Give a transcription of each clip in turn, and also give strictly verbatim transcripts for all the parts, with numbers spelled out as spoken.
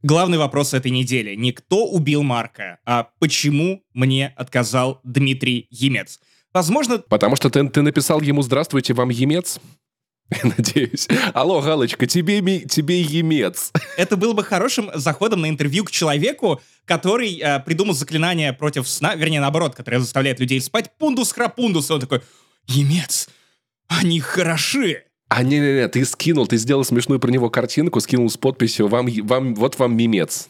Главный вопрос этой недели. Не кто убил Марка, а почему мне отказал Дмитрий Емец. Возможно... Потому что ты, ты написал ему «Здравствуйте, вам Емец»? Надеюсь. Алло, Галочка, тебе, ми, тебе Емец. Это было бы хорошим заходом на интервью к человеку, который э, придумал заклинание против сна, вернее, наоборот, которое заставляет людей спать. Пундус-храпундус. И он такой: Емец, они хороши. А не-не-не, ты скинул, ты сделал смешную про него картинку, скинул с подписью «Вам, вам, вот вам Мемец».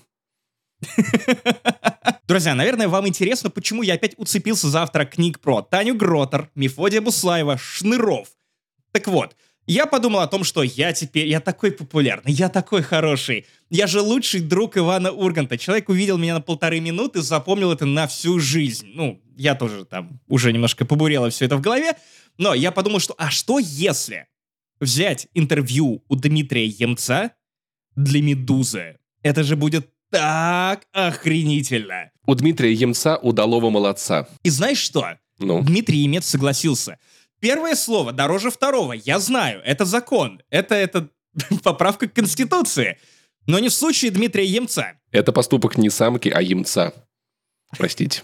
Друзья, наверное, вам интересно, почему я опять уцепился за автора книг про Таню Гротер, Мефодия Буслаева, Шныров. Так вот, я подумал о том, что я теперь, я такой популярный, я такой хороший. Я же лучший друг Ивана Урганта. Человек увидел меня на полторы минуты, запомнил это на всю жизнь. Ну, я тоже там уже немножко побурело все это в голове. Но я подумал, что а что если взять интервью у Дмитрия Емца для «Медузы»? Это же будет так охренительно. У Дмитрия Емца удалого молодца. И знаешь что? Ну? Дмитрий Емец согласился. Первое слово дороже второго. Я знаю, это закон. Это, это поправка к Конституции. Но не в случае Дмитрия Емца. Это поступок не самки, а Емца. Простите.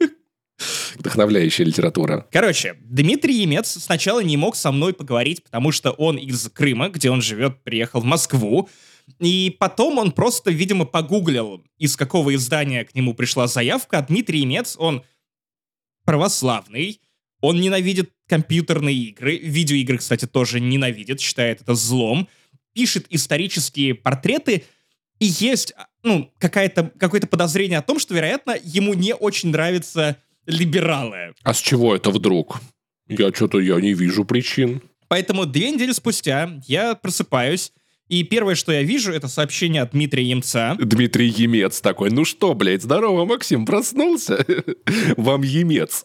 Вдохновляющая литература. Короче, Дмитрий Емец сначала не мог со мной поговорить, потому что он из Крыма, где он живет, приехал в Москву. И потом он просто, видимо, погуглил, из какого издания к нему пришла заявка. А Дмитрий Емец, он православный, он ненавидит компьютерные игры, видеоигры, кстати, тоже ненавидит, считает это злом, пишет исторические портреты, и есть, ну, какая-то, какое-то подозрение о том, что, вероятно, ему не очень нравятся либералы. А с чего это вдруг? Я что-то, я не вижу причин. Поэтому две недели спустя я просыпаюсь, и первое, что я вижу, это сообщение от Дмитрия Емца. Дмитрий Емец такой: ну что, блядь, здорово, Максим, проснулся? Вам Емец.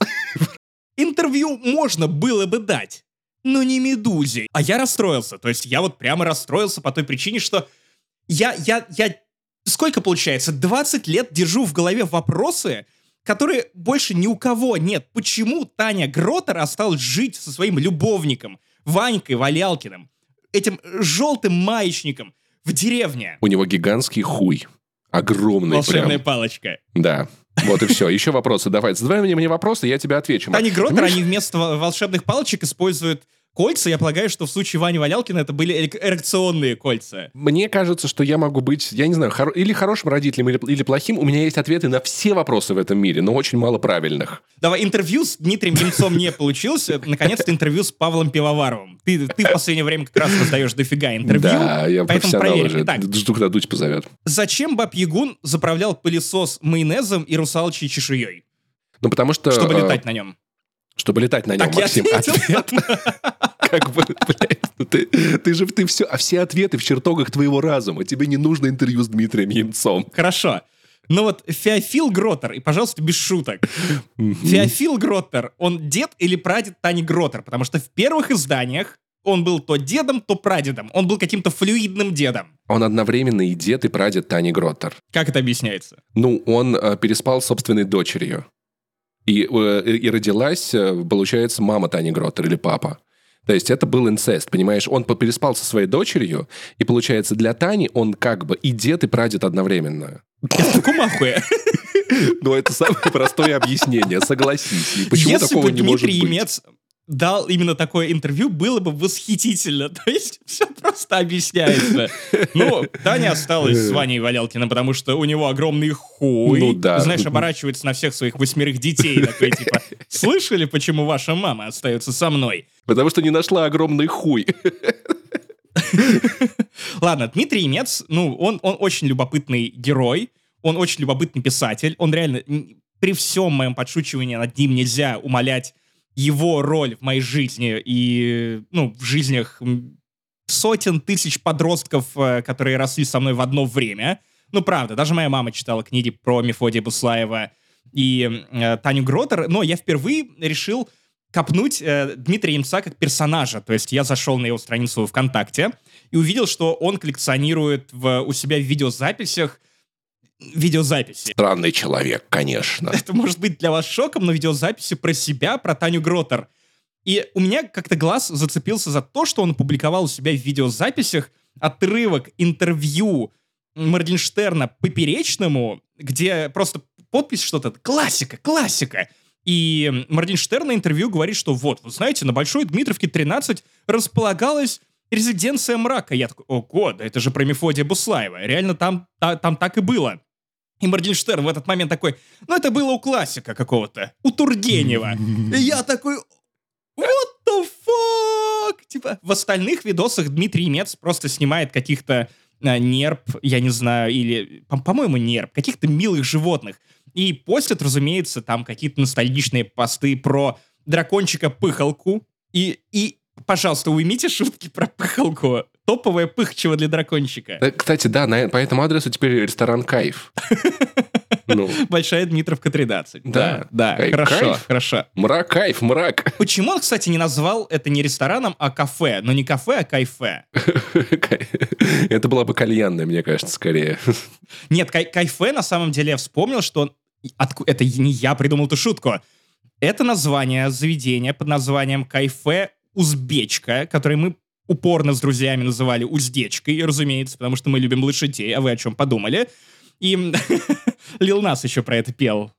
Интервью можно было бы дать, но не «Медузе». А я расстроился. То есть я вот прямо расстроился по той причине, что я, я, я... Сколько получается? двадцать лет держу в голове вопросы, которые больше ни у кого нет. Почему Таня Гротер осталась жить со своим любовником, Ванькой Валялкиным, этим желтым маечником в деревне? У него гигантский хуй. Огромный. Волшебная прям. палочка. Да. Вот и все. Еще вопросы. Давай, задавай мне, мне вопросы, я тебе отвечу. Таня Гротер, они вместо волшебных палочек используют кольца. Я полагаю, что в случае Вани Валялкина это были эрекционные кольца. Мне кажется, что я могу быть, я не знаю, хоро- или хорошим родителем, или, или плохим. У меня есть ответы на все вопросы в этом мире, но очень мало правильных. Давай, интервью с Дмитрием Емцом не получилось. Наконец-то интервью с Павлом Пивоваровым. Ты, ты в последнее время как раз раздаешь дофига интервью. Да, я поэтому профессионал проверим. уже. Итак, Жду, когда Дудь позовет. зачем Баб-Ягун заправлял пылесос майонезом и русалочьей чешуей? Ну, потому что... Чтобы э, летать на нем. Чтобы летать на нем, Так, я Максим. ответил. Ответ. Как бы, блядь, ну ты, ты же ты все, а все ответы в чертогах твоего разума. Тебе не нужно интервью с Дмитрием Емцом. Хорошо. Ну вот Феофил Гротер, и, пожалуйста, без шуток. Феофил Гротер, он дед или прадед Тани Гротер? Потому что в первых изданиях он был то дедом, то прадедом. Он был каким-то флюидным дедом. Он одновременно и дед, и прадед Тани Гротер. Как это объясняется? Ну, он э, переспал с собственной дочерью. И, э, и родилась, э, получается, мама Тани Гротер или папа. То есть это был инцест, понимаешь? Он переспал со своей дочерью, и, получается, для Тани он как бы и дед, и прадед одновременно. Я в таком ахуе. Ну, это самое простое объяснение, согласись. И почему Если такого бы не может Дмитрий быть? Емец дал именно такое интервью, было бы восхитительно. То есть все просто объясняется. Ну, Таня осталась с Ваней Валялкиным, потому что у него огромный хуй. Ну да. Знаешь, оборачивается на всех своих восьмерых детей. Такой типа: слышали, почему ваша мама остается со мной? Потому что не нашла огромный хуй. Ладно, Дмитрий Емец, ну, он, он очень любопытный герой, он очень любопытный писатель, он реально, при всем моем подшучивании над ним нельзя умалять его роль в моей жизни и, ну, в жизнях сотен тысяч подростков, которые росли со мной в одно время. Ну, правда, даже моя мама читала книги про Мефодия Буслаева и э, Таню Гротер, но я впервые решил копнуть э, Дмитрия Емца как персонажа. То есть я зашел на его страницу ВКонтакте и увидел, что он коллекционирует в, у себя в видеозаписях видеозаписи. Странный человек, конечно. Это может быть для вас шоком, но видеозаписи про себя, про Таню Гротер. И у меня как-то глаз зацепился за то, что он опубликовал у себя в видеозаписях отрывок интервью Моргенштерна поперечному, где просто подпись что-то, классика, классика. И Моргенштерн на интервью говорит, что вот, вы знаете, на Большой Дмитровке тринадцать располагалась резиденция мрака. Я такой, ого, да это же про Мефодия Буслаева. Реально там, та, там так и было. И Моргенштерн в этот момент такой, ну это было у классика какого-то, у Тургенева. И я такой, what the fuck? Типа, в остальных видосах Дмитрий Мец просто снимает каких-то а, нерп, я не знаю, или, по- по-моему, нерп, каких-то милых животных. И постят, разумеется, там какие-то ностальгичные посты про дракончика-пыхалку. И, и, пожалуйста, уймите шутки про пыхалку. Топовая пыхчева для дракончика. Э, Кстати, да, на, по этому адресу теперь ресторан «Кайф». Ну, Большая Дмитровка тринадцать. Да. Да, да, Кайф, хорошо, кайф. хорошо. мрак, кайф, мрак. Почему он, кстати, не назвал это не рестораном, а кафе? Но не кафе, а кайфе. Это была бы кальянная, мне кажется, скорее. Нет, кай- кайфе, на самом деле, я вспомнил, что он... отку- Это не я придумал эту шутку. Это название заведения под названием «Кайфе Узбечка», которое мы упорно с друзьями называли «Уздечкой», разумеется, потому что мы любим лошадей, а вы о чем подумали? И Лил Нас еще про это пел.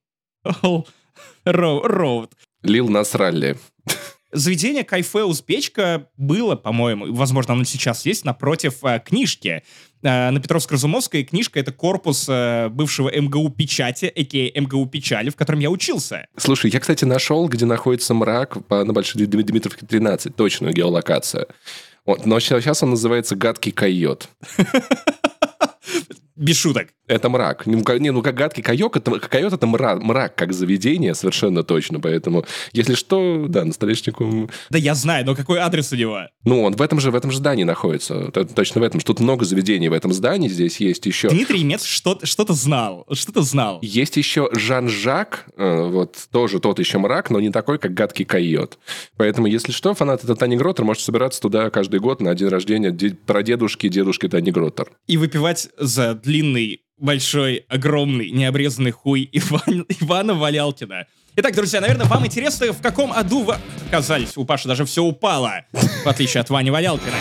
Роуд. Лил нас ралли. Заведение «Кайфе Узбечка» было, по-моему, возможно, оно сейчас есть, напротив э, книжки. Э, на Петровско-Разумовской книжка — это корпус э, бывшего МГУ Печати, а.к.а. МГУ Печали, в котором я учился. Слушай, я, кстати, нашел, где находится мрак по, на Большой Дми- Дмитровке тринадцать, точную геолокацию. Вот, но сейчас он называется «Гадкий койот». Без шуток. Это мрак. Не, ну, как- не, ну, как гадкий койот, это, койот, это мрак, мрак, как заведение, совершенно точно. Поэтому, если что, да, на столешнику... Да я знаю, но какой адрес у него? Ну, он в этом же, в этом же здании находится. Т- Точно в этом. Тут много заведений в этом здании. Здесь есть еще... Дмитрий Мец что- что-то знал. Что-то знал. Есть еще Жан-Жак, э, вот тоже тот еще мрак, но не такой, как гадкий койот. Поэтому, если что, фанаты Тани Гроттер может собираться туда каждый год на день рождения де- прадедушки и дедушки Тани Гроттер. И выпивать за длинный, большой, огромный, необрезанный хуй Иван- Ивана Валялкина. Итак, друзья, наверное, вам интересно, в каком аду вы оказались. У Паши даже все упало, в отличие от Вани Валялкина.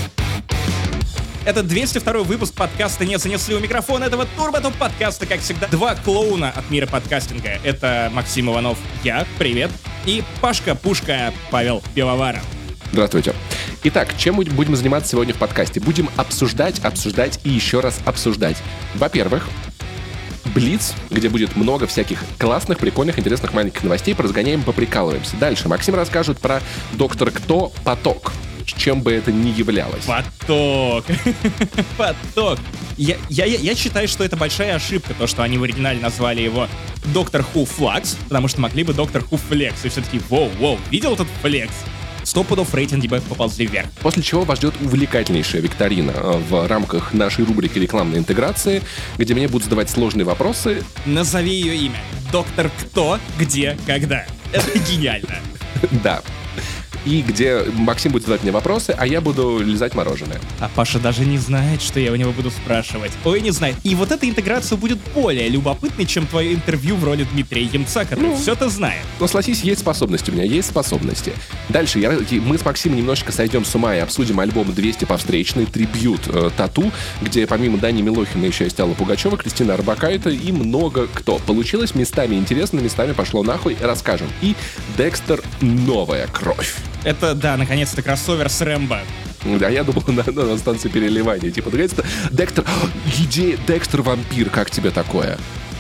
Это двести второй выпуск подкаста «Не занесли у микрофона», этого турбо-топ подкаста, как всегда. Два клоуна от мира подкастинга. Это Максим Иванов, я, привет, и Пашка-пушка Павел Пивоваров. Здравствуйте. Итак, чем мы будем заниматься сегодня в подкасте? Будем обсуждать, обсуждать и еще раз обсуждать. Во-первых, Блиц, где будет много всяких классных, прикольных, интересных маленьких новостей. Поразгоняем, поприкалываемся. Дальше Максим расскажет про «Доктор Кто. Поток». Чем бы это ни являлось. Поток. Поток. Я, я, я, я считаю, что это большая ошибка, то, что они в оригинале назвали его Доктор Ху Флакс, потому что могли бы Доктор Ху Флекс. И все таки воу, воу, видел этот флекс? Сто пудов рейтинги бы поползли вверх. После чего вас ждет увлекательнейшая викторина э, в рамках нашей рубрики «Рекламной интеграции», где мне будут задавать сложные вопросы. Назови ее имя. Доктор Кто, где, когда. Это гениально. Да. И где Максим будет задавать мне вопросы, а я буду лизать мороженое. А Паша даже не знает, что я у него буду спрашивать. Ой, не знает. И вот эта интеграция будет более любопытной, чем твое интервью в роли Дмитрия Емца, который Ну. все это знает. Но согласись, есть способности у меня, есть способности. Дальше я, мы с Максимом немножечко сойдем с ума и обсудим альбом двести по встречной, трибьют э, Тату, где помимо Дани Милохина еще есть Алла Пугачева, Кристина Арбакайте и много кто. Получилось местами интересно, местами пошло нахуй, расскажем. И Декстер «Новая кровь». Это, да, наконец-то кроссовер с Рэмбо. Да, я думал, на, на станции переливания. Типа, наконец-то, Декстер... Идея Декстер-вампир, как тебе такое?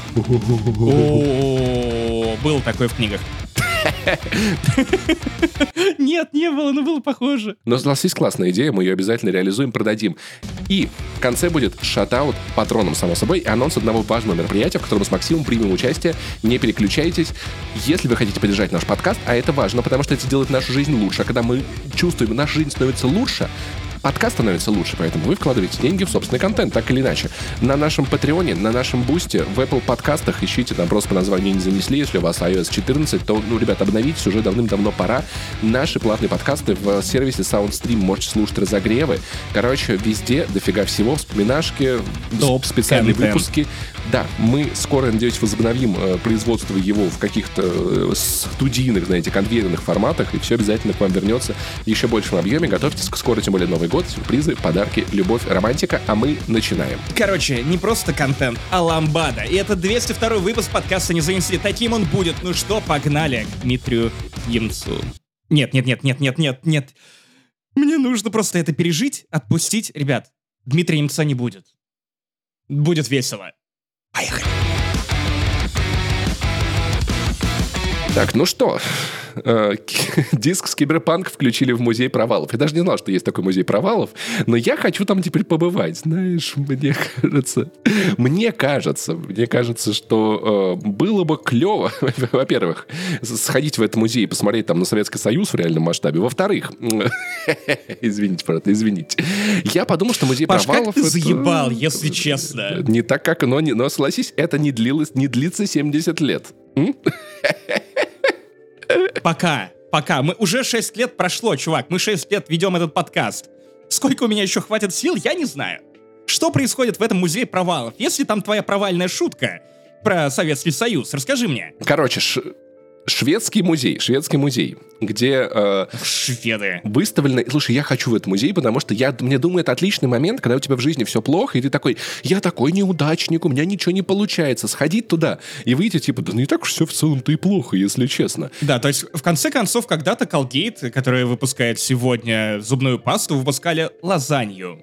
О, был такой в книгах. Нет, не было, но было похоже. Но согласись, классная идея, мы ее обязательно реализуем, продадим. И в конце будет шатаут патронам, само собой, и анонс одного важного мероприятия, в котором мы с Максимом примем участие. Не переключайтесь. Если вы хотите поддержать наш подкаст, а это важно, потому что это делает нашу жизнь лучше. А когда мы чувствуем, наша жизнь становится лучше, подкаст становится лучше, поэтому вы вкладываете деньги в собственный контент, так или иначе. На нашем Патреоне, на нашем Бусте, в Apple подкастах ищите там просто по названию «Не занесли». Если у вас ай о эс четырнадцать, то, ну, ребят, обновитесь, уже давным-давно пора. Наши платные подкасты в сервисе SoundStream, можете слушать разогревы. Короче, везде дофига всего, вспоминашки, Топ специальные контент. выпуски. Да, мы скоро, надеюсь, возобновим э, производство его в каких-то э, студийных, знаете, конвейерных форматах, и все обязательно к вам вернется в еще большем объеме. Готовьтесь, скоро, тем более, Новый год. год. Сюрпризы, подарки, любовь, романтика. А мы начинаем. Короче, не просто контент, а ламбада. И это двести второй выпуск подкаста «Не занесли». Таким он будет. Ну что, погнали к Дмитрию Емцу. Нет, нет, нет, нет, нет, нет, нет. Мне нужно просто это пережить, отпустить. Ребят, Дмитрия Емца не будет. Будет весело. Поехали. Так, ну что, диск с Киберпанк включили в музей провалов. Я даже не знал, что есть такой музей провалов, но я хочу там теперь побывать. Знаешь, мне кажется, мне кажется, мне кажется, что э, было бы клево, во-первых, сходить в этот музей и посмотреть там на Советский Союз в реальном масштабе. Во-вторых, извините, брат, извините. Я подумал, что музей Паш, провалов... как ты заебал, если честно. Не так, как... Но, но согласись, это не длилось, не длится семьдесят лет. Пока, пока. Мы уже шесть лет прошло, чувак. Мы шесть лет ведем этот подкаст. Сколько у меня еще хватит сил, я не знаю. Что происходит в этом музее провалов? Если там твоя провальная шутка про Советский Союз, расскажи мне. Короче, ш- шведский музей, шведский музей, где э, Шведы. выставлено... Слушай, я хочу в этот музей, потому что я, мне думаю, это отличный момент, когда у тебя в жизни все плохо, и ты такой, я такой неудачник, у меня ничего не получается. Сходить туда и выйти, типа, да не так уж все в целом-то и плохо, если честно. Да, то есть, в конце концов, когда-то Colgate, который выпускает сегодня зубную пасту, выпускали лазанью.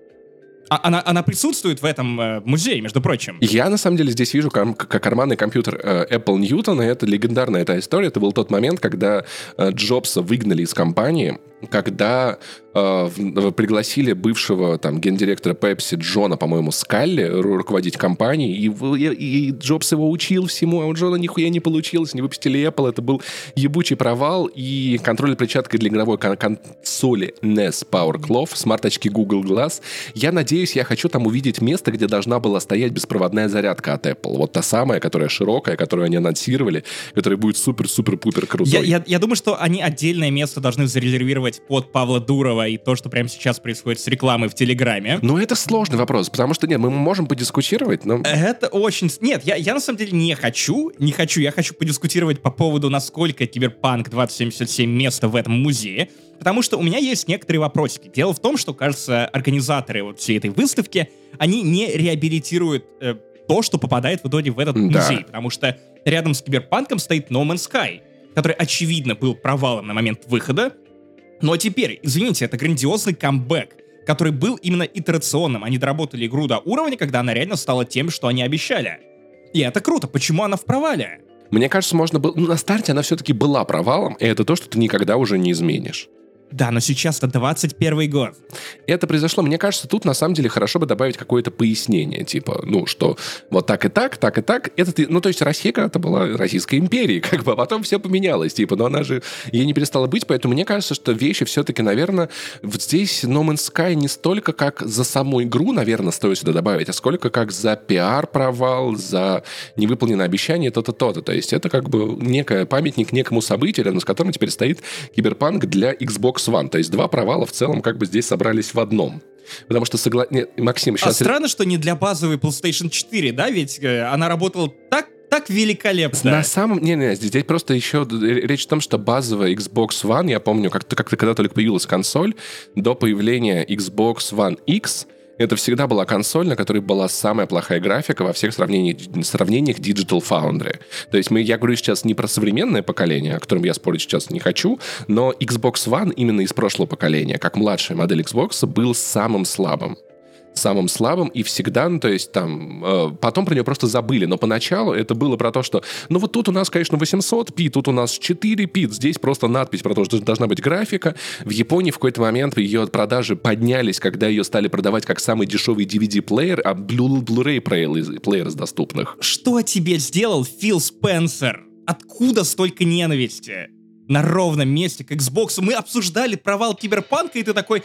А она, она присутствует в этом э, музее, между прочим. Я, на самом деле, здесь вижу кам- как карманный компьютер э, Apple Newton, и это легендарная эта история. Это был тот момент, когда э, Джобса выгнали из компании, когда э, в, пригласили бывшего там гендиректора Pepsi Джона, по-моему, Скалли ру- руководить компанией, и, и, и Джобс его учил всему, а у Джона нихуя не получилось, не выпустили Apple, это был ебучий провал, и контроль перчаткой для игровой кон- консоли эн и эс Power Glove, смарт-очки Google Glass. Я надеюсь, я хочу там увидеть место, где должна была стоять беспроводная зарядка от Apple. Вот та самая, которая широкая, которую они анонсировали, которая будет супер-супер-пупер крутой. Я, я, я думаю, что они отдельное место должны зарезервировать под Павла Дурова и то, что прямо сейчас происходит с рекламой в Телеграме. Ну, это сложный вопрос, потому что, нет, мы можем подискутировать, но... Это очень... Нет, я, я на самом деле не хочу, не хочу, я хочу подискутировать по поводу, насколько Киберпанк двадцать семьдесят семь место в этом музее, потому что у меня есть некоторые вопросики. Дело в том, что, кажется, организаторы вот всей этой выставки, они не реабилитируют э, то, что попадает в итоге в этот Да. музей, потому что рядом с Киберпанком стоит No Man's Sky, который, очевидно, был провалом на момент выхода. Но теперь, извините, это грандиозный камбэк, который был именно итерационным. Они доработали игру до уровня, когда она реально стала тем, что они обещали. И это круто. Почему она в провале? Мне кажется, можно было... Ну, на старте она все-таки была провалом, и это то, что ты никогда уже не изменишь. Да, но сейчас-то двадцать первый год. Это произошло, мне кажется, тут на самом деле хорошо бы добавить какое-то пояснение, типа, ну, что вот так и так, так и так. Это, ты- ну, то есть Россия когда-то была Российской империей, как бы, а потом все поменялось, типа, но она же, ей не перестала быть, поэтому мне кажется, что вещи все-таки, наверное, вот здесь No Man's Sky не столько как за саму игру, наверное, стоит сюда добавить, а сколько как за пиар-провал, за невыполненное обещание, то-то, то-то. То есть это как бы некий памятник некому событию, рядом с которым теперь стоит Киберпанк для Xbox One. То есть два провала в целом как бы здесь собрались в одном. Потому что, согла... Нет, Максим, А сейчас... странно, что не для базовой PlayStation четыре, да? Ведь э, она работала так, так великолепно. На самом... Не-не, здесь просто еще речь о том, что базовая Xbox One, я помню, как-то, как-то когда только появилась консоль, до появления Xbox One X, это всегда была консоль, на которой была самая плохая графика во всех сравнениях, сравнениях Digital Foundry. То есть мы, я говорю сейчас не про современное поколение, о котором я спорить сейчас не хочу, но Xbox One именно из прошлого поколения, как младшая модель Xbox, был самым слабым. самым слабым, и всегда, ну, то есть там, э, потом про нее просто забыли, но поначалу это было про то, что, ну, вот тут у нас, конечно, восемьсот пи, тут у нас четыре пи, здесь просто надпись про то, что должна быть графика. В Японии в какой-то момент ее продажи поднялись, когда ее стали продавать как самый дешевый ди ви ди-плеер, а Blu-ray плеер из доступных. Что тебе сделал Фил Спенсер? Откуда столько ненависти? На ровном месте к Xbox мы обсуждали провал Киберпанка, и ты такой...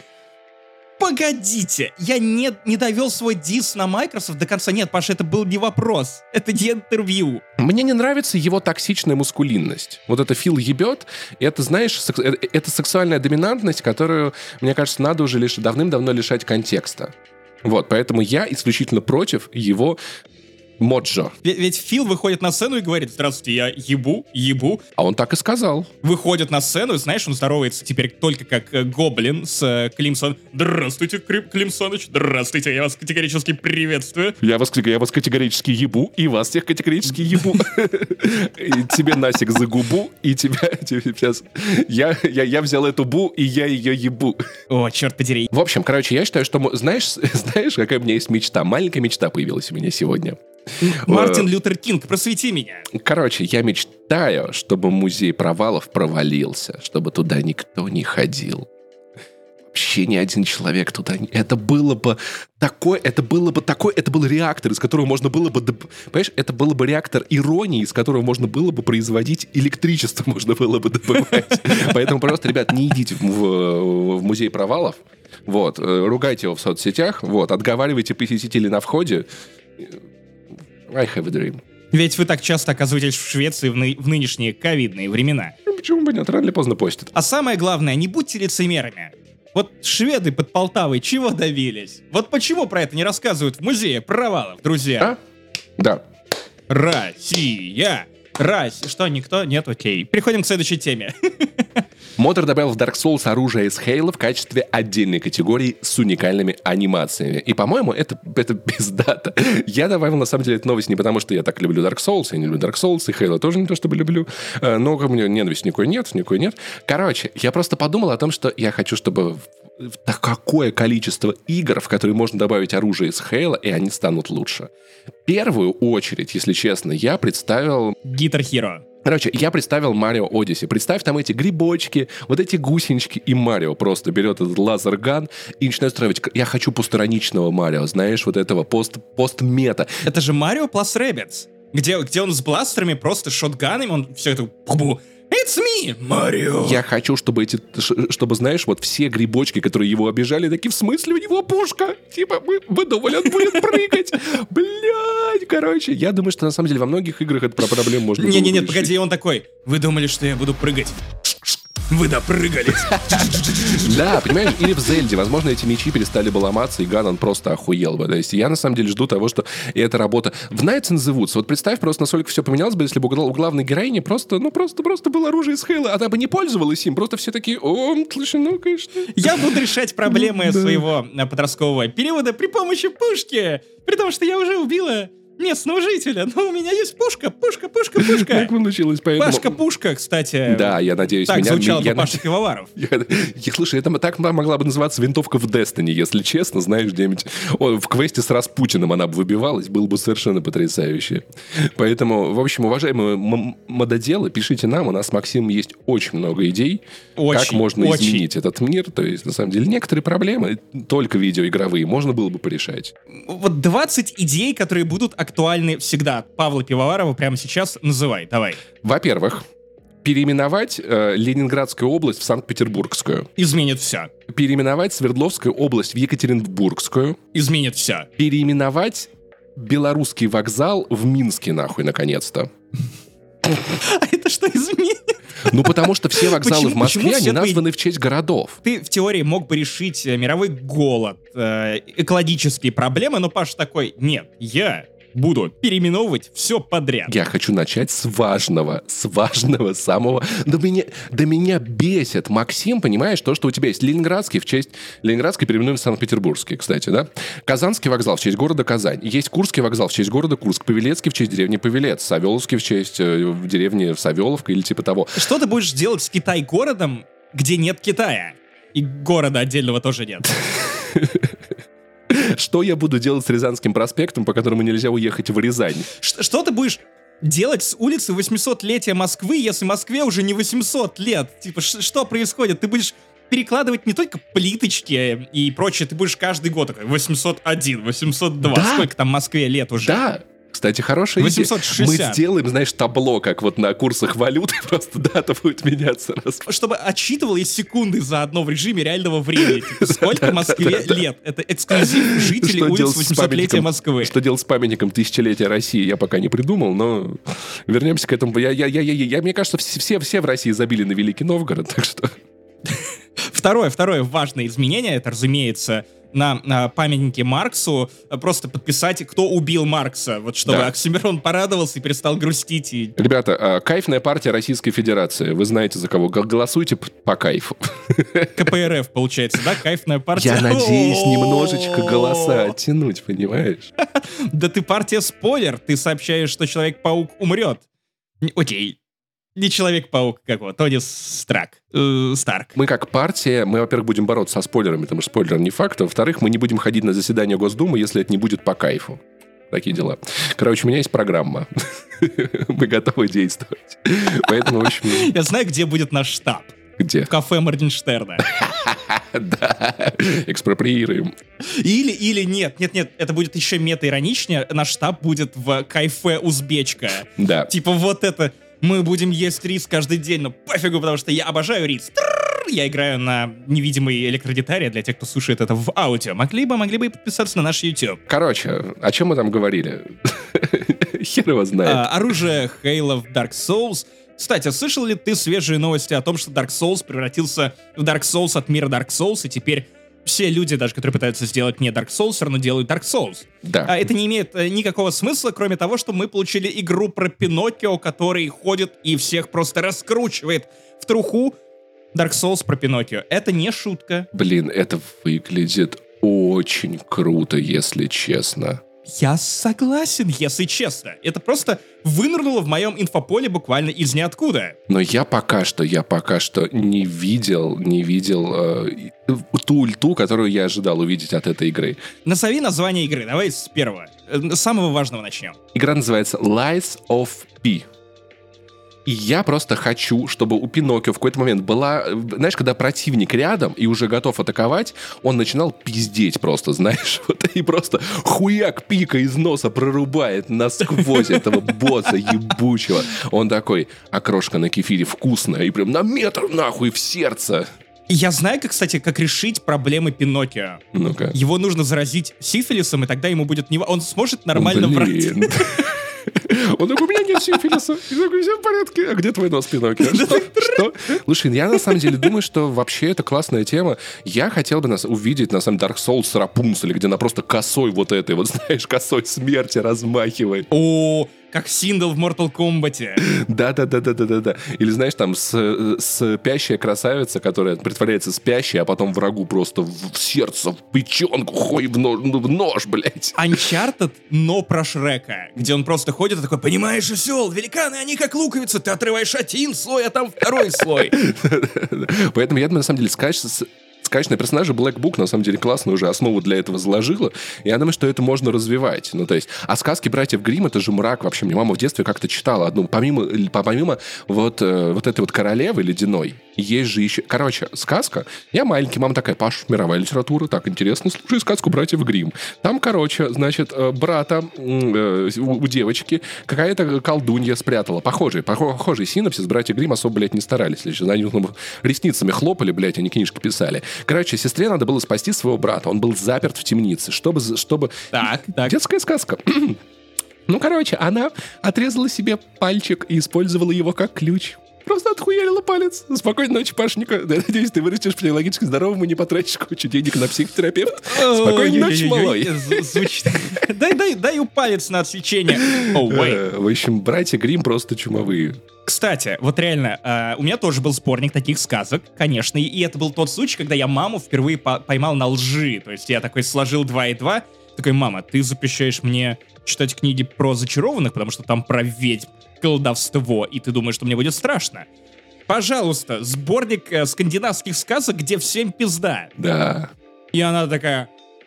Погодите, я не, не довел свой дис на Microsoft до конца. Нет, Паша, это был не вопрос. Это не интервью. Мне не нравится его токсичная мускулинность. Вот это Фил ебет, это, знаешь, сек- это сексуальная доминантность, которую, мне кажется, надо уже лишь давным-давно лишать контекста. Вот, поэтому я исключительно против его Моджо. Ведь, ведь Фил выходит на сцену и говорит: здравствуйте, я ебу, ебу. А он так и сказал. Выходит на сцену, знаешь, он здоровается теперь только как э, гоблин с э, Клим Сон. Здравствуйте, Клим, Клим Соныч, здравствуйте, я вас категорически приветствую. Я вас, я вас категорически ебу, и вас всех категорически ебу. Тебе Насик за губу, и тебя сейчас... Я взял эту бу, и я ее ебу. О, черт подери. В общем, короче, я считаю, что... Знаешь, знаешь, какая у меня есть мечта? Маленькая мечта появилась у меня сегодня. Мартин Лютер Кинг, просвети меня. Короче, я мечтаю, чтобы музей провалов провалился, чтобы туда никто не ходил. Вообще ни один человек туда не... Это было бы такой, это было бы такой, это был реактор, из которого можно было бы... Понимаешь, это был бы реактор иронии, из которого можно было бы производить электричество, можно было бы добывать. Поэтому, пожалуйста, ребят, не идите в, в, в музей провалов, вот, ругайте его в соцсетях, вот, отговаривайте посетителей на входе. I have a dream. Ведь вы так часто оказываетесь в Швеции в, ны- в нынешние ковидные времена. Ну, почему бы нет? Рано или поздно постят. А самое главное, не будьте лицемерами. Вот шведы под Полтавой чего добились? Вот почему про это не рассказывают в музее провалов, друзья? А? Да. Россия! Россия! Что, никто? Нет? Окей. Переходим к следующей теме. Модер добавил в Dark Souls оружие из Halo в качестве отдельной категории с уникальными анимациями. И, по-моему, это, это пиздато. Я добавил, на самом деле, эту новость не потому, что я так люблю Dark Souls, я не люблю Dark Souls, и Halo тоже не то, чтобы люблю, но у меня ненависти никакой нет, никакой нет. Короче, я просто подумал о том, что я хочу, чтобы какое количество игр, в которые можно добавить оружие из Halo, и они станут лучше. В первую очередь, если честно, я представил... Guitar Hero. Короче, я представил Марио Одиссе. Представь там эти грибочки, вот эти гусенички, и Марио просто берет этот лазер-ган и начинает строить. Я хочу постраничного Марио, знаешь, вот этого пост, пост-мета. Это же Марио Plus Rabbids, где, где он с бластерами, просто шотганами, он все это... It's me, Марио! Я хочу, чтобы эти, чтобы, знаешь, вот все грибочки, которые его обижали, такие, в смысле, у него пушка? Типа, мы, мы думали, он будет прыгать. Блядь, короче. Я думаю, что на самом деле во многих играх это про проблему можно было Не-не-не, решить. погоди, он такой, вы думали, что я буду прыгать? Вы допрыгались. Да, понимаешь, или в Зельде, возможно, эти мечи перестали бы ломаться, и Ганон просто охуел бы. То есть я, на самом деле, жду того, что эта работа... В Knights in the Woods, вот представь просто, насколько все поменялось бы, если бы у главной героини просто, ну, просто, просто было оружие из Хейла, она бы не пользовалась им, просто все такие, о, слушай, ну, конечно. Я буду решать проблемы своего подросткового периода при помощи пушки, при том, что я уже убила... местного жителя, но у меня есть пушка, пушка, пушка, пушка. Так получилось, поэтому... Пашка-пушка, кстати. Да, я надеюсь, так меня... звучало я, бы Паша Пивоваров. Я, я, слушай, это так могла бы называться винтовка в Destiny, если честно, знаешь, где-нибудь... О, в квесте с Распутиным она бы выбивалась, было бы совершенно потрясающе. Поэтому, в общем, уважаемые м- мододелы, пишите нам, у нас с Максимом есть очень много идей, очень, как можно очень. изменить этот мир. То есть, на самом деле, некоторые проблемы, только видеоигровые, можно было бы порешать. Вот двадцать идей, которые будут актуальны всегда. Павла Пивоварова прямо сейчас называй, давай. Во-первых, переименовать э, Ленинградскую область в Санкт-Петербургскую. Изменит все. Переименовать Свердловскую область в Екатеринбургскую. Изменит все. Переименовать Белорусский вокзал в Минске, нахуй, наконец-то. А это что изменит? Ну, потому что все вокзалы почему, в Москве, они названы твои... в честь городов. Ты в теории мог бы решить мировой голод, э, экологические проблемы, но Паша такой, нет, я буду переименовывать все подряд. Я хочу начать с важного, с важного самого... Да меня, да меня бесит, Максим, понимаешь, то, что у тебя есть Ленинградский в честь... Ленинградский переименуем в Санкт-Петербургский, кстати, да? Казанский вокзал в честь города Казань. Есть Курский вокзал в честь города Курск. Павелецкий в честь деревни Павелец. Савеловский в честь э, деревни Савеловка или типа того. Что ты будешь делать с Китай-городом, где нет Китая? И города отдельного тоже нет. Что я буду делать с Рязанским проспектом, по которому нельзя уехать в Рязань? Ш- что ты будешь делать с улицы восьмисотлетия Москвы, если Москве уже не восемьсот лет? Типа, ш- что происходит? Ты будешь перекладывать не только плиточки и прочее, ты будешь каждый год такой восемьсот один, восемьсот два. Да. Сколько там Москве лет уже? Да. Кстати, хорошая восемьсот шестьдесят. идея. Мы сделаем, знаешь, табло, как вот на курсах валюты, просто дата будет меняться раз. Чтобы отсчитывалось секунды заодно в режиме реального времени. Типа, сколько Москве лет? Это эксклюзив жителей улиц восьмисотлетия Москвы. Что делать с памятником тысячелетия России, я пока не придумал, но вернемся к этому. Я, я, я, я, я, мне кажется, все, все в России забили на Великий Новгород, так что... Второе, второе важное изменение, это, разумеется, на, на памятнике Марксу просто подписать, кто убил Маркса, вот чтобы Да. Оксимирон порадовался и перестал грустить. И... Ребята, а, кайфная партия Российской Федерации. Вы знаете, за кого. Г- Голосуйте п- по кайфу. КПРФ, получается, да? Кайфная партия. Я надеюсь О-о-о. немножечко голоса оттянуть, понимаешь? Да ты партия спойлер. Ты сообщаешь, что Человек-паук умрет. Н- Окей. Не Человек-паук, как его, Тони Страк. Э, Старк. Мы как партия, мы, во-первых, будем бороться со спойлерами, потому что спойлер не факт. А во-вторых, мы не будем ходить на заседание Госдумы, если это не будет по кайфу. Такие дела. Короче, у меня есть программа. Мы готовы действовать. Поэтому, в общем... Я знаю, где будет наш штаб. Где? В кафе Моргенштерна. Да, экспроприируем. Или, или нет, нет, нет, это будет еще мета-ироничнее. Наш штаб будет в кайфе Узбечка. Да. Типа вот это, мы будем есть рис каждый день, но пофигу, потому что я обожаю рис. Трррр, я играю на невидимой электрогитаре для тех, кто слушает это в аудио. Могли бы, могли бы подписаться на наш YouTube. Короче, о чем мы там говорили? Хер его знает. А, оружие Halo в Dark Souls. Кстати, слышал ли ты свежие новости о том, что Dark Souls превратился в Dark Souls от мира Dark Souls, и теперь все люди, даже которые пытаются сделать не Dark Souls, все равно делают Dark Souls? Да. А это не имеет э, никакого смысла, кроме того, что мы получили игру про Пиноккио, который ходит и всех просто раскручивает в труху. Dark Souls про Пиноккио. Это не шутка. Блин, это выглядит очень круто, если честно. Я согласен, если честно. Это просто вынырнуло в моем инфополе буквально из ниоткуда. Но я пока что, я пока что не видел, не видел э, ту ульту, которую я ожидал увидеть от этой игры. Назови название игры, давай с первого. Э, С самого важного начнем. Игра называется Lies of P. И я просто хочу, чтобы у Пиноккио в какой-то момент была... Знаешь, когда противник рядом и уже готов атаковать, он начинал пиздеть просто, знаешь, вот и просто хуяк пика из носа прорубает насквозь этого босса ебучего. Он такой, окрошка на кефире вкусная, и прям на метр нахуй в сердце. Я знаю, как, кстати, как решить проблемы Пиноккио. Ну-ка. Его нужно заразить сифилисом, и тогда ему будет не... ва- Он сможет нормально Блин. врать. Он такой, у меня нет сифилиса. Я такой, все в порядке. А где твой нос, Пиноккио? Что? Что? Слушай, я на самом деле думаю, что вообще это классная тема. Я хотел бы нас увидеть, на самом деле, Dark Souls с Рапунцель, где она просто косой вот этой, вот знаешь, косой смерти размахивает. О, как Синдал в Mortal Kombat. Да-да-да-да-да-да. Или, знаешь, там с, спящая красавица, которая притворяется спящей, а потом врагу просто в сердце, в печенку, хуй в нож, в нож, блядь. Uncharted, но про Шрека, где он просто ходит и такой, понимаешь, осел, великаны, они как луковицы, ты отрываешь один слой, а там второй слой. Поэтому я думаю, на самом деле, скачать сказочные персонажи Black Book, на самом деле, классно уже основу для этого заложила. И я думаю, что это можно развивать. Ну, то есть, а сказки братьев Гримм — это же мрак вообще. Мне мама в детстве как-то читала одну. Помимо, помимо вот, э, вот этой вот королевы ледяной, есть же еще... Короче, сказка. Я маленький, мама такая, Паш, мировая литература, так, интересно, слушай сказку братьев Гримм. Там, короче, значит, брата э, у, у девочки какая-то колдунья спрятала. Похожий, похожий синопсис. Братья Гримм особо, блядь, не старались. Лишь за них ресницами хлопали, блядь, они книжки писали. Короче, сестре надо было спасти своего брата. Он был заперт в темнице, чтобы... чтобы... Так, так. Детская сказка. Ну, короче, она отрезала себе пальчик и использовала его как ключ. Просто отхуярила палец. Спокойной ночи, Пашенька. Надеюсь, ты вырастешь психологически здоровым и не потратишь кучу денег на психотерапевта. Спокойной ночи, малой. Звучит. Дай, дай, дай у палец на отсечение. Oh, в общем, братья Гримм просто чумовые. Кстати, вот реально, э, у меня тоже был сборник таких сказок, конечно, и, и это был тот случай, когда я маму впервые по- поймал на лжи. То есть я такой сложил два и два, такой, мама, ты запрещаешь мне читать книги про зачарованных, потому что там про ведьм, колдовство, и ты думаешь, что мне будет страшно. Пожалуйста, сборник э, скандинавских сказок, где всем пизда. Да. И она такая,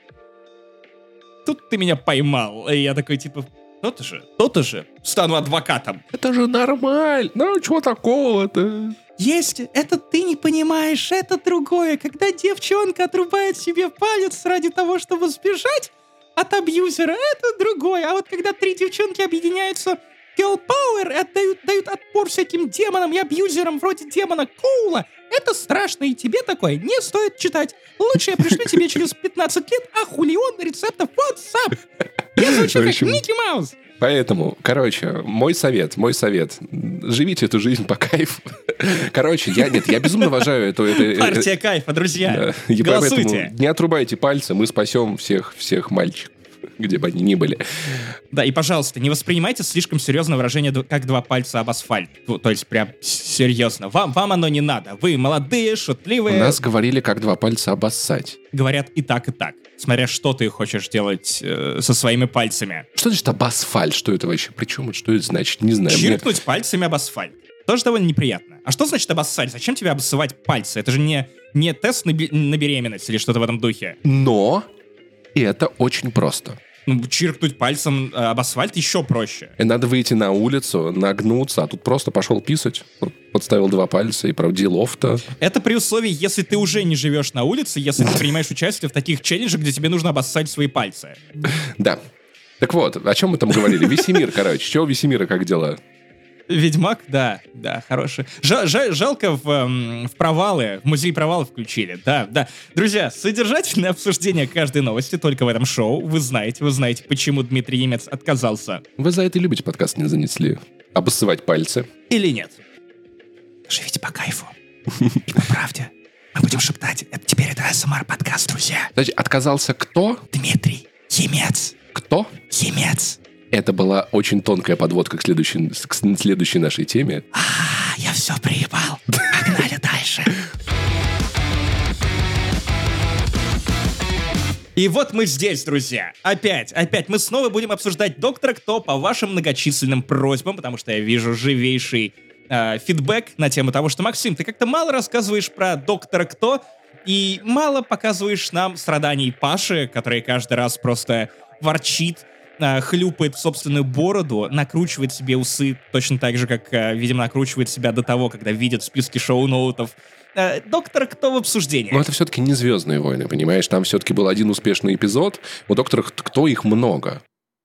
тут ты меня поймал. И я такой, типа, то-то же, то-то же, стану адвокатом. Это же нормально. Ну, чего такого-то? Есть, это ты не понимаешь, это другое. Когда девчонка отрубает себе палец ради того, чтобы сбежать от абьюзера, это другое. А вот когда три девчонки объединяются girl power и отдают, дают отпор всяким демонам и абьюзерам вроде демона Коула, это страшно, и тебе такое не стоит читать. Лучше я пришлю тебе через пятнадцать лет, а Хулион рецептов WhatsApp. Я звучу как Микки Маус. Поэтому, короче, мой совет, мой совет. Живите эту жизнь по кайфу. Короче, я, нет, я безумно уважаю эту... эту Партия кайфа, друзья. Да. Голосуйте. Не отрубайте пальцы, мы спасем всех, всех мальчиков, где бы они ни были. Да, и, пожалуйста, не воспринимайте слишком серьезно выражение как два пальца об асфальт. Ну, то есть прям серьезно. Вам, вам оно не надо. Вы молодые, шутливые. У нас говорили как два пальца обоссать. Говорят и так, и так. Смотря что ты хочешь делать э, со своими пальцами. Что значит об асфальт? Что это вообще? Причем, что это значит? Не знаю. Чиркнуть Мне... пальцами об асфальт. Тоже довольно неприятно. А что значит обоссать? Зачем тебе обоссывать пальцы? Это же не, не тест на, бе- на беременность или что-то в этом духе. Но это очень просто. Ну, чиркнуть пальцем э, об асфальт еще проще. И надо выйти на улицу, нагнуться, а тут просто пошел писать, подставил два пальца и делов-то. Это при условии, если ты уже не живешь на улице, если ты принимаешь участие в таких челленджах, где тебе нужно обоссать свои пальцы. Да. Так вот, о чем мы там говорили? Весемир, короче. Чего у Весемира, как дела? Ведьмак, да, да, хороший. Жал, жаль, жалко в, эм, в провалы, в музей провалов включили, да, да. Друзья, содержательное обсуждение каждой новости только в этом шоу. Вы знаете, вы знаете, почему Дмитрий Немец отказался. Вы за это и любите подкаст «Не занесли». Обоссывать пальцы. Или нет. Живите по кайфу. И по правде. Мы будем шептать. Это теперь это АСМР-подкаст, друзья. Значит, отказался кто? Дмитрий Емец. Кто? Емец. Это была очень тонкая подводка к следующей, к следующей нашей теме. А, я все приебал. Погнали дальше. И вот мы здесь, друзья. Опять, опять мы снова будем обсуждать «Доктора Кто» по вашим многочисленным просьбам, потому что я вижу живейший э, фидбэк на тему того, что, Максим, ты как-то мало рассказываешь про «Доктора Кто» и мало показываешь нам страданий Паши, который каждый раз просто ворчит, хлюпает в собственную бороду, накручивает себе усы точно так же, как, видимо, накручивает себя до того, когда видит списки шоу-ноутов. Доктор Кто в обсуждении. Но это все-таки не «Звездные войны», понимаешь? Там все-таки был один успешный эпизод. У Доктора Кто их много.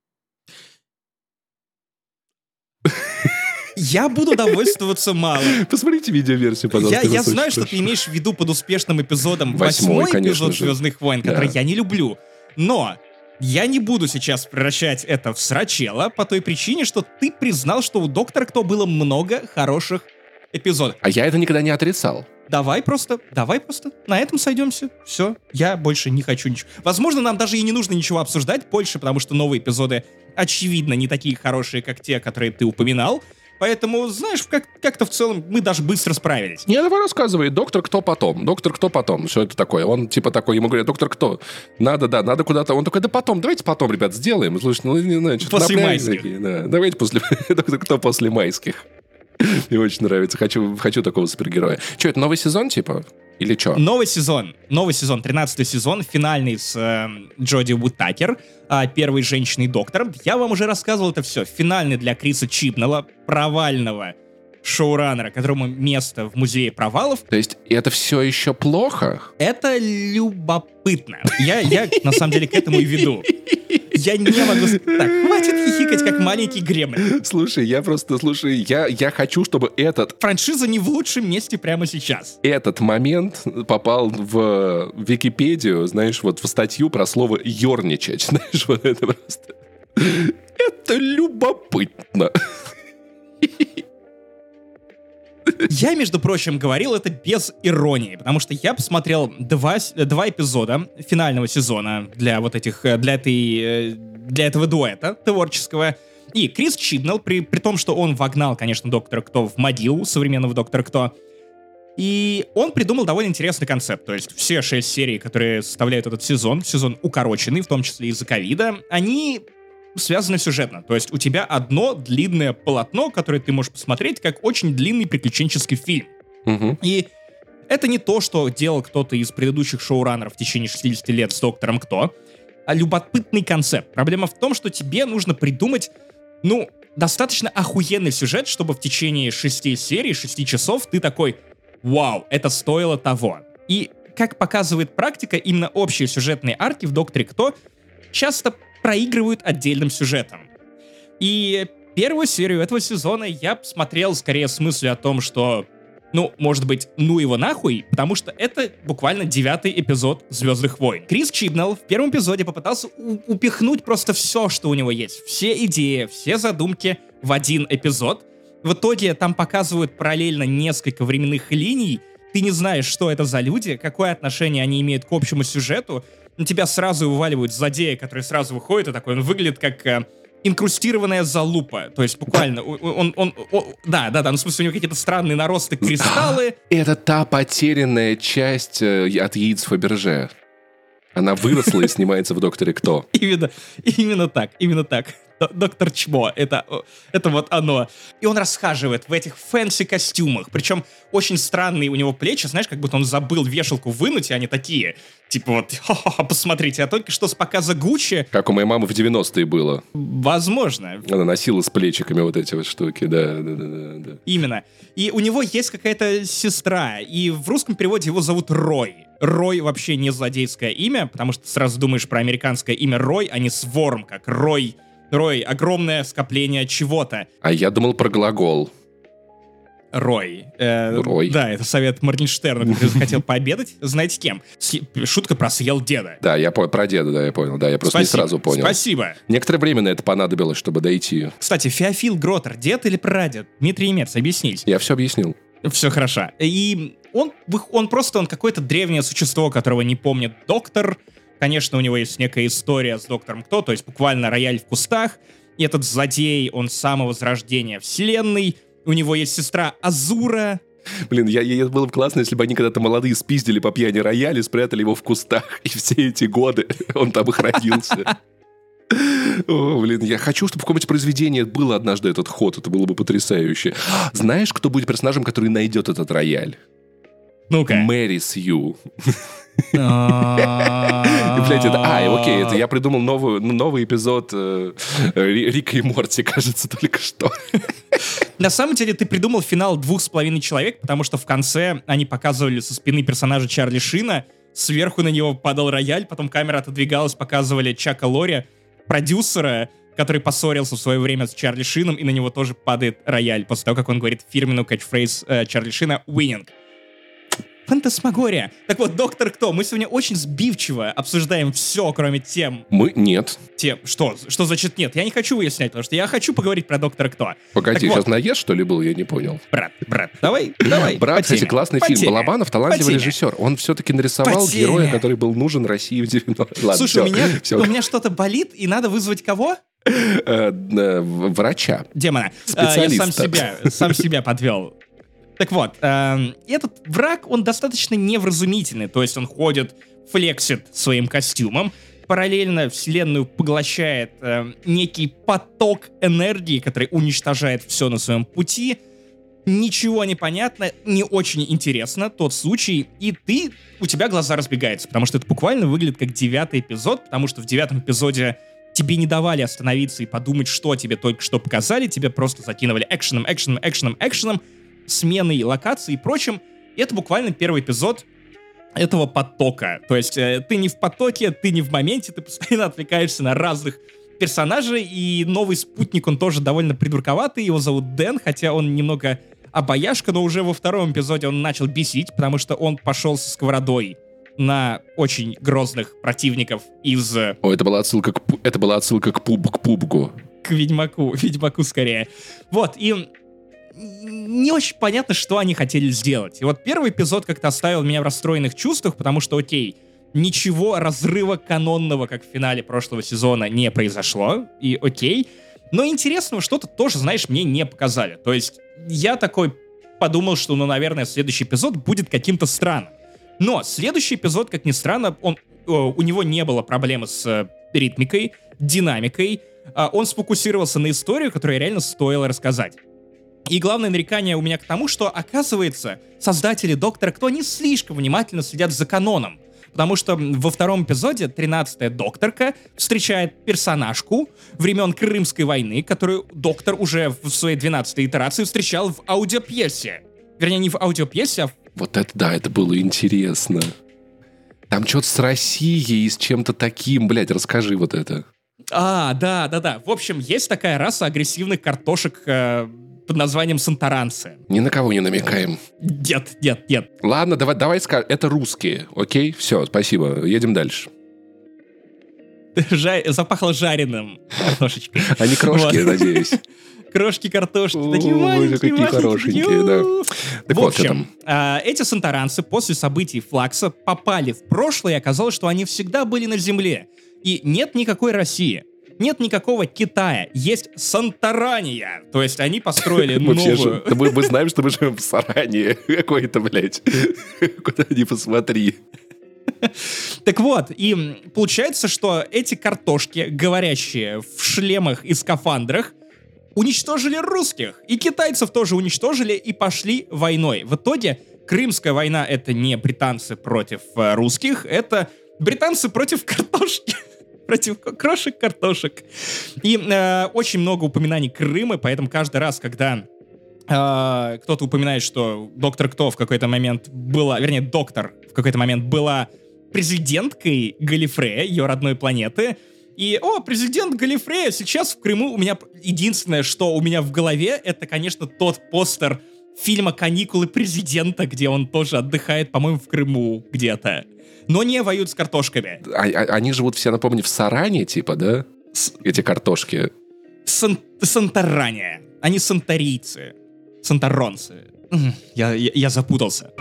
Я буду довольствоваться мало. Посмотрите видеоверсию, пожалуйста. Я, я знаю, что ты имеешь в виду под успешным эпизодом восьмой, восьмой эпизод же. «Звездных войн», который да. я не люблю. Но я не буду сейчас превращать это в срачело по той причине, что ты признал, что у «Доктора Кто» было много хороших эпизодов. А я это никогда не отрицал. Давай просто, давай просто на этом сойдемся. Все, я больше не хочу ничего. Возможно, нам даже и не нужно ничего обсуждать больше, потому что новые эпизоды, очевидно, не такие хорошие, как те, которые ты упоминал. Поэтому, знаешь, как- как-то в целом мы даже быстро справились. Не, давай рассказывай. Доктор Кто потом. Доктор Кто потом. Что это такое? Он типа такой, ему говорят, доктор Кто? Надо, да, надо куда-то. Он такой, да потом, давайте потом, ребят, сделаем. Слушай, ну, не знаю, что-то после майских. Такие, да. Давайте после доктор Кто после майских. Мне очень нравится. Хочу, хочу такого супергероя. Что, это новый сезон, типа? Или что? Новый сезон. Новый сезон, тринадцатый сезон, финальный с э, Джоди Уиттакер, э, первой женщиной-доктором. Я вам уже рассказывал это все. Финальный для Криса Чибнелла, провального шоураннера, которому место в музее провалов. То есть это все еще плохо? Это любопытно. Я, я на самом деле к этому и веду. Я не могу... Так, хватит хихикать, как маленький гремлин. Слушай, я просто, слушай, я, я хочу, чтобы этот... Франшиза не в лучшем месте прямо сейчас. Этот момент попал в Википедию, знаешь, вот в статью про слово «ёрничать». Знаешь, вот это просто... Это любопытно. Я, между прочим, говорил это без иронии, потому что я посмотрел два, два эпизода финального сезона для вот этих, для этой, для этого дуэта творческого. И Крис Чибнелл, при, при том, что он вогнал, конечно, Доктора Кто в могилу современного Доктора Кто, и он придумал довольно интересный концепт. То есть все шесть серий, которые составляют этот сезон, сезон укороченный, в том числе из-за ковида, они связаны сюжетно. То есть у тебя одно длинное полотно, которое ты можешь посмотреть как очень длинный приключенческий фильм. Угу. И это не то, что делал кто-то из предыдущих шоураннеров в течение шестидесяти лет с Доктором Кто, а любопытный концепт. Проблема в том, что тебе нужно придумать, ну, достаточно охуенный сюжет, чтобы в течение шести серий, шести часов ты такой: вау, это стоило того. И, как показывает практика, именно общие сюжетные арки в Докторе Кто часто проигрывают отдельным сюжетом. И первую серию этого сезона я посмотрел скорее с мыслью о том, что Ну, может быть, ну его нахуй, потому что это буквально девятый эпизод «Звездных войн». Крис Чибнелл в первом эпизоде попытался у- упихнуть просто все, что у него есть. Все идеи, все задумки в один эпизод. В итоге там показывают параллельно несколько временных линий. Ты не знаешь, что это за люди, какое отношение они имеют к общему сюжету. На тебя сразу вываливают злодея, который сразу выходит, и такой, он выглядит как... э, инкрустированная залупа. То есть буквально, он, он, он, он- да, да, да, ну, в смысле, у него какие-то странные наросты, кристаллы. Это та потерянная часть э, от яиц Фаберже. Она выросла и снимается в «Докторе Кто». Именно, именно так, именно так. Д- Доктор Чмо, это, о, это вот оно. И он расхаживает в этих фэнси костюмах. Причем очень странные у него плечи, знаешь, как будто он забыл вешалку вынуть, и они такие, типа вот, ха-ха-ха, посмотрите, а только что с показа Гуччи, Как у моей мамы в девяностые было. возможно, Она носила с плечиками вот эти вот штуки, да, да, да, да, да. именно. И у него есть какая-то сестра, и в русском переводе его зовут Рой. Рой вообще не злодейское имя, потому что сразу думаешь про американское имя Рой, а не Сворм, как Рой. Рой — огромное скопление чего-то. А я думал про глагол. Рой. Э, Рой. Да, это совет Моргенштерна, который захотел пообедать. Знаете с кем? С- Шутка про съел деда. Да, я понял, про деда, да, я понял. Да, я просто Спасибо. не сразу понял. Спасибо. Некоторое время на это понадобилось, чтобы дойти. Кстати, Феофил Гротер, дед или прадед? Дмитрий Мец, объяснись. Я все объяснил. Все хорошо. И он, вых- он просто он какое-то древнее существо, которого не помнит доктор. Конечно, у него есть некая история с доктором Кто, то есть буквально рояль в кустах. И этот злодей, он с самого зарождения вселенной. У него есть сестра Азура. Блин, я, я, было бы классно, если бы они когда-то молодые спиздили по пьяни рояль и спрятали его в кустах. И все эти годы он там и хранился. О, блин, я хочу, чтобы в каком-нибудь произведении было однажды этот ход. Это было бы потрясающе. Знаешь, кто будет персонажем, который найдет этот рояль? Ну-ка. Мэри Сью. А, Блять, это... А, окей, это я придумал новую, новый эпизод э, Ри- Рика и Морти, кажется, только что. На самом деле ты придумал финал «Двух с половиной человек», потому что в конце они показывали со спины персонажа Чарли Шина, сверху на него падал рояль, потом камера отодвигалась, показывали Чака Лори, продюсера, который поссорился в свое время с Чарли Шином, и на него тоже падает рояль, после того, как он говорит фирменную кэтчфрейз э, Чарли Шина «Winning». Фантасмагория. Так вот, Доктор Кто, мы сегодня очень сбивчиво обсуждаем все, кроме тем, Мы... Нет. тем, что, что значит нет. Я не хочу выяснять, потому что я хочу поговорить про Доктора Кто. Погоди, Так сейчас вот, наезд, что ли, был? Я не понял. брат, брат, давай, давай. Брат, по кстати, теме, классный по фильм. теме, Балабанов по талантливый теме. режиссер. Он все-таки нарисовал По теме. героя, который был нужен России в девяностых. Ладно, Слушай, у всё, меня, всё. у меня что-то болит, и надо вызвать кого? Э, э, врача. Демона. А, я Специалиста. сам себя, сам себя подвел. Так вот, эм, этот враг, он достаточно невразумительный, то есть он ходит, флексит своим костюмом, параллельно вселенную поглощает эм, некий поток энергии, который уничтожает все на своем пути. Ничего не понятно, не очень интересно тот случай, и ты, у тебя глаза разбегаются, потому что это буквально выглядит как девятый эпизод, потому что в девятом эпизоде тебе не давали остановиться и подумать, что тебе только что показали, тебе просто закинули экшеном, экшеном, экшеном, экшеном, сменой локаций и прочим. И это буквально первый эпизод этого потока. То есть э, ты не в потоке, ты не в моменте, ты постоянно отвлекаешься на разных персонажей, и новый спутник, он тоже довольно придурковатый, его зовут Дэн, хотя он немного обаяшка, но уже во втором эпизоде он начал бесить, потому что он пошел со сковородой на очень грозных противников из... э, О, это была отсылка к, пу- это была отсылка к, пуб, к пубгу. к Ведьмаку, Ведьмаку скорее. Вот, и не очень понятно, что они хотели сделать. И вот первый эпизод как-то оставил меня в расстроенных чувствах, потому что, окей, ничего разрыва канонного, как в финале прошлого сезона, не произошло, и окей. Но интересного что-то тоже, знаешь, мне не показали. То есть я такой подумал, что, ну, наверное, следующий эпизод будет каким-то странным. Но следующий эпизод, как ни странно, он, э, у него не было проблемы с э, ритмикой, динамикой. Э, он сфокусировался на историю, которую реально стоило рассказать. И главное нарекание у меня к тому, что, оказывается, создатели Доктора Кто не слишком внимательно следят за каноном. Потому что во втором эпизоде тринадцатая докторка встречает персонажку времен Крымской войны, которую доктор уже в своей двенадцатой итерации встречал в аудиопьесе. Вернее, не в аудиопьесе, а в... Вот это да, это было интересно. Там что-то с Россией и с чем-то таким. Блядь, расскажи вот это. А, да, да, да. В общем, есть такая раса агрессивных картошек, э, под названием «Санторанцы». Ни на кого не намекаем. Нет, нет, нет. Ладно, давай, давай скажем. Это русские, окей? Все, спасибо. Едем дальше. Жа... Запахло жареным картошечкой. Они крошки, Вот. надеюсь. Крошки картошки. Такие Ой, маленькие, какие маленькие, хорошенькие, такие, да. у-у-у. Так В вот, что общем, а, эти санторанцы после событий Флакса попали в прошлое, и оказалось, что они всегда были на Земле. И нет никакой России. Нет никакого Китая, есть Санторания. То есть они построили Мы все же- новую... да мы, мы знаем, что мы живем в Саране. Какой-то, блядь. Куда ни посмотри. Так вот, и получается, что эти картошки, говорящие в шлемах и скафандрах, уничтожили русских. И китайцев тоже уничтожили и пошли войной. В итоге Крымская война — это не британцы против э, русских, это британцы против картошки. Против крошек картошек. И э, очень много упоминаний Крыма, поэтому каждый раз, когда э, кто-то упоминает, что доктор Кто в какой-то момент была, вернее, доктор в какой-то момент была президенткой Галифрея, ее родной планеты, и, о, президент Галифрея сейчас в Крыму, у меня единственное, что у меня в голове, это, конечно, тот постер фильма «Каникулы президента», где он тоже отдыхает, по-моему, в Крыму где-то. Но не воюют с картошками. А- а- они живут все, напомню, в Саране, типа, да? С- Эти картошки. Сан- Санторания. Они санторийцы. Санторонцы. М, Я, я, я запутался.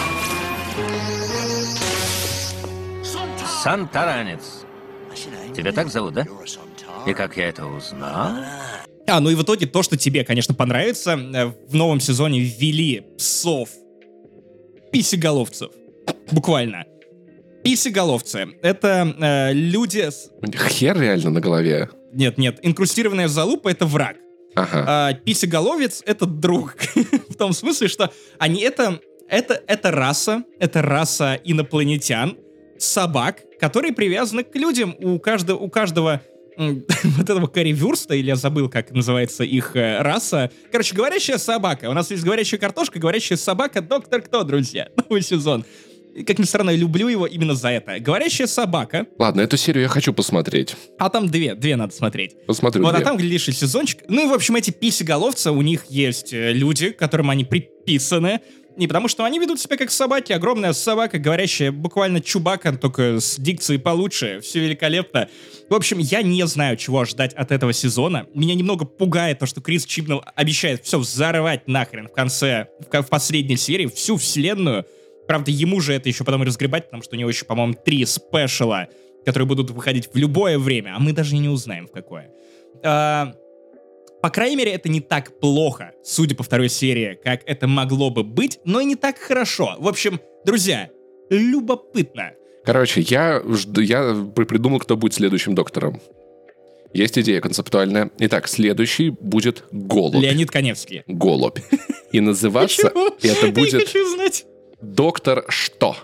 Санторанец. Тебя так зовут, да? И как я это узнал? А, ну и в итоге то, что тебе, конечно, понравится, э, в новом сезоне ввели псов. Писеголовцев. Буквально. Писеголовцы. Это э, люди... с- У них хер реально на голове. Нет, нет, инкрустированная залупа — это враг. Ага. А писеголовец — это друг. В том смысле, что они это, это, это раса, это раса инопланетян, собак, которые привязаны к людям. У каждого, у каждого м, вот этого карри-вюрста, или я забыл, как называется их э, раса. Короче, говорящая собака. У нас есть говорящая картошка, говорящая собака, доктор Кто, друзья. Новый сезон. И, как ни странно, я люблю его именно за это. Говорящая собака, Ладно, эту серию я хочу посмотреть. а там две, две надо смотреть. Посмотрю Вот, а две. там, глядишь, и сезончик. Ну и, в общем, эти писеголовцы, у них есть э, люди, к которым они приписаны. Не потому, что они ведут себя как собаки. Огромная собака, говорящая буквально Чубака, только с дикцией получше. Все великолепно. В общем, я не знаю, чего ожидать от этого сезона. Меня немного пугает то, что Крис Чибнелл обещает все взорвать нахрен в конце, в, ко- в последней серии, всю вселенную. Правда, ему же это еще потом разгребать, потому что у него еще, по-моему, три спешала, которые будут выходить в любое время, а мы даже и не узнаем, в какое. А, по крайней мере, это не так плохо, судя по второй серии, как это могло бы быть, но и не так хорошо. В общем, друзья, любопытно. Короче, я, жду- я при- придумал, кто будет следующим доктором. Есть идея концептуальная. Итак, следующий будет Голубь. Леонид Каневский. Голубь. И называться Почему? это Я будет хочу знать. Доктор Что.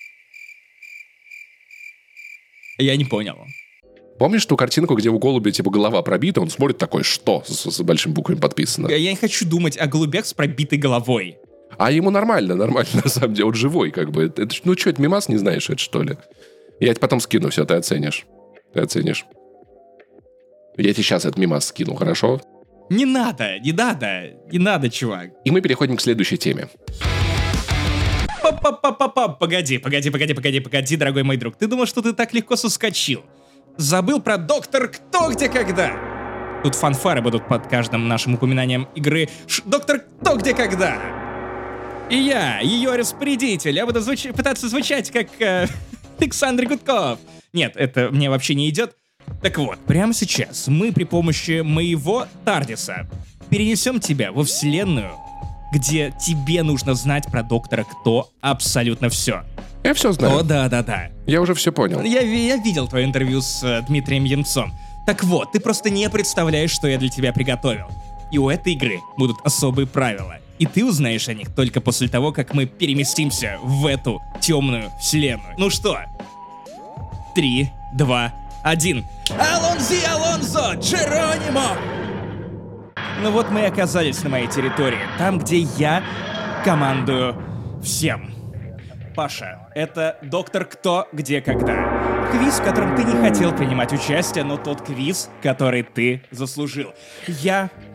Я не понял. Помнишь ту картинку, где у голубя типа голова пробита, он смотрит такой «Что?» с, с большими буквами подписано. Я не хочу думать о голубях с пробитой головой. А ему нормально, нормально, на самом деле, он живой как бы. Это, ну что, это мимас, не знаешь это, что ли? Я тебе потом скину, все, ты оценишь. Ты оценишь. Я тебе сейчас этот мимас скину, хорошо? Не надо, не надо, не надо, чувак. И мы переходим к следующей теме. Па-па-па-па-па, погоди, погоди, погоди, погоди, погоди, дорогой мой друг. Ты думал, что ты так легко соскочил? Забыл про Доктор Кто, где, когда? Тут фанфары будут под каждым нашим упоминанием игры Ш- Доктор Кто, где, когда? И я, ее распорядитель, я буду звуч- пытаться звучать как э, Александр Гудков. Нет, это мне вообще не идет. Так вот, прямо сейчас мы при помощи моего Тардиса перенесем тебя во вселенную, где тебе нужно знать про Доктора Кто абсолютно все. Я все знаю. О, да-да-да. Я уже все понял. Я, ви- я видел твое интервью с э, Дмитрием Янцом. Так вот, ты просто не представляешь, что я для тебя приготовил. И у этой игры будут особые правила. И ты узнаешь о них только после того, как мы переместимся в эту темную вселенную. Ну что? Три, два, один. Алонзи Алонзо Джеронимо! Ну вот мы и оказались на моей территории. Там, где я командую всем. Паша, это Доктор Кто, где, когда. Квиз, в котором ты не хотел принимать участие, но тот квиз, который ты заслужил. Я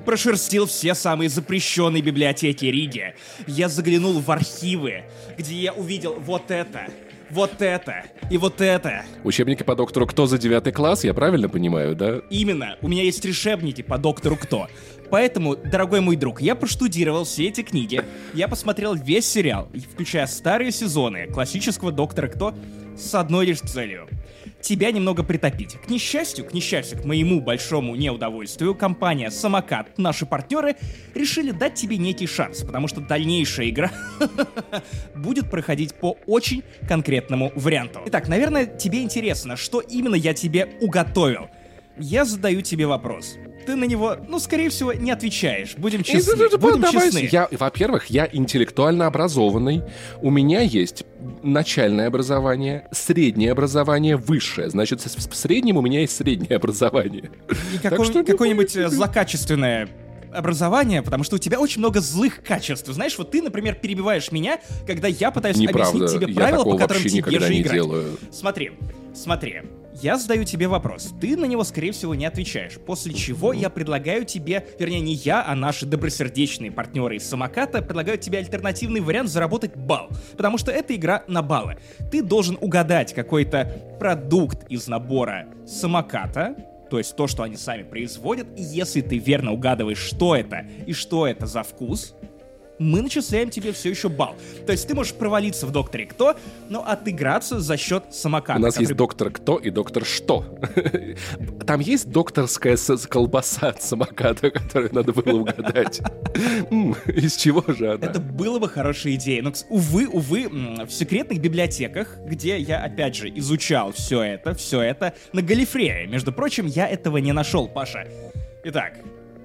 прошерстил все самые запрещенные библиотеки Риги. Я заглянул в архивы, где я увидел вот это, вот это и вот это. Учебники по доктору Кто за девятый класс, я правильно понимаю, да? Именно, у меня есть решебники по доктору Кто. Поэтому, дорогой мой друг, я проштудировал все эти книги, я посмотрел весь сериал, включая старые сезоны классического доктора Кто, с одной лишь целью — тебя немного притопить. К несчастью, к несчастью, к моему большому неудовольствию, компания «Самокат», наши партнеры, решили дать тебе некий шанс, потому что дальнейшая игра будет проходить по очень конкретному варианту. Итак, наверное, тебе интересно, что именно я тебе уготовил. Я задаю тебе вопрос. Ты на него, ну, скорее всего, не отвечаешь. Будем честны. Будем честны. Я, во-первых, я интеллектуально образованный. У меня есть начальное образование, среднее образование, высшее. Значит, в среднем у меня есть среднее образование. И какой, какое-нибудь злокачественное образование, потому что у тебя очень много злых качеств. Знаешь, вот ты, например, перебиваешь меня, когда я пытаюсь Неправда. объяснить тебе Я правила, по которым вообще тебе же не играть. Делаю. Смотри, смотри. Я задаю тебе вопрос. Ты на него, скорее всего, не отвечаешь. После чего я предлагаю тебе, вернее, не я, а наши добросердечные партнеры из «Самоката» предлагают тебе альтернативный вариант заработать балл. Потому что это игра на баллы. Ты должен угадать какой-то продукт из набора «Самоката», то есть то, что они сами производят, и если ты верно угадываешь, что это и что это за вкус, мы начисляем тебе все еще балл. То есть ты можешь провалиться в «Докторе Кто», но отыграться за счет «Самоката». У нас который... есть «Доктор Кто» и «Доктор Что». Там есть докторская колбаса от «Самоката», которую надо было угадать. Из чего же она? Это было бы хорошей идеей. Но, увы, увы, в секретных библиотеках, где я, опять же, изучал все это, все это, на Галифрее, между прочим, я этого не нашел, Паша. Итак,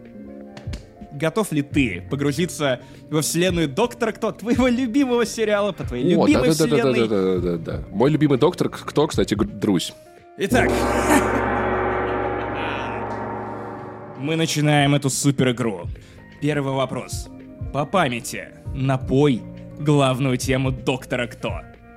готов ли ты погрузиться во вселенную «Доктора Кто», твоего любимого сериала, по твоей О, любимой да, да, вселенной? Да, да, да, да, да. Мой любимый «Доктор Кто», кстати, Друзь. Итак, мы начинаем эту супер игру. Первый вопрос. По памяти, напой главную тему «Доктора Кто».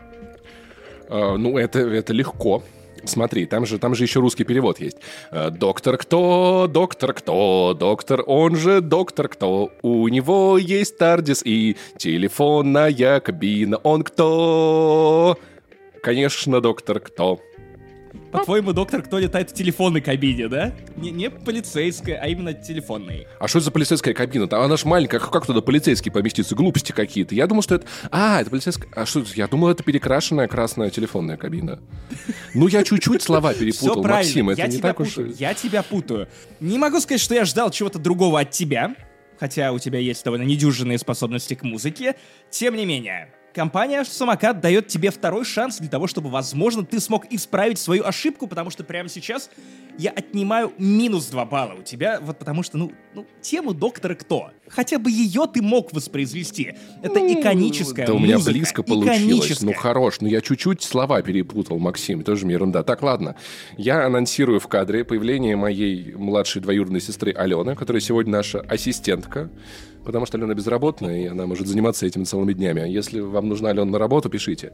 А, ну, это, это легко. Смотри, там же, там же еще русский перевод есть. Доктор Кто, доктор Кто, доктор, он же доктор Кто. У него есть тардис и телефонная кабина. Он кто? Конечно, доктор Кто. По-твоему, доктор Кто летает в телефонной кабине, да? Не, не полицейская, а именно телефонной. А что это за полицейская кабина? Там она ж маленькая, как туда полицейский поместится? Глупости какие-то. Я думал, что это... А, это полицейская... А что это? Я думал, это перекрашенная красная телефонная кабина. Ну, я чуть-чуть слова перепутал, Максим. Это я не тебя так уж... путаю. Я тебя путаю. Не могу сказать, что я ждал чего-то другого от тебя, хотя у тебя есть довольно недюжинные способности к музыке. Тем не менее... Компания «Самокат» дает тебе второй шанс для того, чтобы, возможно, ты смог исправить свою ошибку, потому что прямо сейчас я отнимаю минус два балла у тебя, вот потому что, ну, ну тему «Доктора Кто». Хотя бы ее ты мог воспроизвести. Это ну, иконическая да музыка. у меня близко получилось. Ну, иконическая. хорош. Ну, я чуть-чуть слова перепутал, Максим. Тоже ерунда. Так, ладно. Я анонсирую в кадре появление моей младшей двоюродной сестры Алены, которая сегодня наша ассистентка. Потому что Алена безработная, и она может заниматься этим целыми днями. Если вам нужна Алена на работу, пишите.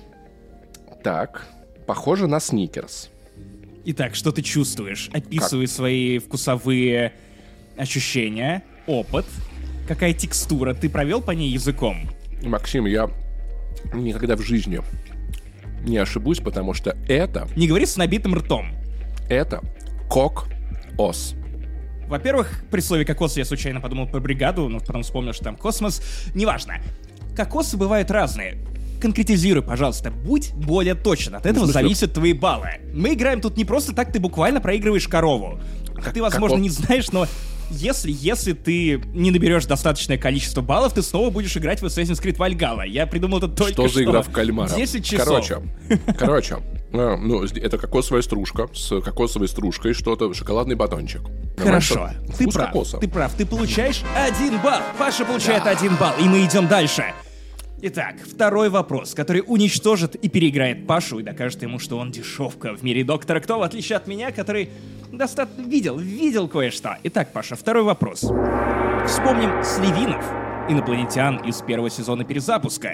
Так, похоже на сникерс. Итак, что ты чувствуешь? Описывай как? Свои вкусовые ощущения, опыт. Какая текстура? Ты провел по ней языком? Максим, я никогда в жизни не ошибусь, потому что это... Не говори с набитым ртом. Это кок-ос. Во-первых, при слове «кокос» я случайно подумал про бригаду, но потом вспомнил, что там космос. Неважно. Кокосы бывают разные. Конкретизируй, пожалуйста, будь более точен. От этого зависят твои баллы. Мы играем тут не просто так, ты буквально проигрываешь корову. Ты, возможно, не знаешь, но если, если ты не наберешь достаточное количество баллов, ты снова будешь играть в Assassin's Creed Valhalla. Я придумал это только что. Что за игра в кальмара? десять часов. Короче, короче, ну, это кокосовая стружка с кокосовой стружкой, что-то, шоколадный батончик. Хорошо, ты прав, кокоса. ты прав, ты получаешь один балл. Паша получает да. один балл, и мы идем дальше. Итак, второй вопрос, который уничтожит и переиграет Пашу и докажет ему, что он дешевка в мире Доктора Кто, в отличие от меня, который достаточно видел, видел кое-что. Итак, Паша, второй вопрос. Вспомним Сливинов, инопланетян из первого сезона перезапуска.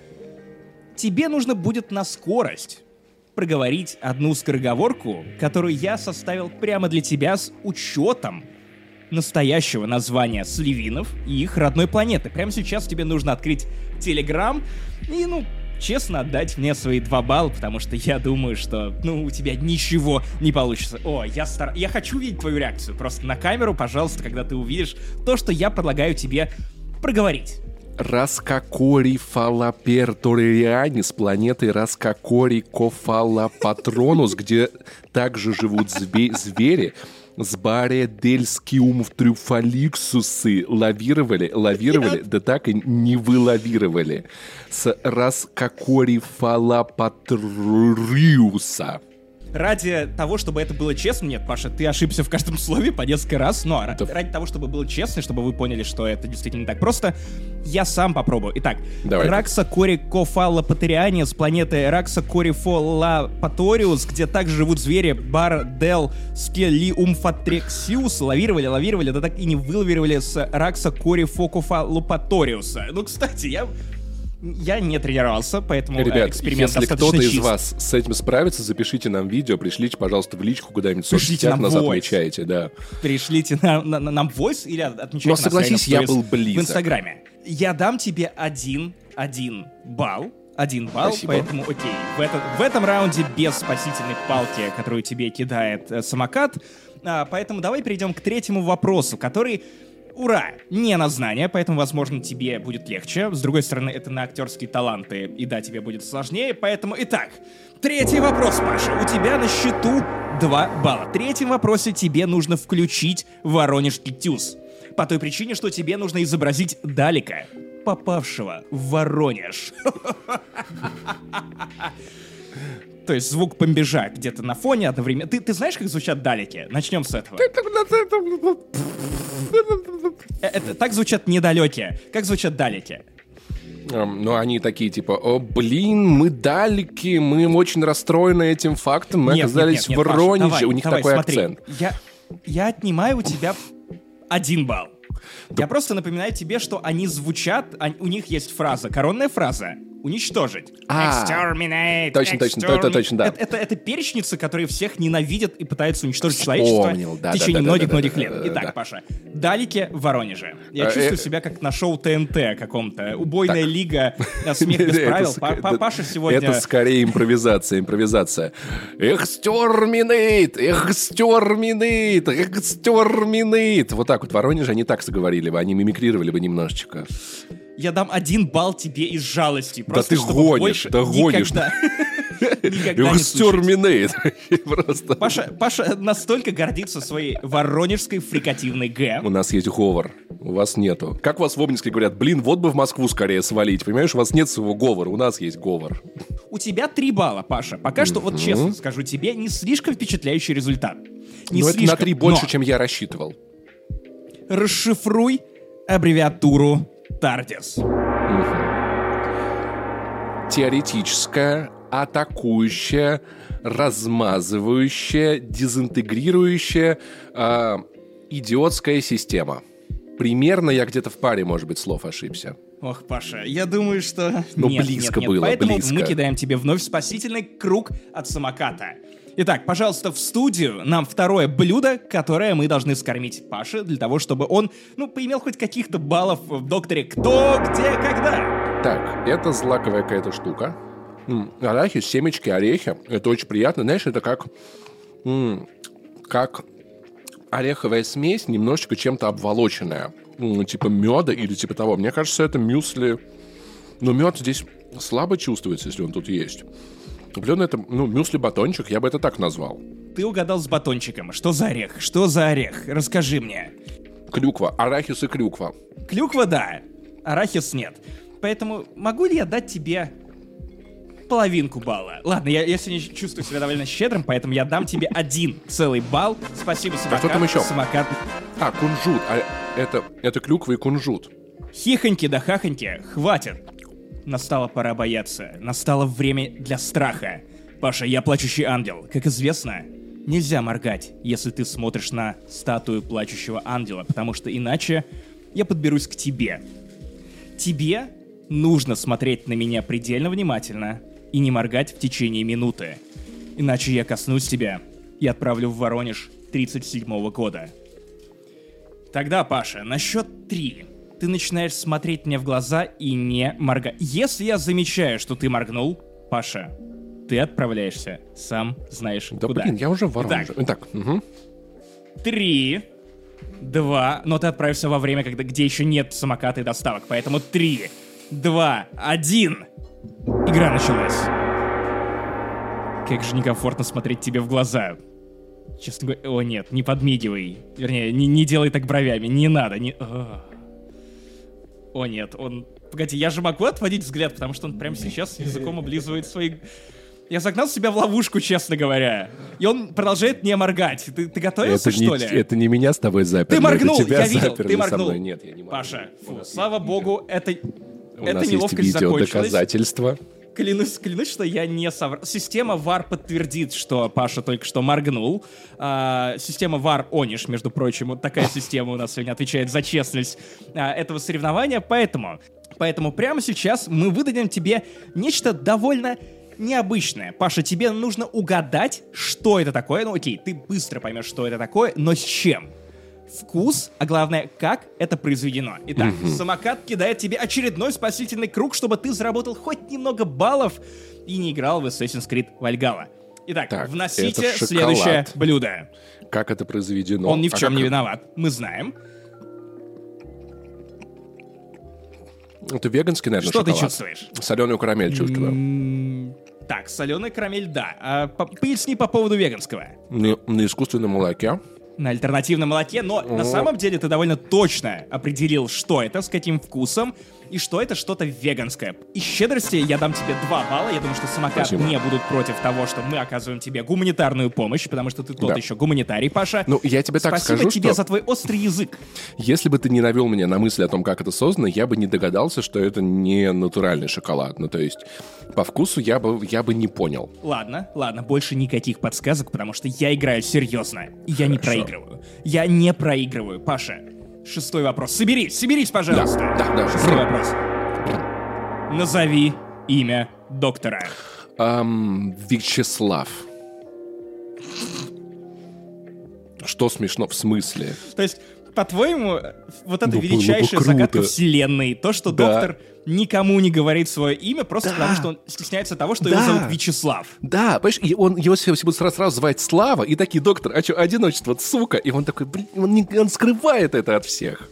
Тебе нужно будет на скорость проговорить одну скороговорку, которую я составил прямо для тебя с учетом настоящего названия сливинов и их родной планеты. Прямо сейчас тебе нужно открыть Telegram и, ну, честно отдать мне свои два балла, потому что я думаю, что, ну, у тебя ничего не получится. О, я стар... Я хочу видеть твою реакцию. Просто на камеру, пожалуйста, когда ты увидишь то, что я предлагаю тебе проговорить. Раскакори фалаперториани с планеты Раскакори кофалопатронус, где также живут зве- звери, с баредельскиум трюфаликсусы лавировали, лавировали, да так и не вылавировали. С Раскакори фалопатриуса. Ради того, чтобы это было честно, нет, Паша, ты ошибся в каждом слове по несколько раз, но Это... ради того, чтобы было честно, чтобы вы поняли, что это действительно не так просто, я сам попробую. Итак, Раксакорикофаллопатериане с планеты Раксакорифоллапаториус, где также живут звери Барделскелиумфатрексиус, лавировали, лавировали, да так и не вылавировали с Раксакорифокофаллопаториуса. Ну, кстати, я... Я не тренировался, поэтому Ребят, эксперимент если достаточно кто-то чист. из вас с этим справится, запишите нам видео, пришлите, пожалуйста, в личку куда-нибудь в соцсетях, нас voice. Отмечайте, да. Пришлите на, на, на, нам voice или отмечайте Но нас согласись, реально я был близок. в Инстаграме. Я дам тебе один, один балл. Один балл, Спасибо. поэтому окей. В, это, в этом раунде без спасительной палки, которую тебе кидает э, самокат. А, поэтому давай перейдем к третьему вопросу, который... Ура! Не на знания, поэтому, возможно, тебе будет легче. С другой стороны, это на актерские таланты, и да, тебе будет сложнее. Поэтому, итак, третий вопрос, Паша. У тебя на счету два балла. В третьем вопросе тебе нужно включить Воронежский тюз. По той причине, что тебе нужно изобразить Далека, попавшего в Воронеж. То есть звук бомбежа где-то на фоне одновременно. Ты, ты знаешь, как звучат далеки? Начнем с этого. Это, так звучат недалекие. Как звучат далеки? Um, ну, они такие, типа, о, блин, мы далеки, мы очень расстроены этим фактом, мы нет, оказались нет, нет, в нет, Воронеже, Паша, давай, у них давай, такой смотри. акцент. Я, я отнимаю у тебя один балл. Я просто напоминаю тебе, что они звучат, они, у них есть фраза, коронная фраза. Уничтожить. А, Exterminate. точно, точно, это точно, да. Это, это, это перечницы, которые всех ненавидят и пытаются уничтожить человечество Вспомнил, да, в течение да, да, многих-многих да, да, лет. да, да, Итак, да. Паша, далеки в Воронеже. Я А, чувствую э, себя как на шоу ТНТ каком-то. Убойная так. лига, э, смех без Это правил. ск- Па- па- это- Паша сегодня... Это скорее импровизация, импровизация. Экстерминейт, экстерминейт, экстерминейт. Вот так вот в Воронеже они так заговорили бы, они мимикрировали бы немножечко. Я дам один балл тебе из жалости. Да Просто ты чтобы гонишь, больше да гонишь. никогда- Никогда не слушать. Экстерминейт. Просто. Паша, Паша настолько гордится своей воронежской фрикативной Г. У нас есть говор, у вас нету. Как у вас в Обнинске говорят, блин, вот бы в Москву скорее свалить. Понимаешь, у вас нет своего говора, у нас есть говор. У тебя три балла, Паша. Пока что, вот честно скажу тебе, не слишком впечатляющий результат. Не Но это слишком, на три больше, но чем я рассчитывал. расшифруй аббревиатуру тардис. Теоретическая, атакующая, размазывающая, дезинтегрирующая, э, идиотская система. Примерно я где-то в паре, может быть, слов ошибся. Ох, Паша, я думаю, что... Ну, нет, близко нет, нет. было, Поэтому близко. мы кидаем тебе вновь спасительный круг от самоката. Итак, пожалуйста, в студию нам второе блюдо, которое мы должны скормить Паше, для того, чтобы он, ну, поимел хоть каких-то баллов в докторе «Кто, где, когда». Так, это злаковая какая-то штука. М, Арахис, семечки, орехи. Это очень приятно. Знаешь, это как, м, как ореховая смесь, немножечко чем-то обволоченная. М, Типа меда или типа того. Мне кажется, это мюсли. Но мед здесь слабо чувствуется, если он тут есть. Блин, это, ну, мюсли-батончик, я бы это так назвал. Ты угадал с батончиком. Что за орех? Что за орех? Расскажи мне. Клюква, арахис и клюква. Клюква — да, арахис — нет. Поэтому могу ли я дать тебе половинку балла? Ладно, я, я сегодня чувствую себя довольно щедрым, поэтому я дам тебе один целый балл. Спасибо, самокат. что там еще? Самокат. А, кунжут. А, это, это клюква и кунжут. Хихоньки да хахоньки, хватит. Настала пора бояться. Настало время для страха. Паша, я плачущий ангел. Как известно, нельзя моргать, если ты смотришь на статую плачущего ангела, потому что иначе я подберусь к тебе. Тебе нужно смотреть на меня предельно внимательно и не моргать в течение минуты. Иначе я коснусь тебя и отправлю в Воронеж тридцать седьмого года. Тогда, Паша, на счет три ты начинаешь смотреть мне в глаза и не моргать. Если я замечаю, что ты моргнул, Паша, ты отправляешься, сам знаешь Да куда. блин, я уже в Итак, оранже. Итак, угу. Три, два, но ты отправишься во время, когда, где еще нет самоката и доставок, поэтому три, два, один. Игра началась. Как же некомфортно смотреть тебе в глаза. Честно говоря, о нет, не подмигивай. Вернее, не, не делай так бровями, не надо, не... О, о нет, он... Погоди, я же могу отводить взгляд, потому что он прямо сейчас языком облизывает свои... Я загнал себя в ловушку, честно говоря. И он продолжает не моргать. Ты, ты готовился, это что не, ли? Это не меня с тобой заперли. Ты моргнул, это тебя я видел, заперли ты моргнул. Со мной. Нет, я не моргнул. Паша, фу, слава богу, это, У это нас неловкость есть видео закончилась. доказательства. Клянусь, клянусь, что я не соврал. Система вар подтвердит, что Паша только что моргнул. А, система вар Ониш, между прочим, вот такая система у нас сегодня отвечает за честность а, этого соревнования. Поэтому, поэтому прямо сейчас мы выдадим тебе нечто довольно необычное. Паша, тебе нужно угадать, что это такое. Ну окей, ты быстро поймешь, что это такое, но с чем? Вкус, а главное, как это произведено. Итак, Мгм. самокат кидает тебе очередной спасительный круг, чтобы ты заработал хоть немного баллов и не играл в Assassin's Creed Valhalla. Итак, Так, вносите это шоколад. следующее блюдо. Как это произведено? Он ни в А чем как- не виноват, мы знаем. Это веганский, наверное, Что ты шоколад. чувствуешь? Соленую карамель чувствую. М, Так, соленая карамель, да. А, по- поясни по поводу веганского. На, на искусственном молоке. На альтернативном молоке, но на О. самом деле ты довольно точно определил, что это, с каким вкусом, и что это что-то веганское. Из щедрости я дам тебе два балла. Я думаю, что самокат Спасибо. не будут против того, что мы оказываем тебе гуманитарную помощь, потому что ты тот Да. еще гуманитарий, Паша. Ну, я тебе так Спасибо скажу, тебе что за твой острый язык. если бы ты не навел меня на мысль о том, как это создано, я бы не догадался, что это не натуральный шоколад. Ну, то есть, по вкусу я бы, я бы не понял. Ладно, ладно, больше никаких подсказок, потому что я играю серьезно. И я не Хорошо. проигрываю. Я не проигрываю, Паша. Шестой вопрос. Соберись, соберись, пожалуйста. Да, да, да. Шестой вопрос. Назови имя доктора. Ам, Вячеслав. Что смешно? В смысле? То есть, по-твоему, вот это Ну, было бы величайшая круто. загадка вселенной, то, что Да. доктор никому не говорит свое имя, просто Да. потому что он стесняется того, что Да. его зовут Вячеслав. Да, понимаешь, и он, его все будут сразу, сразу звать Слава, и такие, доктор, а что, одиночество, сука? И он такой, блин, он, не- он скрывает это от всех.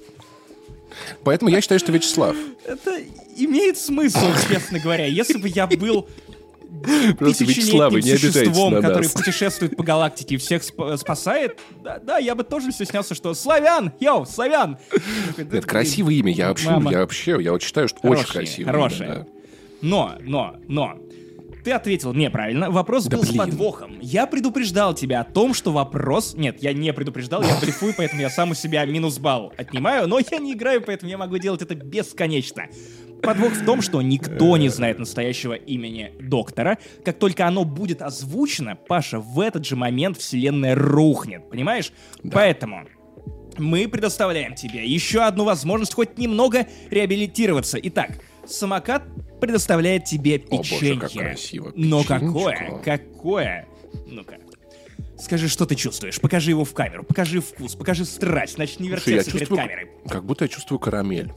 Поэтому я считаю, что Вячеслав. Это имеет смысл, честно говоря. Если бы я был Просто Вячеславы, тысячелетним не обижайтесь существом, на который нас. путешествует по галактике и всех сп- спасает, да, да, я бы тоже стеснялся, что славян, йоу, славян. Это красивое имя, я вообще, Мама. я вообще, я вот считаю, что Хорошее, очень красивое хорошее. имя, да. Но, но, но, ты ответил неправильно. Вопрос Да был блин. с подвохом. Я предупреждал тебя о том, что вопрос... Нет, я не предупреждал, я блефую, поэтому я сам у себя минус балл отнимаю, но я не играю, поэтому я могу делать это бесконечно. Подвох в том, что никто не знает настоящего имени доктора. Как только оно будет озвучено, Паша, в этот же момент вселенная рухнет, понимаешь? Поэтому мы предоставляем тебе еще одну возможность хоть немного реабилитироваться. Итак, самокат предоставляет тебе О, боже, печенье. как красиво. Но Печенечко. какое? Какое? Ну-ка. Скажи, что ты чувствуешь. Покажи его в камеру. Покажи вкус. Покажи страсть. Начни Слушай, я вертеться перед чувствую, камерой. как будто я чувствую карамель.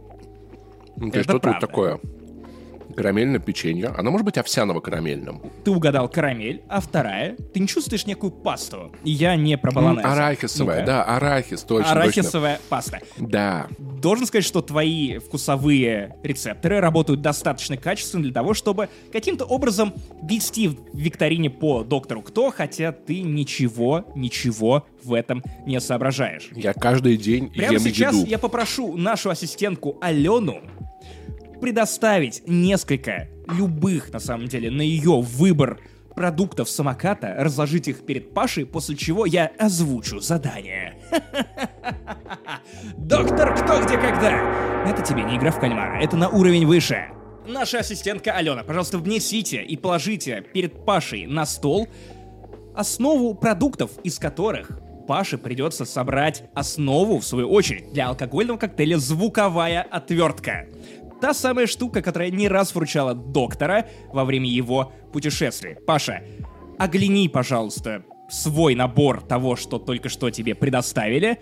Ну, то Это есть что-то вот правда. такое. Карамельное печенье. Оно может быть овсяново-карамельным. Ты угадал карамель, а вторая, ты не чувствуешь некую пасту. И я не про М, баланайз. Арахисовая, Ну-ка. да, арахис, точно, Арахисовая паста. точно. Да. Должен сказать, что твои вкусовые рецепторы работают достаточно качественно для того, чтобы каким-то образом вести в викторине по доктору Кто, хотя ты ничего, ничего в этом не соображаешь. Я каждый день Прямо ем сейчас еду. я попрошу нашу ассистентку Алену предоставить несколько любых, на самом деле, на ее выбор продуктов самоката, разложить их перед Пашей, после чего я озвучу задание. Доктор Кто, где, когда? Это тебе не игра в кальмара, это на уровень выше. Наша ассистентка Алена, пожалуйста, внесите и положите перед Пашей на стол основу продуктов, из которых Паше придется собрать основу, в свою очередь, для алкогольного коктейля «Звуковая отвертка». Та самая штука, которая не раз вручала доктора во время его путешествий. Паша, огляни, пожалуйста, свой набор того, что только что тебе предоставили.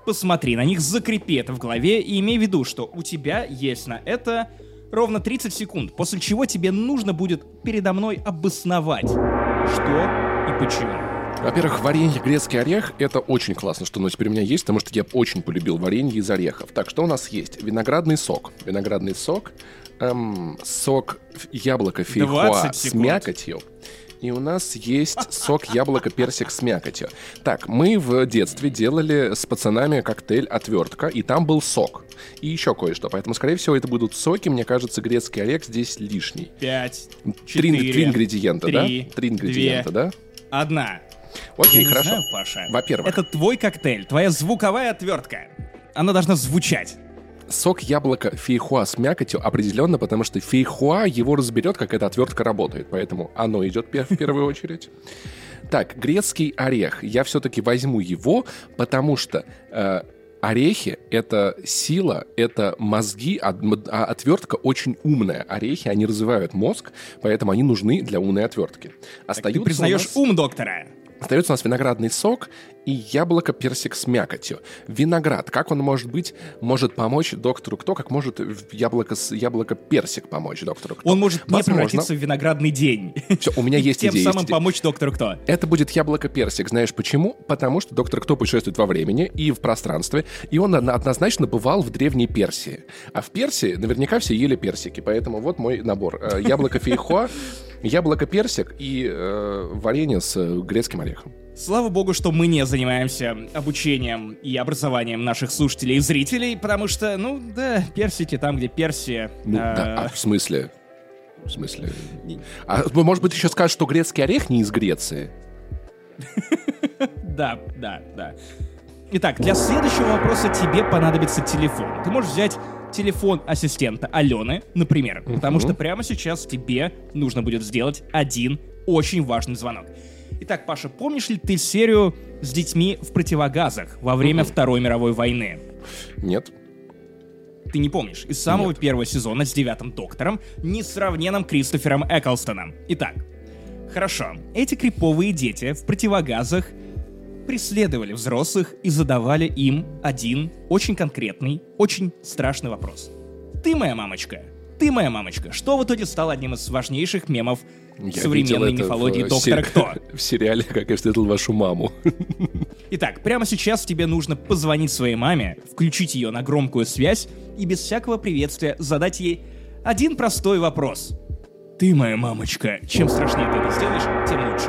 посмотри на них, закрепи это в голове и имей в виду, что у тебя есть на это ровно тридцать секунд, после чего тебе нужно будет передо мной обосновать, что и почему. Во-первых, варенье грецкий орех — это очень классно, что оно теперь у меня есть, потому что я очень полюбил варенье из орехов. Так, что у нас есть? Виноградный сок. Виноградный сок, эм, сок яблоко фейхоа с мякотью. И у нас есть сок яблоко-персик с мякотью. Так, мы в детстве делали с пацанами коктейль «Отвертка», и там был сок. И еще кое-что. Поэтому, скорее всего, это будут соки. Мне кажется, грецкий орех здесь лишний. Пять, Три, четыре, три ингредиента, три, да? Три ингредиента, две, да? одна. Окей, Я хорошо. не знаю, Паша. Во-первых. Это твой коктейль, твоя звуковая отвертка. Она должна звучать. Сок яблоко фейхоа с мякотью определенно, потому что фейхоа его разберет, как эта отвертка работает. Поэтому оно идет в первую очередь. Так, грецкий орех. Я все-таки возьму его, потому что э, орехи — это сила, это мозги, а, а отвертка очень умная. Орехи, они развивают мозг, поэтому они нужны для умной отвертки. Так ты признаешь нас... ум доктора? Остается у нас виноградный сок и яблоко-персик с мякотью. Виноград, как он может быть, может помочь доктору кто, как может яблоко с яблоко-персик помочь доктору кто? Он может не Возможно. превратиться в виноградный день. Все, у меня есть Тем идея. самым есть идея. помочь доктору кто? Это будет яблоко-персик. Знаешь почему? Потому что доктор Кто путешествует во времени и в пространстве, и он однозначно бывал в Древней Персии. А в Персии наверняка все ели персики, поэтому вот мой набор. Яблоко фейхоа, яблоко-персик и э, варенье с грецким орехом. Слава богу, что мы не занимаемся обучением и образованием наших слушателей и зрителей, потому что, ну да, персики там, где Персия. Ну, а... да, а в смысле? В смысле? А может быть, еще скажешь, что грецкий орех не из Греции? Да, да, да. Итак, для следующего вопроса тебе понадобится телефон. Ты можешь взять телефон ассистента Алены, например, uh-huh. потому что прямо сейчас тебе нужно будет сделать один очень важный звонок. Итак, Паша, помнишь ли ты серию с детьми в противогазах во время uh-huh. Второй мировой войны? Нет. Ты не помнишь? Из самого Нет. первого сезона с девятым доктором, несравненным Кристофером Эклстоном. Итак, хорошо. Эти криповые дети в противогазах преследовали взрослых и задавали им один очень конкретный, очень страшный вопрос. Ты моя мамочка? Ты моя мамочка? Что в итоге стало одним из важнейших мемов Я современной мифологии в, доктора се... Кто? В сериале «Как я встретил вашу маму». Итак, прямо сейчас тебе нужно позвонить своей маме, включить ее на громкую связь и без всякого приветствия задать ей один простой вопрос. Ты моя мамочка. Чем страшнее ты это сделаешь, тем лучше.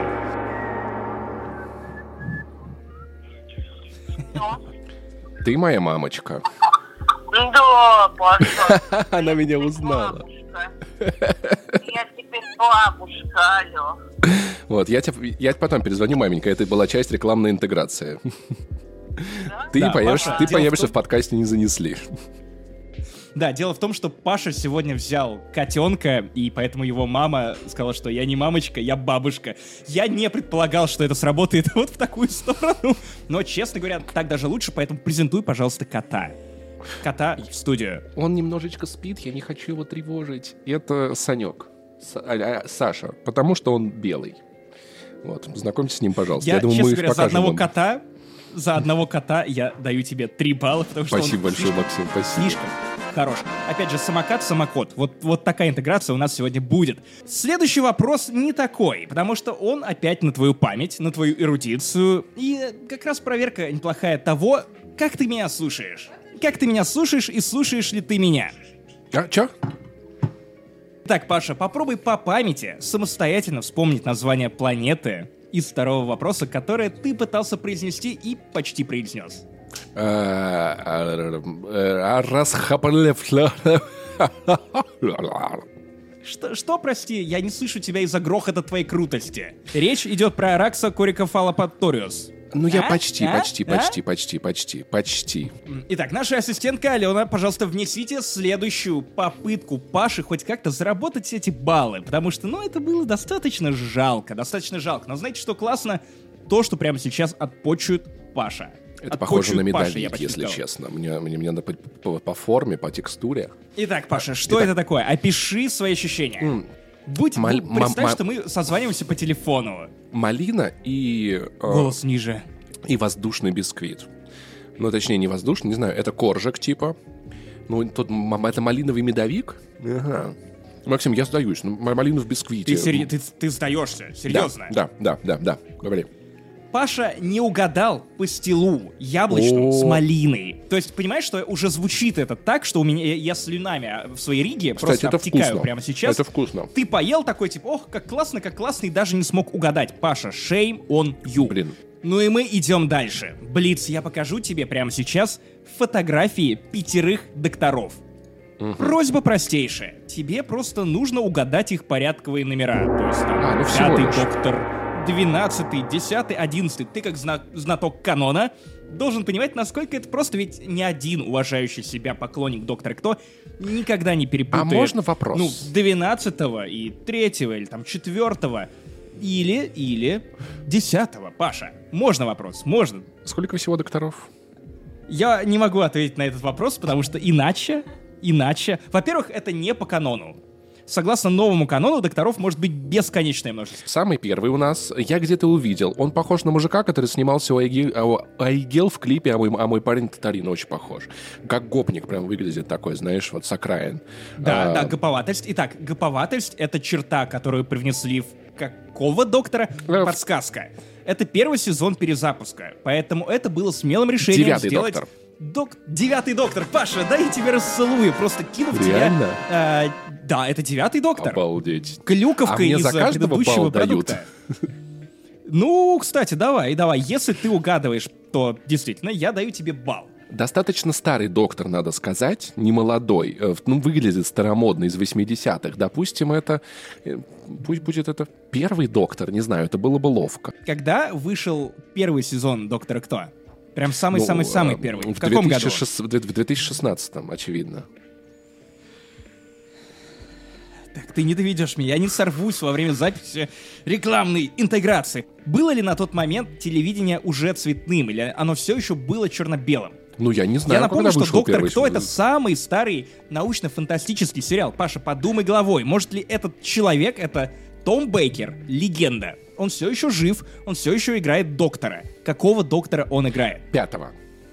Ты моя мамочка. Да, Паша. Она меня узнала. Бабушка. Я теперь бабушка, алло. Вот, я тебе, я потом перезвоню, маменька, это была часть рекламной интеграции. Да? Ты, Да, появишься, Паша, ты дело появишься в в, том- подкасте «Не занесли». Да, дело в том, что Паша сегодня взял котенка, и поэтому его мама сказала, что я не мамочка, я бабушка. Я не предполагал, что это сработает вот в такую сторону. Но, честно говоря, так даже лучше, поэтому презентуй, пожалуйста, кота. Кота в студию. Он немножечко спит, я не хочу его тревожить. Это Санек. С- а- а- Саша, потому что он белый. Вот, знакомьтесь с ним, пожалуйста. Я, Я думаю, честно мы говоря, за покажем одного вам. кота, за одного кота я даю тебе три балла, потому что Спасибо он большое, слишком, Максим, спасибо. слишком хорош. Опять же, самокат-самокот. Вот, вот такая интеграция у нас сегодня будет. Следующий вопрос не такой, потому что он опять на твою память, на твою эрудицию, и как раз проверка неплохая того, как ты меня слушаешь. Как ты меня слушаешь и слушаешь ли ты меня? А, чё? Так, Паша, попробуй по памяти самостоятельно вспомнить название планеты из второго вопроса, которое ты пытался произнести и почти произнес. Что, что, прости, я не слышу тебя из-за грохота твоей крутости. Речь идет про Аракса корикофалопаториус. Ну, я А? почти, А? почти, А? почти, почти, почти, почти. Итак, наша ассистентка Алена, пожалуйста, внесите следующую попытку Паши хоть как-то заработать эти баллы, потому что, ну, это было достаточно жалко, достаточно жалко. Но знаете, что классно? То, что прямо сейчас отпочует Паша. Это похоже на Отпочует Паша, я медовик, почти если сказал. честно. Мне, мне, мне надо по, по- по форме, по текстуре. Итак, Паша, что Итак. это такое? Опиши свои ощущения. М, Будь, Маль- ну, представь, ма- ма- что мы созваниваемся по телефону. Малина и, э, Голос ниже. и воздушный бисквит. Ну, точнее, не воздушный, не знаю, это коржик типа. Ну, тут м- это малиновый медовик. Ага. Максим, я сдаюсь. Ну, малину в бисквите. Ты, сери... ты, ты сдаешься, серьезно? Да, да, да, да, да. Говори. Паша не угадал пастилу яблочную О. с малиной. То есть, понимаешь, что уже звучит это так, что у меня я слюнами в своей Риге Кстати, просто это обтекаю вкусно. прямо сейчас. Это вкусно. Ты поел такой, типа, ох, как классно, как классно, и даже не смог угадать. Паша, shame on you. Блин. Ну и мы идем дальше. Блиц, я покажу тебе прямо сейчас фотографии пятерых докторов. Угу. Просьба простейшая. Тебе просто нужно угадать их порядковые номера. То есть там А, ну всего пятый лишь. доктор, двенадцатый, десятый, одиннадцатый. Ты как зна- знаток канона должен понимать, насколько это просто, ведь ни один уважающий себя поклонник Доктора Кто никогда не перепутает. А можно вопрос? Ну, двенадцатого и третьего, или там четвертого, или, или десятого. Паша, можно вопрос? Можно. Сколько всего докторов? Я не могу ответить на этот вопрос, потому что иначе, иначе... Во-первых, это не по канону. Согласно новому канону, докторов может быть бесконечное множество. Самый первый у нас, я где-то увидел. Он похож на мужика, который снимался у Айгел, у Айгел в клипе, а мой, а мой парень Татарин очень похож. Как гопник прям выглядит такой, знаешь, вот с окраин. Да, а, да, гоповатость. Итак, гоповатость — это черта, которую привнесли в какого доктора? Э, Подсказка. Это первый сезон перезапуска, поэтому это было смелым решением Девятый сделать... доктор. Док... Девятый доктор. Паша, дай я тебе расцелую, просто кинув Реально? тебя... э, да, это девятый доктор. Обалдеть. Клюковка А мне из за каждого предыдущего балл дают. продукта. Ну, кстати, давай, давай. Если ты угадываешь, то действительно я даю тебе балл. Достаточно старый доктор, надо сказать, не молодой. Э, Ну, выглядит старомодно, из восьмидесятых. Допустим, это... э, Пусть будет это первый доктор, не знаю, это было бы ловко. Когда вышел первый сезон «Доктора Кто»? Прям самый-самый-самый Ну, э, первый. В В каком году? две тысячи шестнадцатом, в две тысячи шестнадцатом, очевидно. Так ты не доведешь меня, я не сорвусь во время записи рекламной интеграции. Было ли на тот момент телевидение уже цветным, или оно все еще было черно-белым? Ну, я не знаю, Я напомню, когда что вышел «Доктор первый Кто» — сезон. это самый старый научно-фантастический сериал. Паша, подумай головой, может ли этот человек, это Том Бейкер, легенда, он все еще жив, он все еще играет доктора. Какого доктора он играет? Пятого.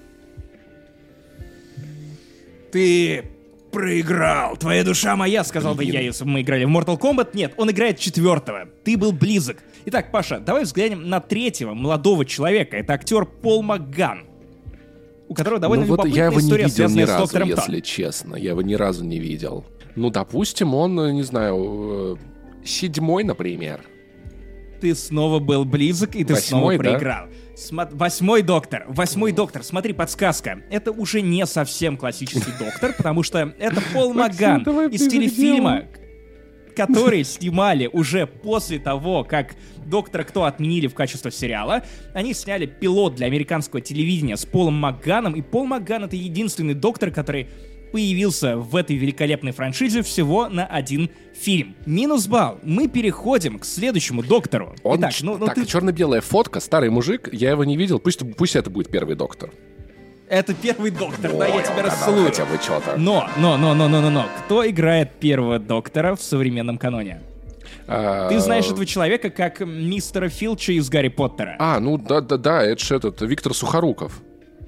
Ты проиграл. Твоя душа моя, сказал бы я, если бы мы играли в Mortal Kombat. Нет, он играет четвертого. Ты был близок. Итак, Паша, давай взглянем на третьего молодого человека. Это актер Пол Макган, у которого довольно Ну вот любопытная я его не история, видел ни связанная с разу, доктором Кто. если честно. Я его ни разу не видел. Ну, допустим, он, э, не знаю, э, седьмой, например. Ты снова был близок, и ты Восьмой, снова да? проиграл. Смо- Восьмой доктор. Восьмой доктор. Смотри, подсказка. Это уже не совсем классический доктор, потому что это Пол Макган давай из ближе к телефильма, который снимали уже после того, как «Доктора Кто» отменили в качестве сериала. Они сняли пилот для американского телевидения с Полом Макганом, и Пол Макган — это единственный доктор, который появился в этой великолепной франшизе всего на один фильм. Минус балл. Мы переходим к следующему доктору. Он, Итак, ч- ну, ну так, ты... черно-белая фотка, старый мужик, я его не видел. Пусть, пусть это будет первый доктор. Это первый доктор, да, Ой, я тебя угадал расцелую. хотя бы что-то. Но, но, но, но, но, но, но, кто играет первого доктора в современном каноне? А, Ты знаешь этого человека как мистера Филча из Гарри Поттера. А, ну да-да-да, это же этот Виктор Сухоруков.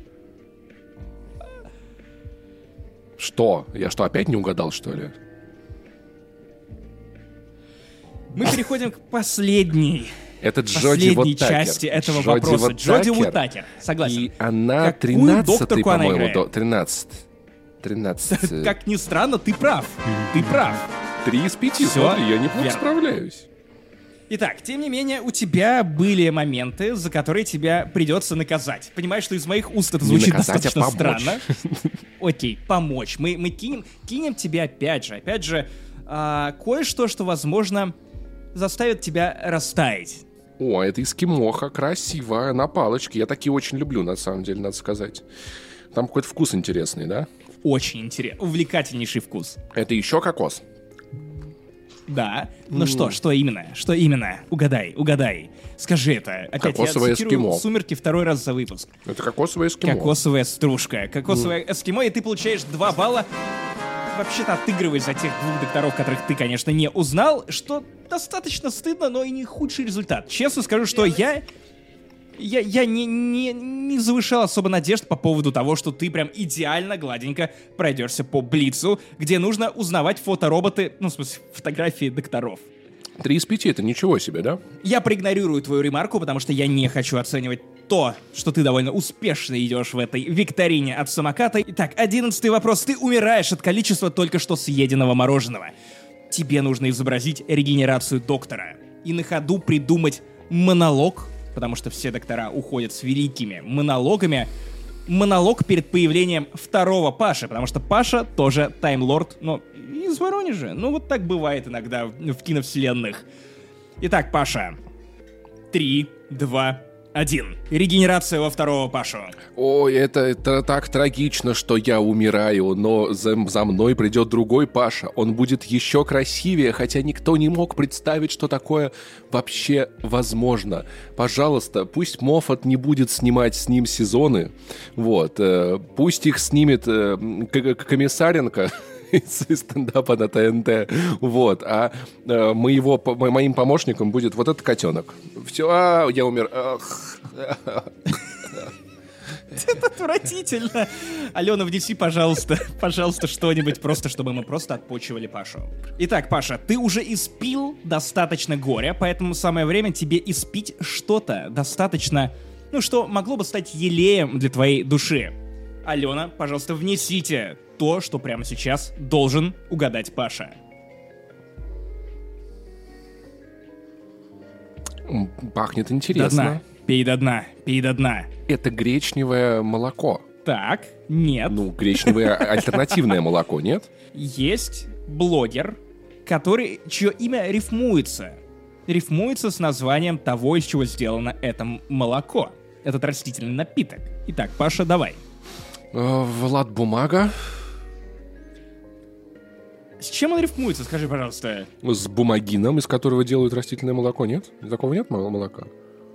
Что? Я что, опять не угадал, что ли? Мы переходим к последней, Это Джоди последней Воттакер. части этого Джоди вопроса. Джоди Воттакер. Уоттакер. Согласен. И она Какую тринадцатый, докторку она по-моему, играет? до... тринадцать. тринадцать. Как ни странно, ты прав. Ты прав. Три из пяти, Всё смотри, я неплохо верно. справляюсь. Итак, тем не менее, у тебя были моменты, за которые тебя придется наказать. Понимаешь, что из моих уст это Не звучит наказать, а достаточно помочь. странно. Окей, помочь. Мы, мы кинем, кинем тебе опять же, опять же, а, кое-что, что, возможно, заставит тебя растаять. О, это эскимоха, красивая, на палочке. Я такие очень люблю, на самом деле, надо сказать. Там какой-то вкус интересный, да? Очень интересно. Увлекательнейший вкус. Это еще кокос. Да. Ну что, что именно? Что именно? Угадай, угадай. Скажи это. Опять Кокосовое я цитирую эскимо. «Сумерки» второй раз за выпуск. Это кокосовое эскимо. Кокосовая стружка. Кокосовое эскимо, и ты получаешь два балла. Вообще-то отыгрываешь за тех двух докторов, которых ты, конечно, не узнал, что достаточно стыдно, но и не худший результат. Честно скажу, что я Я, я не, не, не завышал особо надежд по поводу того, что ты прям идеально гладенько пройдешься по Блицу, где нужно узнавать фотороботы, ну, в смысле, фотографии докторов. Три из пяти — это ничего себе, да? Я проигнорирую твою ремарку, потому что я не хочу оценивать то, что ты довольно успешно идешь в этой викторине от самоката. Итак, одиннадцатый вопрос. Ты умираешь от количества только что съеденного мороженого. Тебе нужно изобразить регенерацию доктора и на ходу придумать монолог, потому что все доктора уходят с великими монологами. Монолог перед появлением второго Паши, потому что Паша тоже таймлорд, но из Воронежа. Ну вот так бывает иногда в, в киновселенных. Итак, Паша. Три, два, один. Регенерация во второго Пашу. Ой, это, это так трагично, что я умираю, но за, за мной придет другой Паша. Он будет еще красивее, хотя никто не мог представить, что такое вообще возможно. Пожалуйста, пусть Моффат не будет снимать с ним сезоны. Вот. Э, пусть их снимет э, Комиссаренко из стендапа на ТНТ. Вот. А э, моего, по, моим помощником будет вот этот котенок. Все, а, я умер. Это отвратительно. Алена, внеси, пожалуйста, пожалуйста, что-нибудь просто, чтобы мы просто отпочивали Пашу. Итак, Паша, ты уже испил достаточно горя, поэтому самое время тебе испить что-то достаточно, ну, что могло бы стать елеем для твоей души. Алена, пожалуйста, внесите то, что прямо сейчас должен угадать Паша. Пахнет интересно. До дна. Пей до дна. Пей до дна. Это гречневое молоко. Так, нет. Ну, гречневое альтернативное молоко, нет? Есть блогер, который, чье имя рифмуется. Рифмуется с названием того, из чего сделано это молоко. Этот растительный напиток. Итак, Паша, давай. Влад Бумага. С чем он рифмуется, скажи, пожалуйста? С бумагином, из которого делают растительное молоко, нет? Такого нет молока?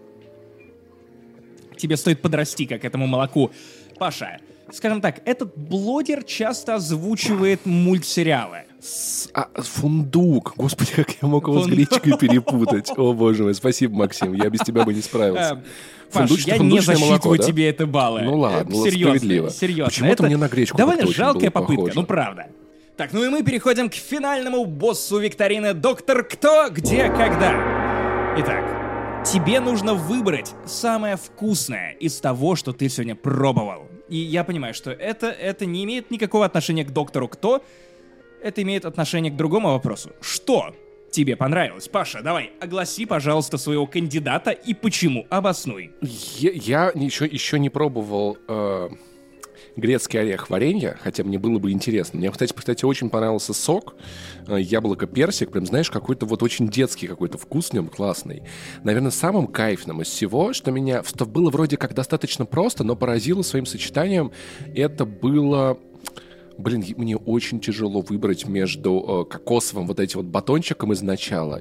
Тебе стоит подрасти как этому молоку. Паша, скажем так, этот блогер часто озвучивает мультсериалы. С, а, фундук. Господи, как я мог его Фундук. с гречкой перепутать. О, боже мой, спасибо, Максим. Я без тебя бы не справился. Паш, Фундуч- я не фундучное засчитываю молоко, да? тебе это баллы. Ну ладно, Э, ну, серьезно, справедливо. серьезно. Почему-то Это мне на гречку довольно как-то очень жалкая было попытка, похоже. ну правда. Так, ну и мы переходим к финальному боссу викторины «Доктор Кто? Где? Когда?». Итак, тебе нужно выбрать самое вкусное из того, что ты сегодня пробовал. И я понимаю, что это, это не имеет никакого отношения к «Доктору Кто?». Это имеет отношение к другому вопросу. Что тебе понравилось? Паша, давай, огласи, пожалуйста, своего кандидата и почему. Обоснуй. Я, я еще, еще не пробовал э, грецкий орех варенья, хотя мне было бы интересно. Мне, кстати, кстати очень понравился сок, э, яблоко-персик, прям, знаешь, какой-то вот очень детский какой-то вкус в нем, классный. Наверное, самым кайфным из всего, что меня, что было вроде как достаточно просто, но поразило своим сочетанием, это было... Блин, мне очень тяжело выбрать между э, кокосовым вот этим вот батончиком из начала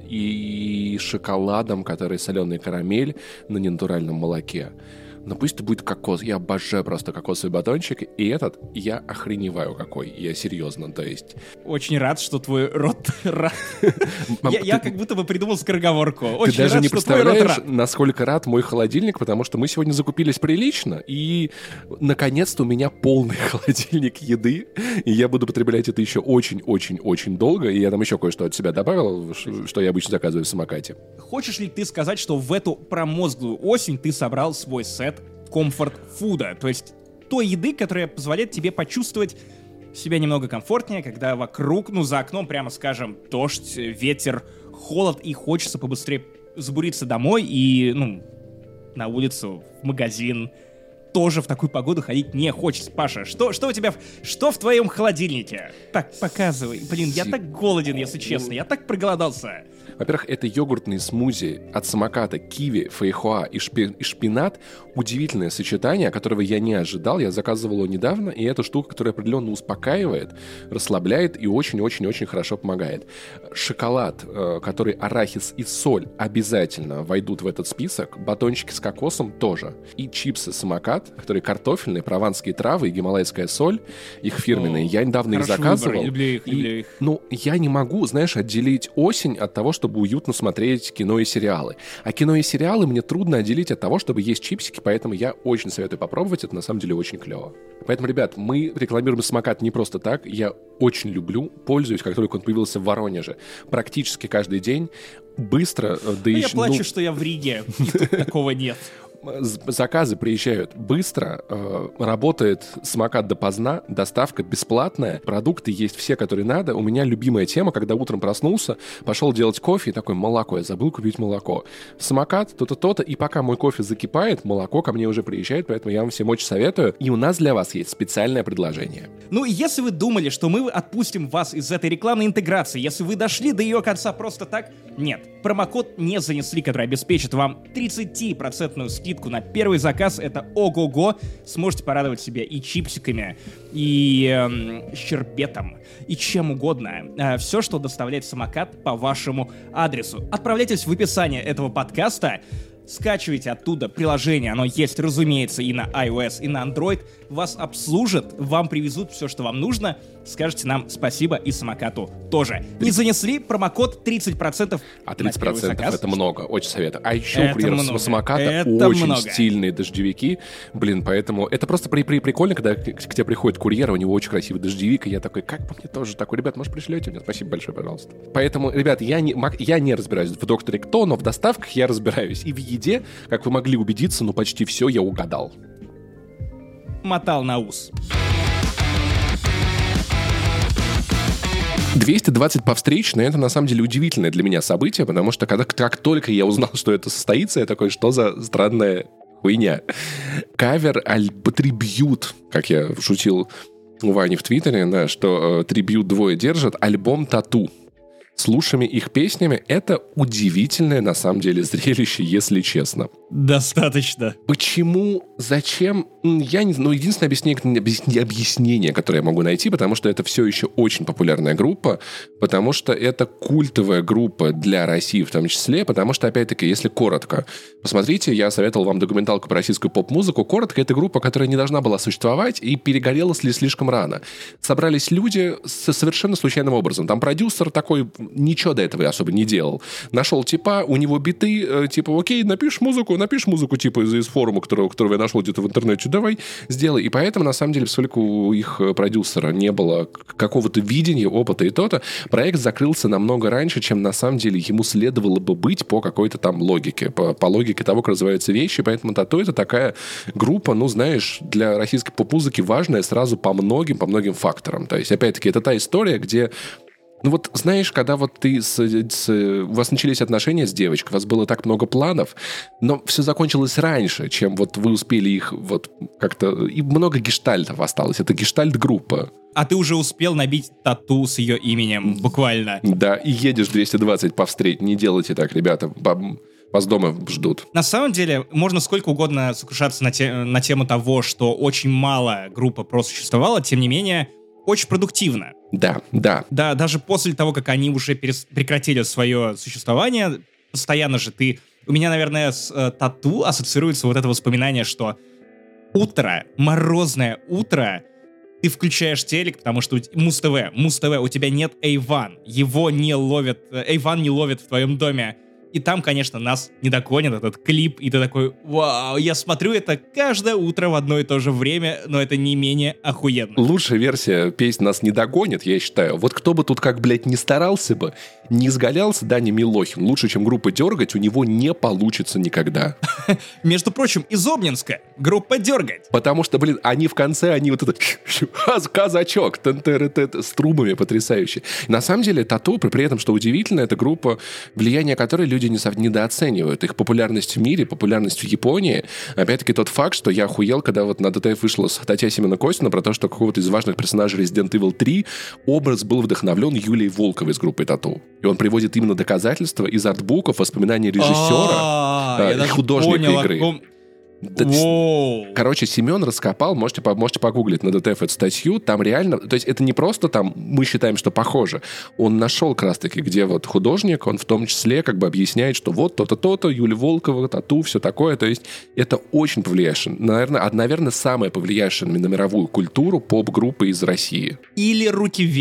и шоколадом, который соленый карамель на ненатуральном молоке. Но пусть это будет кокос. Я обожаю просто кокосовый батончик. И этот я охреневаю какой. Я серьезно, то есть... Очень рад, что твой рот рад. Я, я как будто бы придумал скороговорку. Очень Ты даже рад, не что твой рот представляешь, рад. насколько рад мой холодильник, потому что мы сегодня закупились прилично, и наконец-то у меня полный холодильник еды, и я буду потреблять это еще очень-очень-очень долго, и я там еще кое-что от себя добавил, ш- что я обычно заказываю в самокате. Хочешь ли ты сказать, что в эту промозглую осень ты собрал свой сет комфорт-фуда? То есть той еды, которая позволяет тебе почувствовать себя немного комфортнее, когда вокруг, ну, за окном, прямо скажем, дождь, ветер, холод, и хочется побыстрее забуриться домой и, ну, на улицу, в магазин. Тоже в такую погоду ходить не хочется. Паша, что, что у тебя, в- что в твоем холодильнике? Так, показывай. Блин, я так голоден, если честно, я так проголодался. Во-первых, это йогуртный смузи от самоката, киви, фейхоа и, шпи- и шпинат. Удивительное сочетание, которого я не ожидал. Я заказывал его недавно, и это штука, которая определенно успокаивает, расслабляет и очень-очень-очень хорошо помогает. Шоколад, э, который арахис и соль обязательно войдут в этот список. Батончики с кокосом тоже. И чипсы самокат, которые картофельные, прованские травы и гималайская соль. Их фирменные. О, я недавно их хороший заказывал. выбор, люблю их, и, люблю их. Ну, я не могу, знаешь, отделить осень от того, чтобы уютно смотреть кино и сериалы. А кино и сериалы мне трудно отделить от того, чтобы есть чипсики, поэтому я очень советую попробовать, это на самом деле очень клево. Поэтому, ребят, мы рекламируем самокат не просто так, я очень люблю, пользуюсь, как только он появился в Воронеже, практически каждый день, быстро, да Ну, еще... я плачу, что я в Риге, и тут такого нет. Заказы приезжают быстро, э, работает самокат допоздна, доставка бесплатная, продукты есть все, которые надо. У меня любимая тема, когда утром проснулся, пошел делать кофе, и такой, молоко, я забыл купить молоко. Самокат, то-то, то-то, и пока мой кофе закипает, молоко ко мне уже приезжает, поэтому я вам всем очень советую. И у нас для вас есть специальное предложение. Ну, и если вы думали, что мы отпустим вас из этой рекламной интеграции, если вы дошли до ее конца просто так, нет. Промокод не занесли, который обеспечит вам тридцатипроцентную скидку на первый заказ. Это ого-го. Сможете порадовать себя и чипсиками, и эм, щербетом, и чем угодно. Э, все, что доставляет самокат по вашему адресу. Отправляйтесь в описание этого подкаста. Скачивайте оттуда приложение, оно есть, разумеется, и на iOS, и на Android. Вас обслужат, вам привезут все, что вам нужно. Скажете нам спасибо и самокату тоже. Не занесли промокод тридцать процентов. А тридцать процентов это много, очень советую. А еще это у курьеров много. самоката Это очень много. стильные дождевики. Блин, поэтому это просто при, при, прикольно, когда к, к тебе приходит курьер, у него очень красивый дождевик, и я такой, как бы мне тоже такой, ребят, может, пришлете мне? Спасибо большое, пожалуйста. Поэтому, ребят, я не, я не разбираюсь в докторе Кто, но в доставках я разбираюсь. И в еде, как вы могли убедиться, ну почти все я угадал. Мотал на ус. двести двадцать по встречной, это на самом деле удивительное для меня событие, потому что когда, как только я узнал, что это состоится, я такой, что за странная хуйня. Кавер, альб, трибьют, как я шутил у Вани в Твиттере, да, что э, трибьют двое держат, альбом «Тату». С лучшими их песнями. Это удивительное, на самом деле, зрелище, если честно. Достаточно. Почему? Зачем? Я не знаю. Ну, единственное объяснение, объяснение, которое я могу найти, потому что это все еще очень популярная группа, потому что это культовая группа для России в том числе, потому что, опять-таки, если коротко, посмотрите, я советовал вам документалку про российскую поп-музыку. Коротко, это группа, которая не должна была существовать и перегорела слишком рано. Собрались люди с совершенно случайным образом. Там продюсер такой ничего до этого особо не делал. Нашел типа, у него биты, э, типа, окей, напишешь музыку, напишешь музыку, типа, из, из форума, которого, которого я нашел где-то в интернете, давай, сделай. И поэтому, на самом деле, поскольку у их продюсера не было какого-то видения, опыта и то-то, проект закрылся намного раньше, чем, на самом деле, ему следовало бы быть по какой-то там логике, по, по логике того, как развиваются вещи. Поэтому Тату — это такая группа, ну, знаешь, для российской поп-музыки важная сразу по многим, по многим факторам. То есть, опять-таки, это та история, где ну вот, знаешь, когда вот ты с, с, у вас начались отношения с девочкой, у вас было так много планов, но все закончилось раньше, чем вот вы успели их вот как-то... И много гештальтов осталось. Это гештальт-группа. А ты уже успел набить тату с ее именем, буквально. Да, и едешь двести двадцать повстречь. Не делайте так, ребята. Вас дома ждут. На самом деле, можно сколько угодно сокрушаться на, те, на тему того, что очень мало группа просуществовала, тем не менее, очень продуктивно. Да, да. Да, даже после того, как они уже перес... прекратили свое существование, постоянно же ты... У меня, наверное, с э, тату ассоциируется вот это воспоминание, что утро, морозное утро, ты включаешь телек, потому что Муз-ТВ, Муз-ТВ, у тебя нет эй ван, его не ловят, эй ван не ловит в твоем доме. И там, конечно, нас не догонит этот клип, и ты такой, вау, я смотрю это каждое утро в одно и то же время, но это не менее охуенно. Лучшая версия песни «Нас не догонит», я считаю. Вот кто бы тут как, блядь, не старался бы, не изгалялся Даня Милохин, лучше, чем группа «Дергать», у него не получится никогда. Между прочим, из Обнинска группа «Дергать». Потому что, блин, они в конце, они вот этот казачок с трубами потрясающие. На самом деле, Тату, при этом, что удивительно, это группа, влияние которой люди не недооценивают. Их популярность в мире, популярность в Японии. Опять-таки тот факт, что я охуел, когда вот на ДТФ вышла статья Семена Костина про то, что какого-то из важных персонажей Resident Evil три образ был вдохновлен Юлией Волковой из группы Тату. И он приводит именно доказательства из артбуков, воспоминаний режиссера и художника игры. Воу. Короче, Семен раскопал, можете, можете погуглить на ДТФ эту статью, там реально, то есть это не просто там, мы считаем, что похоже, он нашел как раз-таки, где вот художник, он в том числе как бы объясняет, что вот то-то, то-то, Юлия Волкова, Тату, все такое, то есть это очень повлиявшее, наверное, наверное, самое повлиявшее на мировую культуру поп-группа из России. Или «Руки вверх».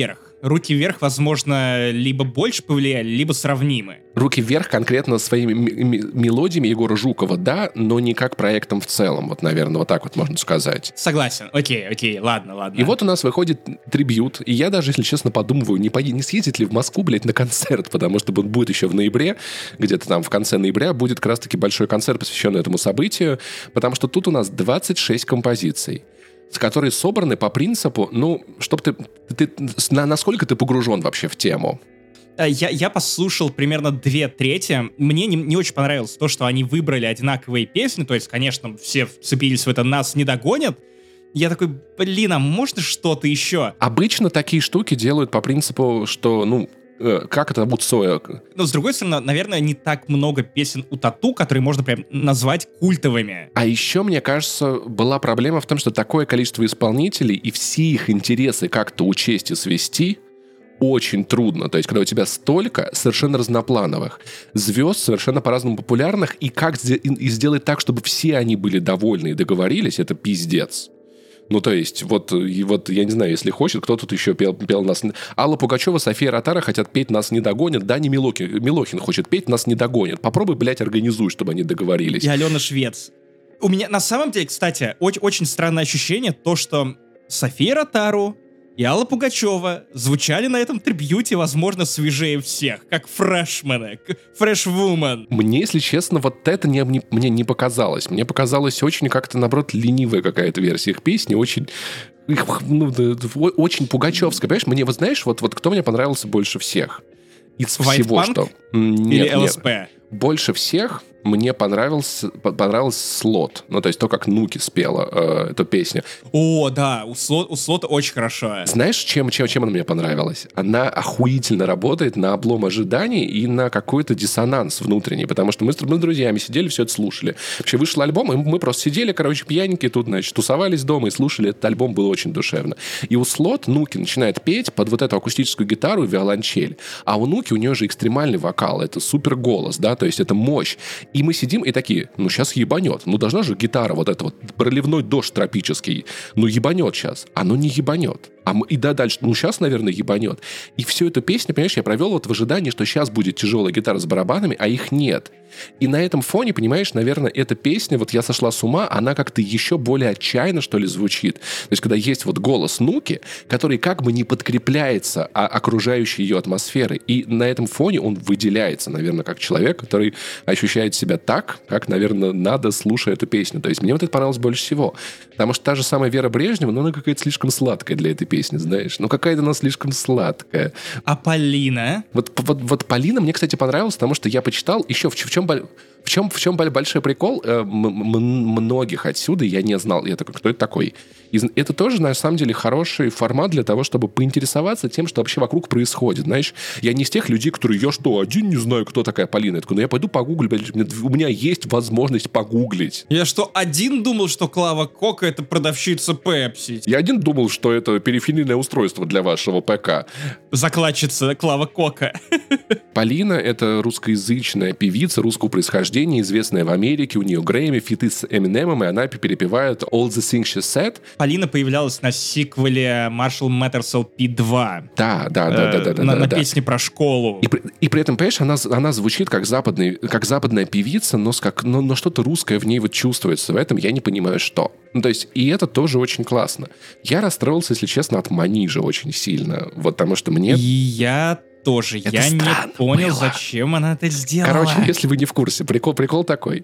«Руки вверх», возможно, либо больше повлияли, либо сравнимы. «Руки вверх» конкретно своими м- м- мелодиями Егора Жукова, да, но не как проектом в целом, вот, наверное, вот так вот можно сказать. Согласен. Окей, окей, ладно, ладно. И вот у нас выходит трибьют, и я даже, если честно, подумываю, не, поди- не съездить ли в Москву, блядь, на концерт, потому что он будет еще в ноябре, где-то там в конце ноября будет как раз-таки большой концерт, посвященный этому событию, потому что тут у нас двадцать шесть композиций, с которые собраны по принципу, ну, чтобы ты, ты на, насколько ты погружен вообще в тему. Я, я послушал примерно две трети. Мне не, не очень понравилось то, что они выбрали одинаковые песни. То есть, конечно, все вцепились в это «Нас не догонят». Я такой, блин, а можно что-то еще? Обычно такие штуки делают по принципу, что, ну, э, как это будет Цоя? Но, с другой стороны, наверное, не так много песен у Тату, которые можно прям назвать культовыми. А еще, мне кажется, была проблема в том, что такое количество исполнителей и все их интересы как-то учесть и свести очень трудно. То есть, когда у тебя столько совершенно разноплановых звезд, совершенно по-разному популярных, и как и, и сделать так, чтобы все они были довольны и договорились, это пиздец. Ну, то есть, вот, и вот я не знаю, если хочет, кто тут еще пел, пел нас... Алла Пугачева, София Ротару хотят петь «Нас не догонят». Дани Милохин, Милохин хочет петь «Нас не догонят». Попробуй, блядь, организуй, чтобы они договорились. И Алена Швец. У меня, на самом деле, кстати, очень, очень странное ощущение, то, что София Ротару и Алла Пугачева звучали на этом трибьюте, возможно, свежее всех, как фрешмены, фрешвумен. Мне, если честно, вот это не, не, мне не показалось. Мне показалось очень как-то, наоборот, ленивая какая-то версия их песни, очень... Их, ну, очень пугачевская. Понимаешь, мне, вот знаешь, вот, вот кто мне понравился больше всех? Из White всего, Punk? что... Нет, Или нет. эл эс пи? Больше всех мне понравился, понравился Слот. Ну, то есть то, как Нуки спела э, эту песню. О, да, у, слот, у Слота очень хорошо. Знаешь, чем, чем, чем она мне понравилась? Она охуительно работает на облом ожиданий и на какой-то диссонанс внутренний, потому что мы с, мы с друзьями сидели, все это слушали. Вообще вышел альбом, и мы просто сидели, короче, пьяненькие тут, значит, тусовались дома и слушали этот альбом, было очень душевно. И у Слот Нуки начинает петь под вот эту акустическую гитару и виолончель. А у Нуки у нее же экстремальный вокал, это супер голос, да, то есть это мощь. И мы сидим и такие, ну сейчас ебанет. Ну должна же гитара, вот это вот проливной дождь тропический, ну ебанет сейчас. Оно не ебанет. А мы, и да, дальше, ну сейчас, наверное, ебанет. И всю эту песню, понимаешь, я провел вот в ожидании, что сейчас будет тяжелая гитара с барабанами, а их нет. И на этом фоне, понимаешь, наверное, эта песня, вот «Я сошла с ума», она как-то еще более отчаянно, что ли, звучит. То есть, когда есть вот голос Нуки, который как бы не подкрепляется окружающей ее атмосферой, и на этом фоне он выделяется, наверное, как человек, который ощущает себя так, как, наверное, надо, слушая эту песню. То есть, мне вот это понравилось больше всего. Потому что та же самая Вера Брежнева, ну, она какая-то слишком сладкая для этой песни, знаешь. Ну, какая-то она слишком сладкая. А Полина? Вот, вот, вот Полина мне, кстати, понравилась, потому что я почитал еще в, в чем... В чем, в чем большой прикол? Э, м- м- многих отсюда я не знал. Я такой, кто это такой? И это тоже, на самом деле, хороший формат для того, чтобы поинтересоваться тем, что вообще вокруг происходит. Знаешь, я не из тех людей, которые, я что, один не знаю, кто такая Полина. Я такой, ну я пойду погуглю, блядь, у меня есть возможность погуглить. Я что, один думал, что Клава Кока — это продавщица Пепси? Я один думал, что это периферийное устройство для вашего ПК. Закладчица Клава Кока. Полина — это русскоязычная певица русского происхождения, известная в Америке. У нее Грэмми, фиты с Эминемом, и она перепевает «All the Things She Said». Полина появлялась на сиквеле Marshall Mathers эл пи два. Да, да, да, да, да, да. На, да, на да. песне про школу. И при, и при этом, понимаешь, она, она звучит как, западный, как западная певица, но, с как, но, но что-то русское в ней вот чувствуется. В этом я не понимаю, что. Ну, то есть, и это тоже очень классно. Я расстроился, если честно, от Манижа очень сильно. Вот потому что мне... И я тоже. Это я не понял, было. зачем она это сделала. Короче, если вы не в курсе, прикол, прикол такой.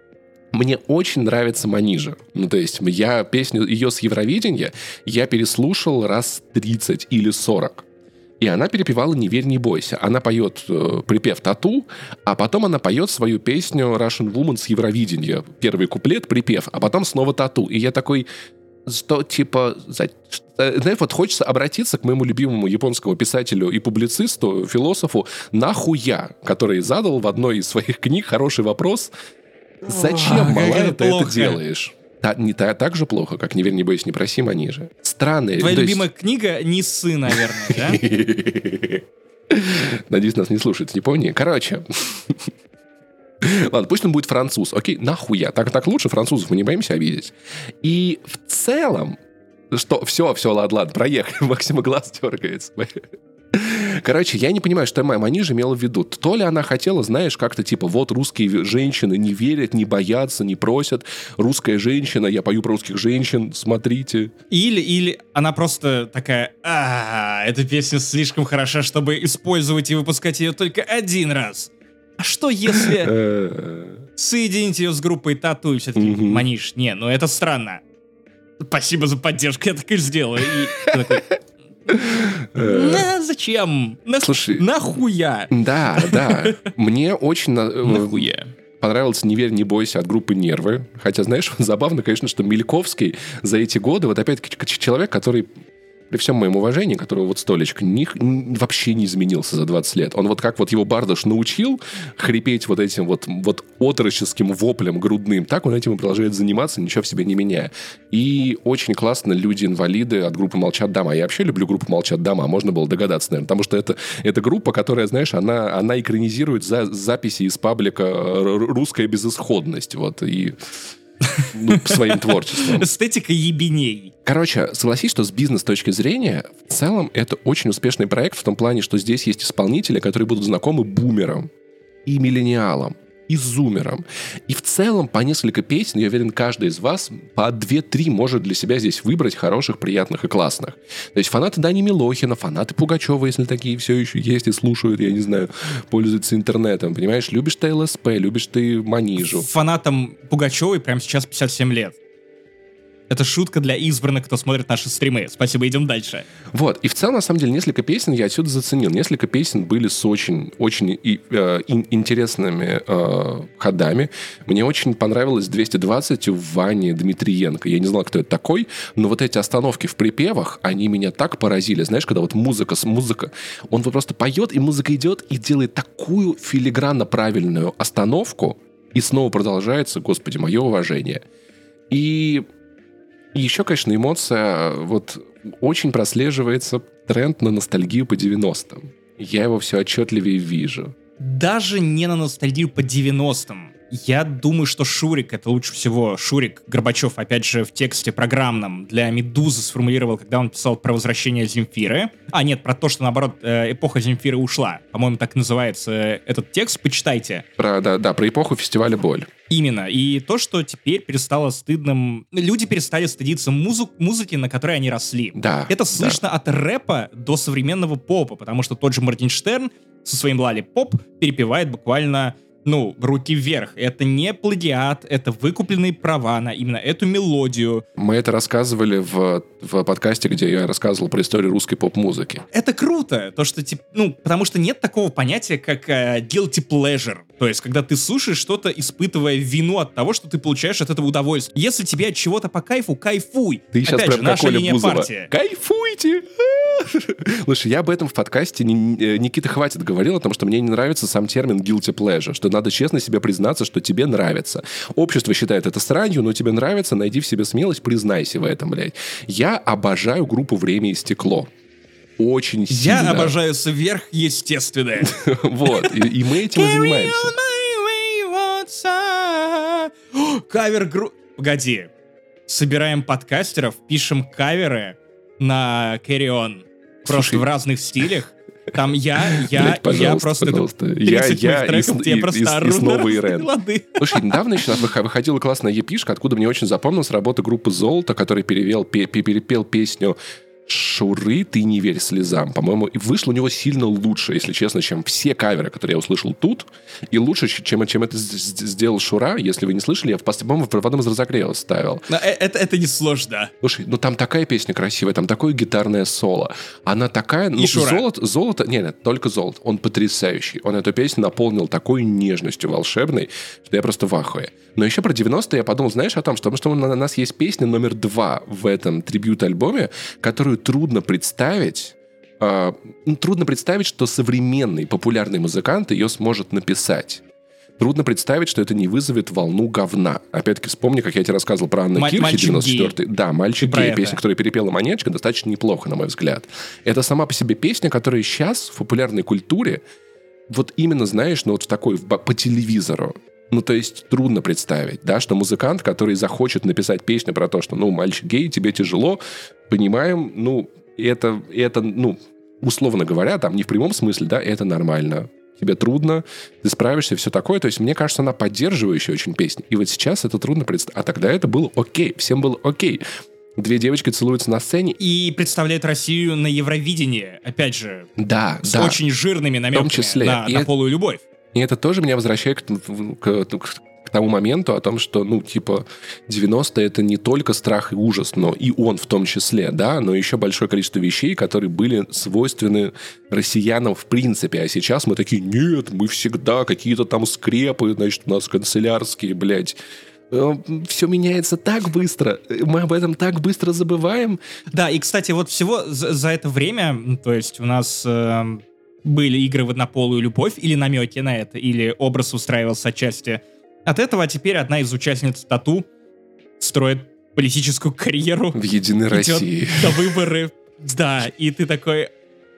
Мне очень нравится Манижа. Ну, то есть, я песню ее с Евровидения я переслушал раз тридцать или сорок. И она перепевала «Не верь, не бойся». Она поет э, припев «Тату», а потом она поет свою песню «Russian Woman» с Евровидения. Первый куплет, припев, а потом снова «Тату». И я такой, что, типа... За... Знаешь, вот хочется обратиться к моему любимому японскому писателю и публицисту, философу Нахуя, который задал в одной из своих книг хороший вопрос: «Зачем, малая, ты это делаешь?» Та, не та, так же плохо, как «Не верь, не бойся, не проси, Манижа». Странные. Твоя то любимая есть... книга «Нисы», наверное, да? Надеюсь, нас не слушает в Японии. Короче. Ладно, пусть он будет француз. Окей, нахуя. Так, так лучше, французов мы не боимся обидеть. И в целом, что, все, все, ладно, ладно, проехали. Максима глаз дергается. Короче, я не понимаю, что Манижа имела в виду. То ли она хотела, знаешь, как-то типа, вот русские женщины не верят, не боятся, не просят. Русская женщина, я пою про русских женщин, смотрите. Или, или она просто такая, а, эта песня слишком хороша, чтобы использовать и выпускать ее только один раз. А что если соединить ее с группой Тату и все-таки, Маниш, не, ну это странно. Спасибо за поддержку, я так и сделаю. И такой, зачем? Слушай, нахуя? Да, да. Мне очень нахуя понравился «Не верь, не бойся» от группы «Нервы». Хотя, знаешь, забавно, конечно, что Мильковский за эти годы, вот опять-таки человек, который, при всем моем уважении, которого вот столечко, ни, вообще не изменился за двадцать лет. Он вот как вот его Бардаш научил хрипеть вот этим вот, вот отроческим воплем грудным, так он этим и продолжает заниматься, ничего в себе не меняя. И очень классно люди-инвалиды от группы «Молчат дома». Я вообще люблю группу «Молчат дома», можно было догадаться, наверное, потому что это, это группа, которая, знаешь, она, она экранизирует за, записи из паблика «Русская безысходность». Вот, и... Ну, своим творчеством. Эстетика ебеней. Короче, согласись, что с бизнес-точки зрения в целом это очень успешный проект в том плане, что здесь есть исполнители, которые будут знакомы бумерам и миллениалам, и зумерам. И в целом по несколько песен, я уверен, каждый из вас по две-три может для себя здесь выбрать хороших, приятных и классных. То есть фанаты Дани Милохина, фанаты Пугачева, если такие все еще есть и слушают, я не знаю, пользуются интернетом, понимаешь? Любишь ты ЛСП, любишь ты Манижу. Фанатам Пугачевой прямо сейчас пятьдесят семь лет. Это шутка для избранных, кто смотрит наши стримы. Спасибо, идем дальше. Вот, и в целом, на самом деле, несколько песен я отсюда заценил. Несколько песен были с очень, очень и, э, интересными э, ходами. Мне очень понравилось двести двадцать у Вани Дмитриенко. Я не знал, кто это такой, но вот эти остановки в припевах, они меня так поразили. Знаешь, когда вот музыка с музыка, он вот просто поет, и музыка идет, и делает такую филигранно правильную остановку, и снова продолжается, господи, мое уважение. И... И еще, конечно, эмоция, вот очень прослеживается тренд на ностальгию по девяностым. Я его все отчетливее вижу. Даже не на ностальгию по девяностым. Я думаю, что Шурик, это лучше всего, Шурик Горбачев, опять же, в тексте программном для «Медузы» сформулировал, когда он писал про возвращение Земфиры. А, нет, про то, что, наоборот, эпоха Земфиры ушла. По-моему, так называется этот текст, почитайте. Про, да, да, про эпоху фестиваля «Боль». Именно. И то, что теперь перестало стыдным... Люди перестали стыдиться музык, музыки, на которой они росли. Да. Это слышно да. от рэпа до современного попа, потому что тот же Моргенштерн со своим «Лалли-поп» перепевает буквально... Ну, руки вверх. Это не плагиат, это выкупленные права на именно эту мелодию. Мы это рассказывали в, в подкасте, где я рассказывал про историю русской поп-музыки. Это круто, то что, типа, ну, потому что нет такого понятия, как э, guilty pleasure. То есть, когда ты слушаешь что-то, испытывая вину от того, что ты получаешь от этого удовольствие. Если тебе от чего-то по кайфу, кайфуй. Ты сейчас Опять прям же, наша как Оля линия Бузова. партии. Кайфуйте! Слушай, я об этом в подкасте Никита Хватит говорил, о том, что мне не нравится сам термин guilty pleasure, что надо честно себе признаться, что тебе нравится. Общество считает это сранью, но тебе нравится, найди в себе смелость, признайся в этом, блядь. Я обожаю группу «Время и стекло». Очень сильно. Я обожаю сверхъестественное. Вот, и мы этим и занимаемся. Кавер групп... Погоди. Собираем подкастеров, пишем каверы на Carry On. Просто в разных стилях. Там я, я, Блядь, я просто... Пожалуйста. Я, я и, треков, и, я просто и, ору и снова на Ирен. лады. Слушай, недавно еще выходила классная епишка, откуда мне очень запомнилась работа группы «Золото», который перевел, перепел песню «Шуры, ты не верь слезам». По-моему, и вышло у него сильно лучше, если честно, чем все каверы, которые я услышал тут. И лучше, чем, чем это сделал Шура. Если вы не слышали, я, по-моему, в одном из разогревов ставил. Но это, это не сложно. Слушай, ну там такая песня красивая, там такое гитарное соло. Она такая... Ну, золото, золото... Нет, нет, только золото. Он потрясающий. Он эту песню наполнил такой нежностью волшебной, что я просто в ахуе. Но еще про девяностые я подумал, знаешь, о том, что, что у нас есть песня номер два в этом трибьют-альбоме, которую трудно представить, э, трудно представить, что современный популярный музыкант ее сможет написать. Трудно представить, что это не вызовет волну говна. Опять-таки, вспомни, как я тебе рассказывал про Анну Кирхи, девяносто четвёртый. Да, «Мальчик гей», песня, которую перепела Манечка, достаточно неплохо, на мой взгляд. Это сама по себе песня, которая сейчас в популярной культуре, вот именно, знаешь, ну вот в такой, по телевизору. Ну, то есть трудно представить, да, что музыкант, который захочет написать песню про то, что, ну, мальчик гей, тебе тяжело, понимаем, ну, это, это, ну, условно говоря, там не в прямом смысле, да, это нормально. Тебе трудно, ты справишься, все такое. То есть, мне кажется, она поддерживающая очень песня. И вот сейчас это трудно представить. А тогда это было окей, всем было окей. Две девочки целуются на сцене. И представляют Россию на Евровидении, опять же, Да, с да. очень жирными намеками числе. на, И на это- полую любовь. И это тоже меня возвращает к, к- к- к тому моменту о том, что, ну, типа, девяностые — это не только страх и ужас, но и он в том числе, да, но еще большое количество вещей, которые были свойственны россиянам в принципе. А сейчас мы такие: нет, мы всегда какие-то там скрепы, значит, у нас канцелярские, блядь. Все меняется так быстро, мы об этом так быстро забываем. Да, и, кстати, вот всего за, за это время, м, то есть у нас э, были игры в однополую любовь, или намеки на это, или образ устраивался отчасти от этого, а теперь одна из участниц Тату строит политическую карьеру. В Единой идет России. до выборы. Да, и ты такой: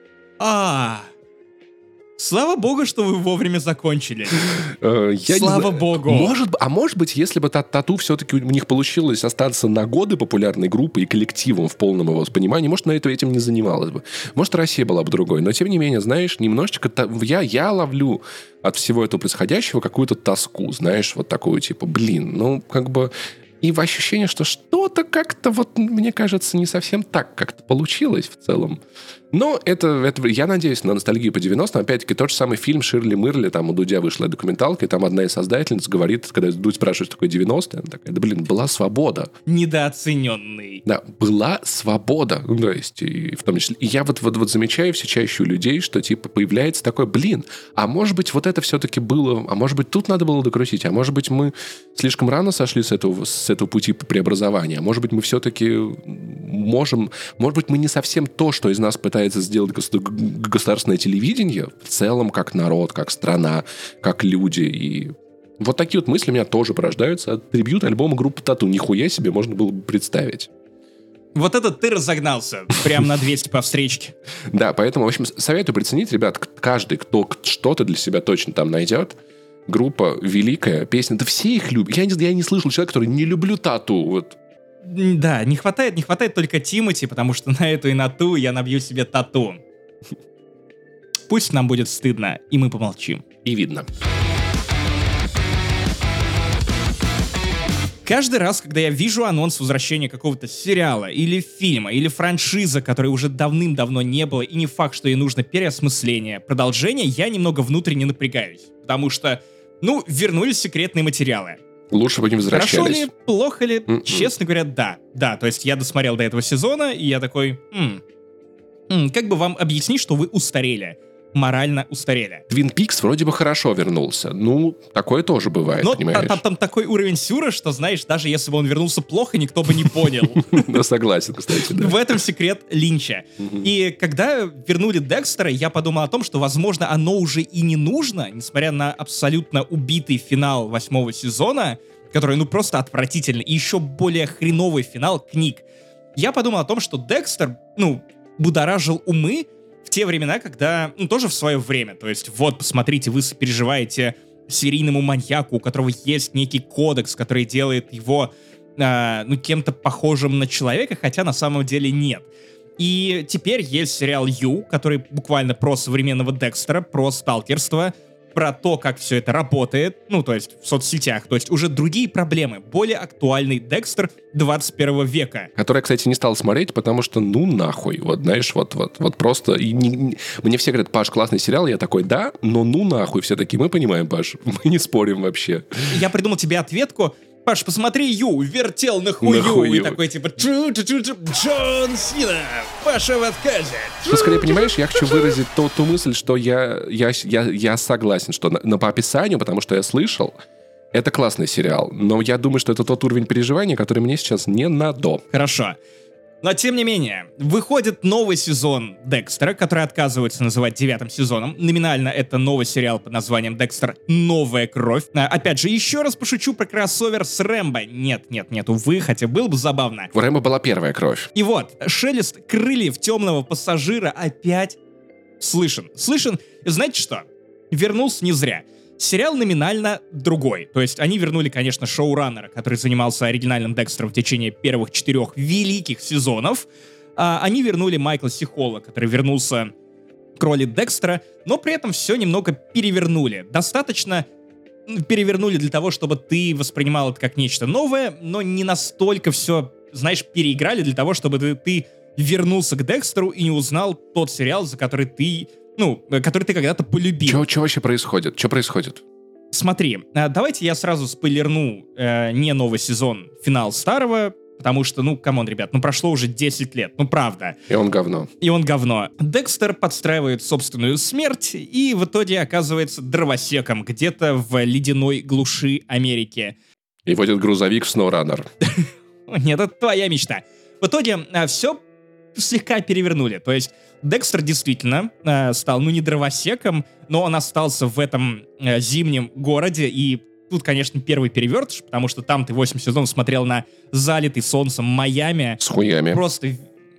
а, слава богу, что вы вовремя закончили. Э, я не Слава знаю. богу. Может, б- а может быть, если бы та- Тату все-таки у них получилось остаться на годы популярной группой и коллективом в полном его понимании, может, на это этим не занималась бы. Может, Россия была бы другой. Но, тем не менее, знаешь, немножечко... та- Я, я ловлю от всего этого происходящего какую-то тоску, знаешь, вот такую, типа, блин, ну, как бы... И в ощущение, что что-то как-то, вот, мне кажется, не совсем так как-то получилось в целом. Но это, это, я надеюсь на ностальгию по девяностым. Опять-таки, тот же самый фильм «Ширли Мырли», там у Дудя вышла документалка, и там одна из создательниц говорит, когда Дудь спрашивает, что такое девяностые, она такая: да, блин, была свобода. Недооцененный. Да, была свобода. Ну, то есть, и в том числе... И я вот, вот, вот замечаю все чаще у людей, что, типа, появляется такой: блин, а может быть, вот это все-таки было... А может быть, тут надо было докрутить? А может быть, мы слишком рано сошли с этого, с этого пути преобразования? Может быть, мы все-таки можем... Может быть, мы не совсем то, что из нас пытается сделать государ- государственное телевидение, в целом, как народ, как страна, как люди. И вот такие вот мысли у меня тоже порождаются от трибьют альбома группы Тату. Нихуя себе можно было бы представить. Вот это ты разогнался. Прям на двести по встречке. Да, поэтому, в общем, советую приценить, ребят, к- каждый, кто к- что-то для себя точно там найдет. Группа великая, песня, да все их любят. Я не, я не слышал человека, который не люблю Тату. Вот. М, Да, не хватает, не хватает только Тимати, потому что на эту и на ту я набью себе тату. Пусть нам будет стыдно, и мы помолчим. И видно. Каждый раз, когда я вижу анонс возвращения какого-то сериала, или фильма, или франшизы, которой уже давным-давно не было, и не факт, что ей нужно переосмысление, продолжение, я немного внутренне напрягаюсь. Потому что, ну, вернулись секретные материалы. Лучше бы не Хорошо возвращались. ли, плохо ли? М-м. Честно говоря, да. Да, то есть я досмотрел до этого сезона, и я такой: «М, м, как бы вам объяснить, что вы устарели? Морально устарели». Твин Пикс вроде бы хорошо вернулся. Ну, такое тоже бывает, Но понимаешь? та- там, там такой уровень сюра, что, знаешь, даже если бы он вернулся плохо, никто бы не понял. Да, согласен, кстати, да. В этом секрет Линча. Мгм. И когда вернули Декстера, я подумал о том, что, возможно, оно уже и не нужно, несмотря на абсолютно убитый финал восьмого сезона, который, ну, просто отвратительный, и еще более хреновый финал книг. Я подумал о том, что Декстер, ну, будоражил умы в те времена, когда, ну, тоже в свое время. То есть, вот, посмотрите, вы сопереживаете серийному маньяку, у которого есть некий кодекс, который делает его, э, ну, кем-то похожим на человека, хотя на самом деле нет. И теперь есть сериал «Ю», который буквально про современного Декстера, про сталкерство, про то, как все это работает, ну, то есть в соцсетях, то есть уже другие проблемы, более актуальный Декстер двадцать первого века. Который я, кстати, не стал смотреть, потому что, ну, нахуй. Вот, знаешь, вот, вот, вот просто... И не- не- мне все говорят: Паш, классный сериал. Я такой: да, но ну нахуй. Все такие: мы понимаем, Паш, мы не спорим вообще. Я придумал тебе ответку: Паш, посмотри «Ю», вертел на хую, хую. и такой типа «Чу-чу-чу-чу, Джон Сина, Паша в отказе». Ну, скорее, понимаешь, я хочу выразить ту, ту мысль, что я, я, я, я согласен, что на, на- по описанию, потому что я слышал, это классный сериал. Но я думаю, что это тот уровень переживания, который мне сейчас не надо. Хорошо. Но, тем не менее, выходит новый сезон Декстера, который отказывается называть девятым сезоном. Номинально это новый сериал под названием «Декстер. Новая кровь». А, опять же, еще раз пошучу про кроссовер с Рэмбо. Нет, нет, нет, увы, хотя было бы забавно. У Рэмбо была первая кровь. И вот, шелест крыльев темного пассажира опять слышен. Слышен, и знаете что? Вернулся не зря. Сериал номинально другой. То есть они вернули, конечно, шоураннера, который занимался оригинальным Декстером в течение первых четырех великих сезонов. А они вернули Майкла Си Холла, который вернулся к роли Декстера, но при этом все немного перевернули. Достаточно перевернули для того, чтобы ты воспринимал это как нечто новое, но не настолько все, знаешь, переиграли для того, чтобы ты, ты вернулся к Декстеру и не узнал тот сериал, за который ты, ну, который ты когда-то полюбил. Что вообще происходит? Что происходит? Смотри, давайте я сразу спойлерну э, не новый сезон, финал старого, потому что, ну, камон, ребят, ну прошло уже десять лет, ну правда. И он говно. И он говно. Декстер подстраивает собственную смерть и в итоге оказывается дровосеком где-то в ледяной глуши Америки. И водит грузовик в SnowRunner. Нет, это твоя мечта. В итоге а, все слегка перевернули. То есть Декстер действительно а, стал, ну, не дровосеком, но он остался в этом а, зимнем городе. И тут, конечно, первый перевертыш, потому что там ты восемь сезонов смотрел на залитый солнцем Майами. С хуями. Просто...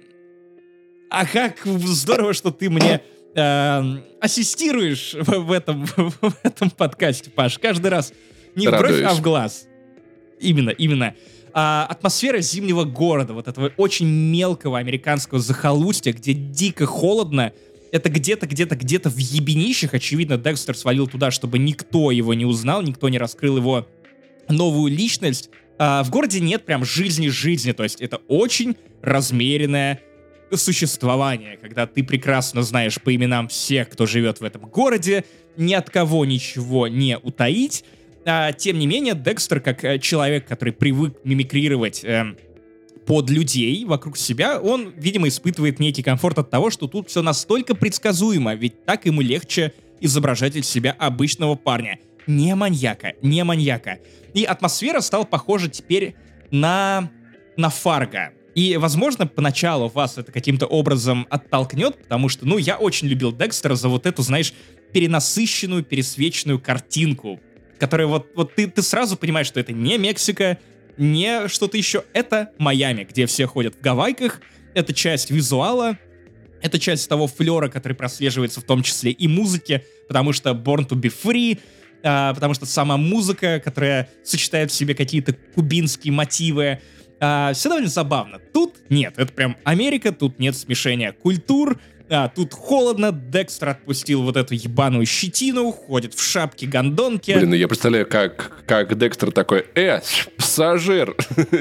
А как здорово, что ты мне э, ассистируешь в, в, этом, в этом подкасте, Паш. Каждый раз не в бровь, а в глаз. Именно, именно. А, атмосфера зимнего города, вот этого очень мелкого американского захолустья, где дико холодно, это где-то, где-то, где-то в ебенищах. Очевидно, Декстер свалил туда, чтобы никто его не узнал, никто не раскрыл его новую личность. А, в городе нет прям жизни-жизни, то есть это очень размеренное существование, когда ты прекрасно знаешь по именам всех, кто живет в этом городе, ни от кого ничего не утаить. А, тем не менее, Декстер, как э, человек, который привык мимикрировать э, под людей вокруг себя, он, видимо, испытывает некий комфорт от того, что тут все настолько предсказуемо, ведь так ему легче изображать из себя обычного парня. Не маньяка, не маньяка. И атмосфера стала похожа теперь на, на Фарго. И, возможно, поначалу вас это каким-то образом оттолкнет, потому что, ну, я очень любил Декстера за вот эту, знаешь, перенасыщенную, пересвеченную картинку, которая вот, вот ты, ты сразу понимаешь, что это не Мексика, не что-то еще, это Майами, где все ходят в гавайках, это часть визуала, это часть того флера, который прослеживается в том числе и музыке, потому что Born to be Free, а, потому что сама музыка, которая сочетает в себе какие-то кубинские мотивы, а, все довольно забавно. Тут нет, это прям Америка, тут нет смешения культур, а, тут холодно, Декстер отпустил вот эту ебаную щетину, ходит в шапке-гондонке. Блин, ну я представляю, как, как Декстер такой, э, пассажир.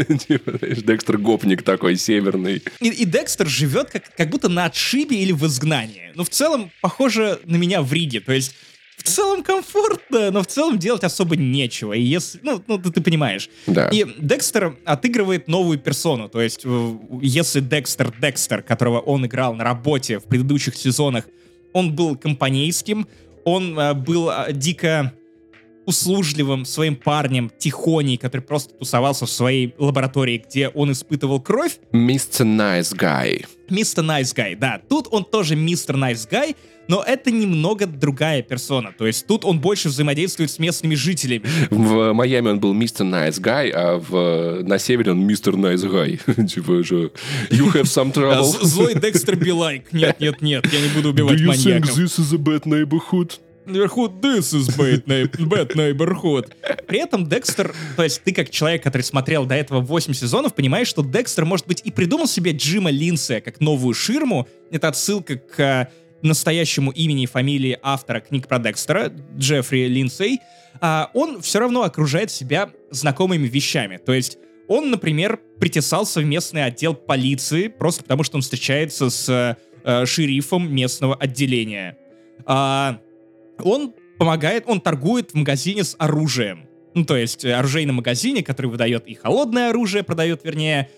Декстер гопник такой, северный. И, и Декстер живет как, как будто на отшибе или в изгнании. Ну, в целом, похоже на меня в Риге, то есть в целом комфортно, но в целом делать особо нечего. И если, ну, ну ты, ты понимаешь. Да. И Декстер отыгрывает новую персону. То есть, если Декстер Декстер, которого он играл на работе в предыдущих сезонах, он был компанейским, он а, был а, дико услужливым своим парнем, тихоней, который просто тусовался в своей лаборатории, где он испытывал кровь. мистер Nice Guy. мистер Nice Guy, да. Тут он тоже мистер Nice Guy, но это немного другая персона. То есть тут он больше взаимодействует с местными жителями. В Майами он был мистер Nice Guy, а в, на севере он мистер Nice Guy. Типа же, you have some trouble. Злой Декстер be like. Нет, нет, нет, я не буду убивать маньяков. Do you think this is a bad neighborhood? Neighborhood, this is bad, bad neighborhood. При этом Декстер, то есть ты как человек, который смотрел до этого восемь сезонов, понимаешь, что Декстер, может быть, и придумал себе Джима Линдсея как новую ширму. Это отсылка к настоящему имени и фамилии автора книг про Декстера, Джеффри Линдсей. А он все равно окружает себя знакомыми вещами. То есть он, например, притесался в местный отдел полиции просто потому, что он встречается с э, шерифом местного отделения. А, он помогает, он торгует в магазине с оружием. Ну, то есть оружейном магазине, который выдает и холодное оружие, продает, вернее,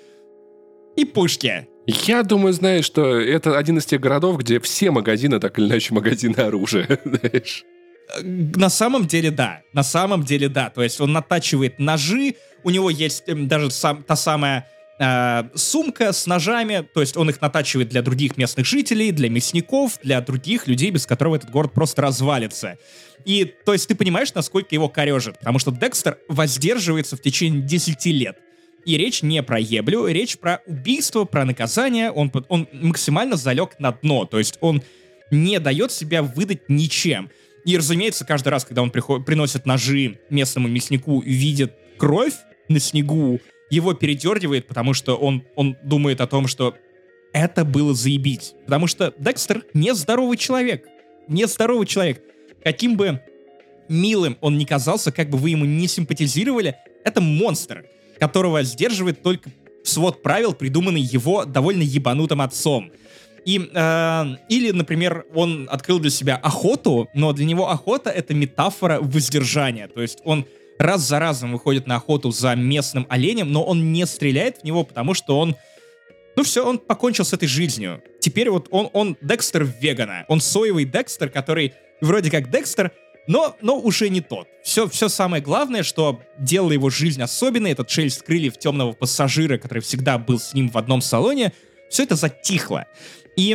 и пушки. Я думаю, знаешь, что это один из тех городов, где все магазины, так или иначе, магазины оружия, знаешь. На самом деле, да. На самом деле, да. То есть он натачивает ножи, у него есть даже сам, та самая э, сумка с ножами, то есть он их натачивает для других местных жителей, для мясников, для других людей, без которого этот город просто развалится. И, то есть ты понимаешь, насколько его корежит, потому что Декстер воздерживается в течение десяти лет. И речь не про еблю, речь про убийство, про наказание. Он, он максимально залег на дно. То есть он не дает себя выдать ничем. И, разумеется, каждый раз, когда он приход, приносит ножи местному мяснику, видит кровь на снегу, его передергивает, потому что он, он думает о том, что это было заебись. Потому что Декстер нездоровый человек. Нездоровый человек. Каким бы милым он ни казался, как бы вы ему не симпатизировали, это монстр, которого сдерживает только свод правил, придуманный его довольно ебанутым отцом. И, э, или, например, он открыл для себя охоту, но для него охота — это метафора воздержания. То есть он раз за разом выходит на охоту за местным оленем, но он не стреляет в него, потому что он... Ну все, он покончил с этой жизнью. Теперь вот он, он Декстер вегана. Он соевый Декстер, который вроде как Декстер, но, но уже не тот. Все, все самое главное, что делало его жизнь особенной, этот шелест крыльев темного пассажира, который всегда был с ним в одном салоне, все это затихло. И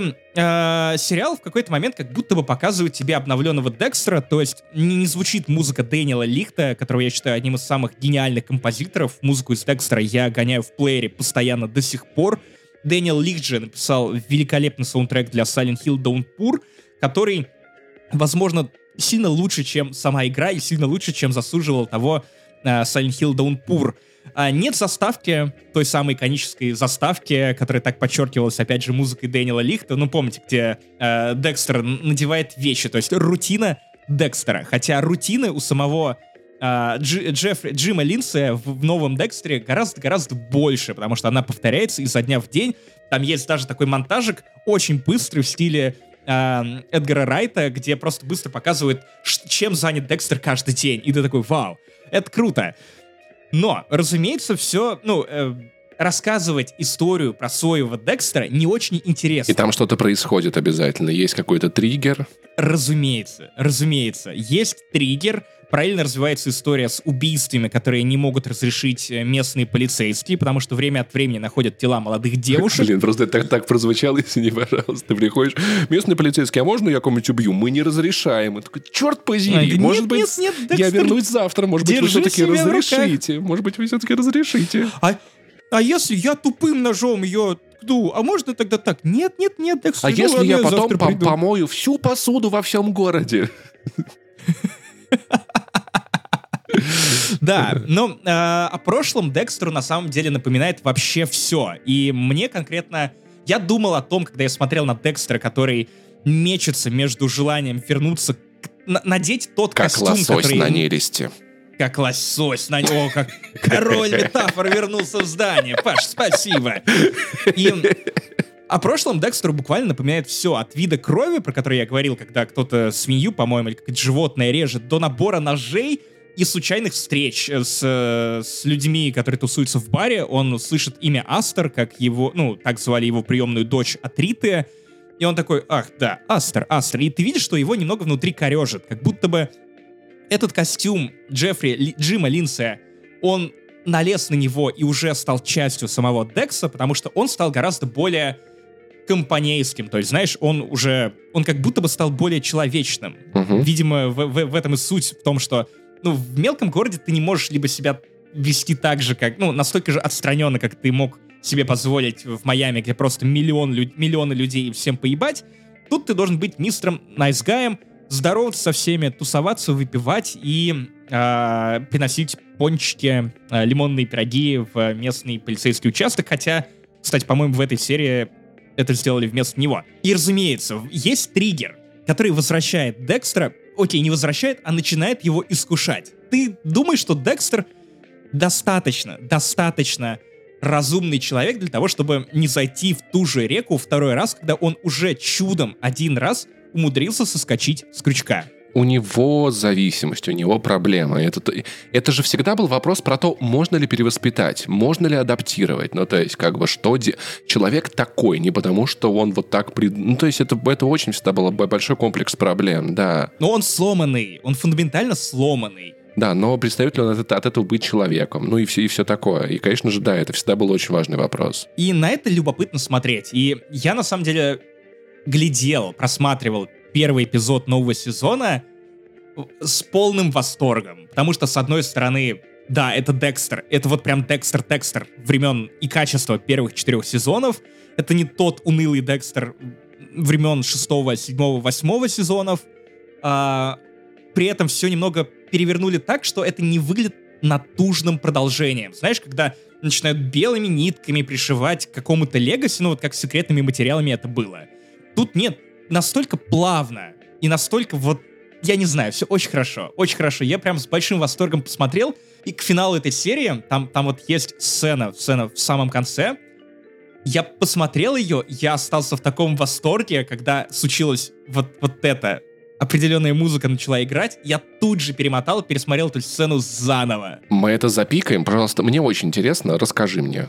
э, сериал в какой-то момент как будто бы показывает тебе обновленного Декстера, то есть не, не звучит музыка Дэниела Лихта, которого я считаю одним из самых гениальных композиторов. Музыку из Декстера я гоняю в плеере постоянно до сих пор. Дэниел Лихт же написал великолепный саундтрек для Silent Hill Downpour, который, возможно, сильно лучше, чем сама игра, и сильно лучше, чем заслуживал того uh, Silent Hill Downpour. Uh, нет заставки, той самой иконической заставки, которая так подчеркивалась, опять же, музыкой Дэниела Лихта. Ну, помните, где uh, Декстер надевает вещи, то есть рутина Декстера. Хотя рутины у самого uh, Дж- Джеффри, Джима Линдсея в, в новом Декстере гораздо-гораздо больше, потому что она повторяется изо дня в день. Там есть даже такой монтажик, очень быстрый, в стиле Uh, Эдгара Райта, где просто быстро показывают, ш- чем занят Декстер каждый день. И ты такой, вау, это круто. Но, разумеется, все, ну, э, рассказывать историю про соевого Декстера не очень интересно. И там что-то происходит обязательно. Есть какой-то триггер. Разумеется, разумеется. Есть триггер. Параллельно развивается история с убийствами, которые не могут разрешить местные полицейские, потому что время от времени находят тела молодых девушек. Блин, просто это так, так прозвучало, извини, пожалуйста. Ты приходишь, местные полицейские, а можно я кого-нибудь убью? Мы не разрешаем. И такой, черт позери, А, может нет, быть, нет, нет, я Декстер, вернусь завтра, может быть, вы держи все-таки себя в разрешите. Может быть, вы все-таки разрешите. А, а если я тупым ножом ее ткну, а можно тогда так? Нет, нет, нет, Декстер. А ну если ладно, я потом завтра пом- приду. помою всю посуду во всем городе? Да, но э, о прошлом Декстеру на самом деле напоминает вообще все. И мне конкретно... Я думал о том, когда я смотрел на Декстера, который мечется между желанием вернуться... К, на- надеть тот Как костюм, лосось который... на нересте. Как лосось на... О, как король метафор вернулся в здание. Паш, спасибо. И... О прошлом Декстеру буквально напоминает все. От вида крови, про который я говорил, когда кто-то свинью, по-моему, или какое-то животное режет, до набора ножей и случайных встреч с, с людьми, которые тусуются в баре. Он слышит имя Астер, как его, ну, так звали его приемную дочь Атриты. И он такой, ах, да, Астер, Астер. И ты видишь, что его немного внутри корежит. Как будто бы этот костюм Джеффри, Ли, Джима Линдсея, он налез на него и уже стал частью самого Декса, потому что он стал гораздо более компанейским. То есть, знаешь, он уже, он как будто бы стал более человечным. Угу. Видимо, в, в, в этом и суть в том, что ну, в мелком городе ты не можешь либо себя вести так же, как, ну, настолько же отстраненно, как ты мог себе позволить в Майами, где просто миллион, лю- миллионы людей и всем поебать. Тут ты должен быть мистером найсгаем, здороваться со всеми, тусоваться, выпивать и э, приносить пончики, э, лимонные пироги в местный полицейский участок. Хотя, кстати, по-моему, в этой серии это сделали вместо него. И, разумеется, есть триггер, который возвращает Декстера, окей, не возвращает, а начинает его искушать. Ты думаешь, что Декстер достаточно, достаточно разумный человек для того, чтобы не зайти в ту же реку второй раз, когда он уже чудом один раз умудрился соскочить с крючка. У него зависимость, у него проблема. Это, это же всегда был вопрос про то, можно ли перевоспитать, можно ли адаптировать. Ну, то есть, как бы, что... Де... Человек такой, не потому что он вот так... При... Ну, то есть, это, это очень всегда был большой комплекс проблем, да. Но он сломанный, он фундаментально сломанный. Да, но перестает ли он от, от этого быть человеком? Ну, и все, и все такое. И, конечно же, да, это всегда был очень важный вопрос. И на это любопытно смотреть. И я, на самом деле, глядел, просматривал первый эпизод нового сезона с полным восторгом. Потому что, с одной стороны, да, это Декстер. Это вот прям Декстер-Декстер времен и качества первых четырех сезонов. Это не тот унылый Декстер времен шестого, седьмого, восьмого сезонов. А, при этом все немного перевернули так, что это не выглядит натужным продолжением. Знаешь, когда начинают белыми нитками пришивать к какому-то легаси, ну вот как с секретными материалами это было. Тут нет, настолько плавно и настолько вот, я не знаю, все очень хорошо, очень хорошо. Я прям с большим восторгом посмотрел, и к финалу этой серии, там, там вот есть сцена, сцена в самом конце, я посмотрел ее, я остался в таком восторге, когда случилось вот, вот это, определенная музыка начала играть, я тут же перемотал, пересмотрел эту сцену заново. Мы это запикаем, пожалуйста, мне очень интересно, расскажи мне.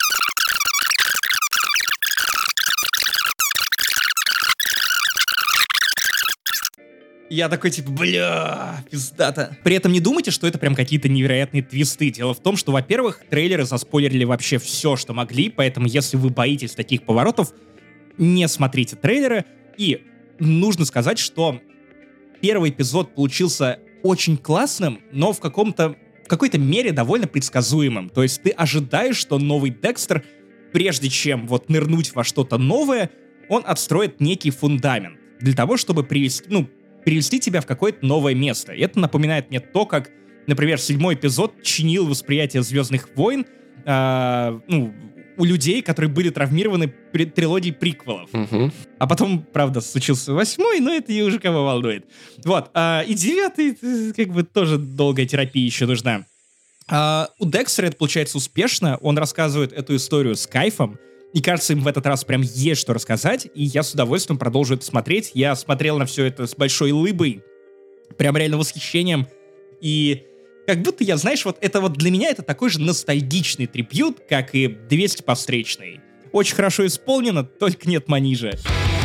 Я такой, типа, бля, пиздата. При этом не думайте, что это прям какие-то невероятные твисты. Дело в том, что, во-первых, трейлеры заспойлерили вообще все, что могли, поэтому если вы боитесь таких поворотов, не смотрите трейлеры. И нужно сказать, что первый эпизод получился очень классным, но в каком-то, в какой-то мере довольно предсказуемым. То есть ты ожидаешь, что новый Декстер, прежде чем вот нырнуть во что-то новое, он отстроит некий фундамент для того, чтобы привести, ну, перевести тебя в какое-то новое место. И это напоминает мне то, как, например, седьмой эпизод чинил восприятие «Звездных войн» э, ну, у людей, которые были травмированы при трилогии приквелов. Угу. А потом, правда, случился восьмой, но это и уже кого волнует. Вот. А, и девятый, как бы, тоже долгая терапия еще нужна. А, у Декстера это получается успешно. Он рассказывает эту историю с кайфом. И кажется, им в этот раз прям есть что рассказать, и я с удовольствием продолжу это смотреть. Я смотрел на все это с большой улыбой, прям реально восхищением. И как будто я, знаешь, вот это вот для меня это такой же ностальгичный трибьют, как и двести по встречной. Очень хорошо исполнено, только нет манижа.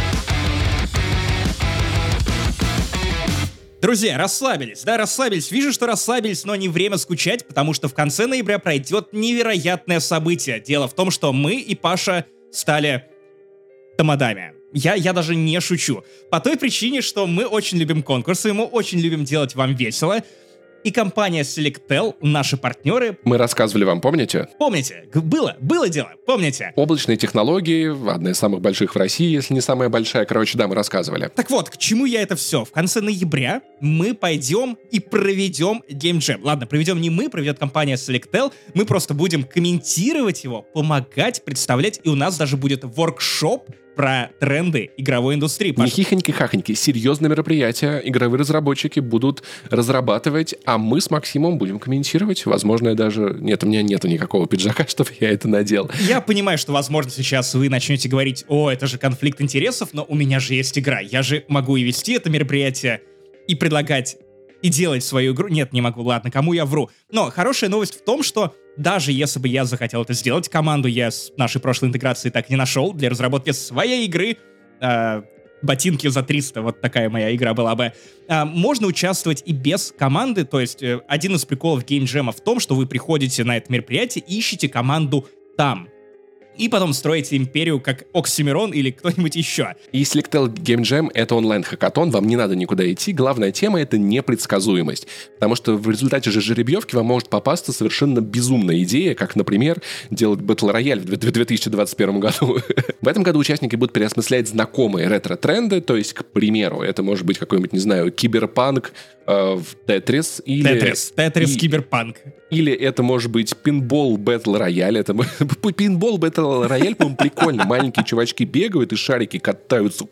Друзья, расслабились, да, расслабились. Вижу, что расслабились, но не время скучать, потому что в конце ноября пройдет невероятное событие. Дело в том, что мы и Паша стали тамадами. Я, я даже не шучу. По той причине, что мы очень любим конкурсы, мы очень любим делать вам весело. И компания Selectel, наши партнеры... Мы рассказывали вам, помните? Помните, было, было дело, помните? Облачные технологии, одна из самых больших в России, если не самая большая. Короче, да, мы рассказывали. Так вот, к чему я это все? В конце ноября мы пойдем и проведем Game Jam. Ладно, проведем не мы, проведет компания Selectel. Мы просто будем комментировать его, помогать, представлять. И у нас даже будет воркшоп про тренды игровой индустрии. Не хихоньки-хахоньки, серьезное мероприятие. Игровые разработчики будут разрабатывать, а мы с Максимом будем комментировать. Возможно, я даже... Нет, у меня нету никакого пиджака, чтобы я это надел. Я понимаю, что, возможно, сейчас вы начнете говорить: о, это же конфликт интересов, но у меня же есть игра. Я же могу и вести это мероприятие, и предлагать, и делать свою игру. Нет, не могу, ладно, кому я вру. Но хорошая новость в том, что даже если бы я захотел это сделать, команду я с нашей прошлой интеграции так и не нашел для разработки своей игры. Э, ботинки за триста, вот такая моя игра была бы. Э, можно участвовать и без команды, то есть э, один из приколов Game Jam в том, что вы приходите на это мероприятие и ищете команду там. И потом строите империю, как Оксимирон или кто-нибудь еще. И Selectel Game Jam — это онлайн-хакатон, вам не надо никуда идти. Главная тема — это непредсказуемость. Потому что в результате же жеребьевки вам может попасться совершенно безумная идея, как, например, делать Battle Royale в две тысячи двадцать первом году. В этом году участники будут переосмыслять знакомые ретро-тренды, то есть, к примеру, это может быть какой-нибудь, не знаю, киберпанк э, в Тетрис. Или... Тетрис, Тетрис, и... киберпанк. Или это может быть пинбол Battle Royale. Это пинбол Battle Рояль, по-моему, прикольно. Маленькие чувачки бегают и шарики катаются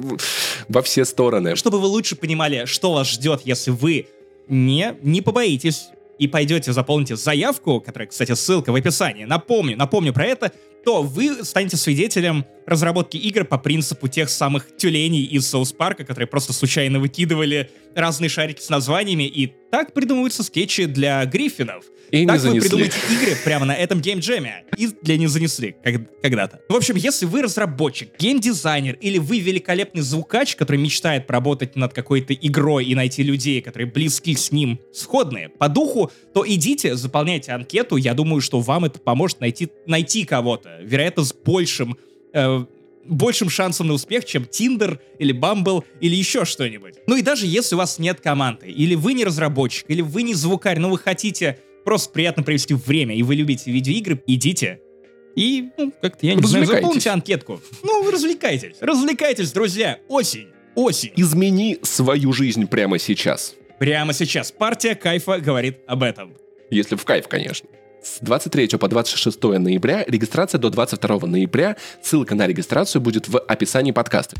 во все стороны. Чтобы вы лучше понимали, что вас ждет, если вы не, не побоитесь и пойдете, заполните заявку, которая, кстати, ссылка в описании, напомню, напомню про это, то вы станете свидетелем разработки игр по принципу тех самых тюленей из Соус Парка, которые просто случайно выкидывали разные шарики с названиями, и так придумываются скетчи для гриффинов. И так не занесли. Вы придумаете игры прямо на этом геймджеме. И для не занесли как- когда-то. В общем, если вы разработчик, геймдизайнер, или вы великолепный звукач, который мечтает поработать над какой-то игрой и найти людей, которые близки с ним, сходные по духу, то идите, заполняйте анкету. Я думаю, что вам это поможет найти, найти кого-то. Вероятно, с большим... Э, большим шансом на успех, чем Tinder или Bumble или еще что-нибудь. Ну и даже если у вас нет команды, или вы не разработчик, или вы не звукарь, но вы хотите просто приятно провести время, и вы любите видеоигры, идите и, ну, как-то, я не знаю, заполните анкетку. Ну, вы развлекайтесь. Развлекайтесь, друзья. Осень. Осень. Измени свою жизнь прямо сейчас. Прямо сейчас. Партия кайфа говорит об этом. Если в кайф, конечно. С двадцать третьего по двадцать шестое ноября, регистрация до двадцать второго ноября. Ссылка на регистрацию будет в описании подкаста.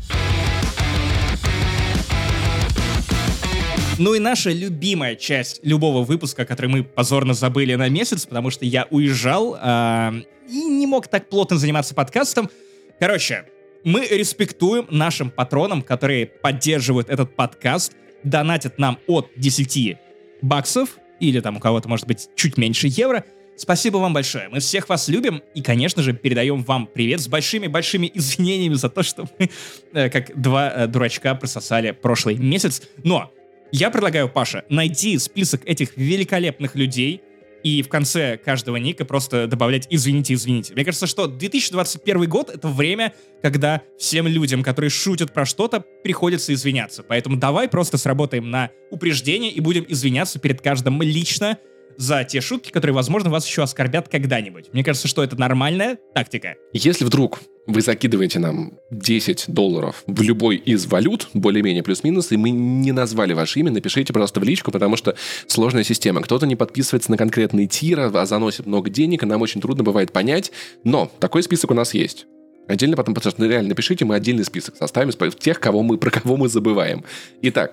Ну и наша любимая часть любого выпуска, который мы позорно забыли на месяц, потому что я уезжал э, и не мог так плотно заниматься подкастом. Короче, мы респектуем нашим патронам, которые поддерживают этот подкаст, донатят нам от десяти баксов, или там у кого-то, может быть, чуть меньше евро. Спасибо вам большое. Мы всех вас любим и, конечно же, передаем вам привет с большими-большими извинениями за то, что мы, э, как два э, дурачка, прососали прошлый месяц. Но я предлагаю, Паша, найти список этих великолепных людей и в конце каждого ника просто добавлять «извините, извините». Мне кажется, что две тысячи двадцать первый год — это время, когда всем людям, которые шутят про что-то, приходится извиняться. Поэтому давай просто сработаем на упреждение и будем извиняться перед каждым лично за те шутки, которые, возможно, вас еще оскорбят когда-нибудь. Мне кажется, что это нормальная тактика. Если вдруг вы закидываете нам десять долларов в любой из валют, более-менее плюс-минус, и мы не назвали ваше имя, напишите, пожалуйста, в личку, потому что сложная система. Кто-то не подписывается на конкретный тир, а заносит много денег, и нам очень трудно бывает понять. Но такой список у нас есть. Отдельно потом, потому что, ну, реально, напишите, мы отдельный список составим тех, кого мы, про кого мы забываем. Итак,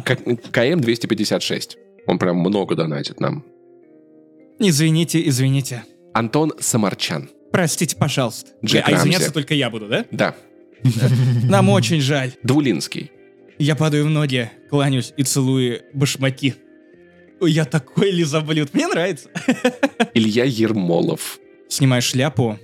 КМ двести пятьдесят шесть. Он прям много донатит нам. Извините, извините. Антон Самарчан. Простите, пожалуйста. Джек а Рамзи. извиняться только я буду, да? Да. Нам очень жаль. Двулинский. Я падаю в ноги, кланяюсь и целую башмаки. Ой, я такой лизоблюд. Мне нравится. Илья Ермолов. Снимаю шляпу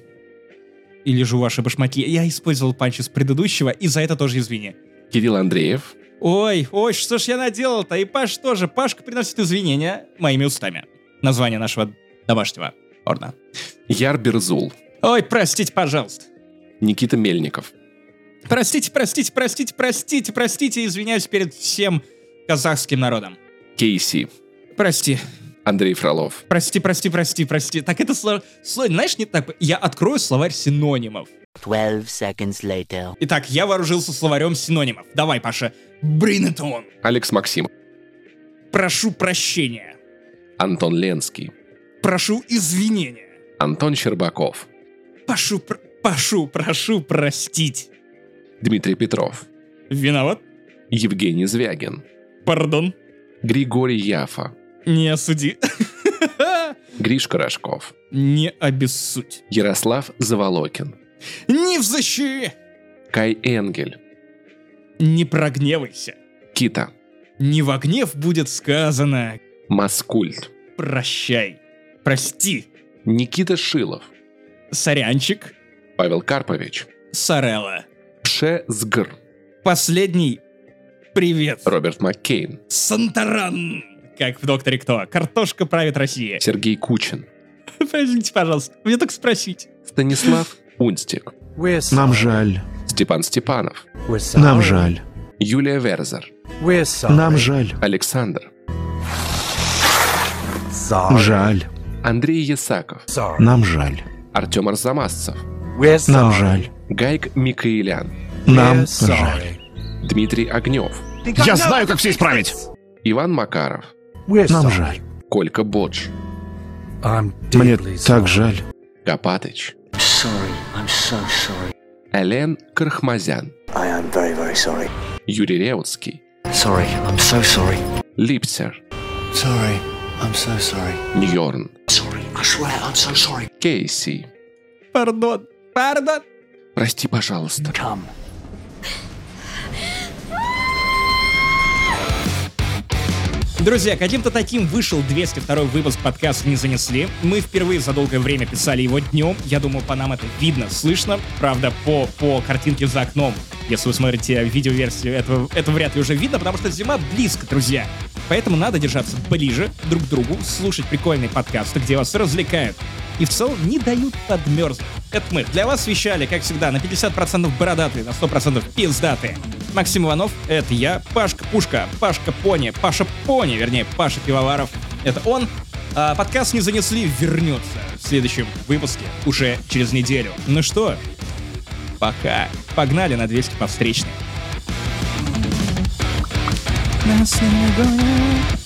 и лежу ваши башмаки. Я использовал панч из предыдущего, и за это тоже извини. Кирилл Андреев. Ой, ой, что ж я наделал-то? И Паш тоже. Пашка приносит извинения моими устами. Название нашего домашнего орна. Яр Берзул. Ой, простите, пожалуйста. Никита Мельников. Простите, простите, простите, простите, простите, извиняюсь перед всем казахским народом. Кейси. Прости. Андрей Фролов. Прости, прости, прости, прости. Так это слово... Знаешь, не так... Я открою словарь синонимов. twelve seconds later. Итак, я вооружился словарем синонимов. Давай, Паша, bring it on. Алекс Максим. Прошу прощения. Антон Ленский. Прошу извинения. Антон Щербаков. Прошу, пр... прошу, прошу простить. Дмитрий Петров. Виноват? Евгений Звягин. Пардон. Григорий Яфа. Не осуди. Гришка Рожков. Не обессудь. Ярослав Заволокин. Не взыщи. Кай Энгель. Не прогневайся. Кита. Не во гнев будет сказано. Маскульт. Прощай. Прости. Никита Шилов. Сорянчик. Павел Карпович. Сарелла. Пшезгр. Последний. Привет. Роберт Маккейн. Сантаран. Как в «Докторе Кто». Картошка правит Россия. Сергей Кучин. Простите, пожалуйста. Мне только спросить. Станислав Унстик. Нам жаль. Степан Степанов. Нам жаль. Юлия Верзер. Нам жаль. Александр. Жаль. Андрей Ясаков. Нам жаль. Артем Арзамасцев. Нам жаль. Гайк Микаэлян. Нам жаль. Дмитрий Огнев. Я знаю, как все исправить. Иван Макаров. Нам жаль. Колька Бодж. Мне так жаль. Копатыч. Sorry, I'm so sorry. Элен Кархмазян. I am very, very sorry. Юрий Реутский. Sorry, I'm so sorry. Липсер. Sorry, I'm so sorry. Ньорн. Sorry, I swear I'm so sorry. Кейси. Пардон. Пардон. Прости, пожалуйста. Come. Друзья, каким-то таким вышел двести второй выпуск подкаста «Не занесли». Мы впервые за долгое время писали его днем. Я думаю, по нам это видно, слышно. Правда, по, по картинке за окном, если вы смотрите видеоверсию, этого, это вряд ли уже видно, потому что зима близко, друзья. Поэтому надо держаться ближе друг к другу, слушать прикольные подкасты, где вас развлекают и в целом не дают подмерзнуть. Это мы для вас вещали, как всегда, на пятьдесят процентов бородатые, на сто процентов пиздатые. Максим Иванов, это я, Пашка Пушка, Пашка Пони, Паша Пони, вернее, Паша Пивоваров, это он. А подкаст «Не занесли» вернется в следующем выпуске уже через неделю. Ну что, пока. Погнали на двести по встречной. Нас не гонят.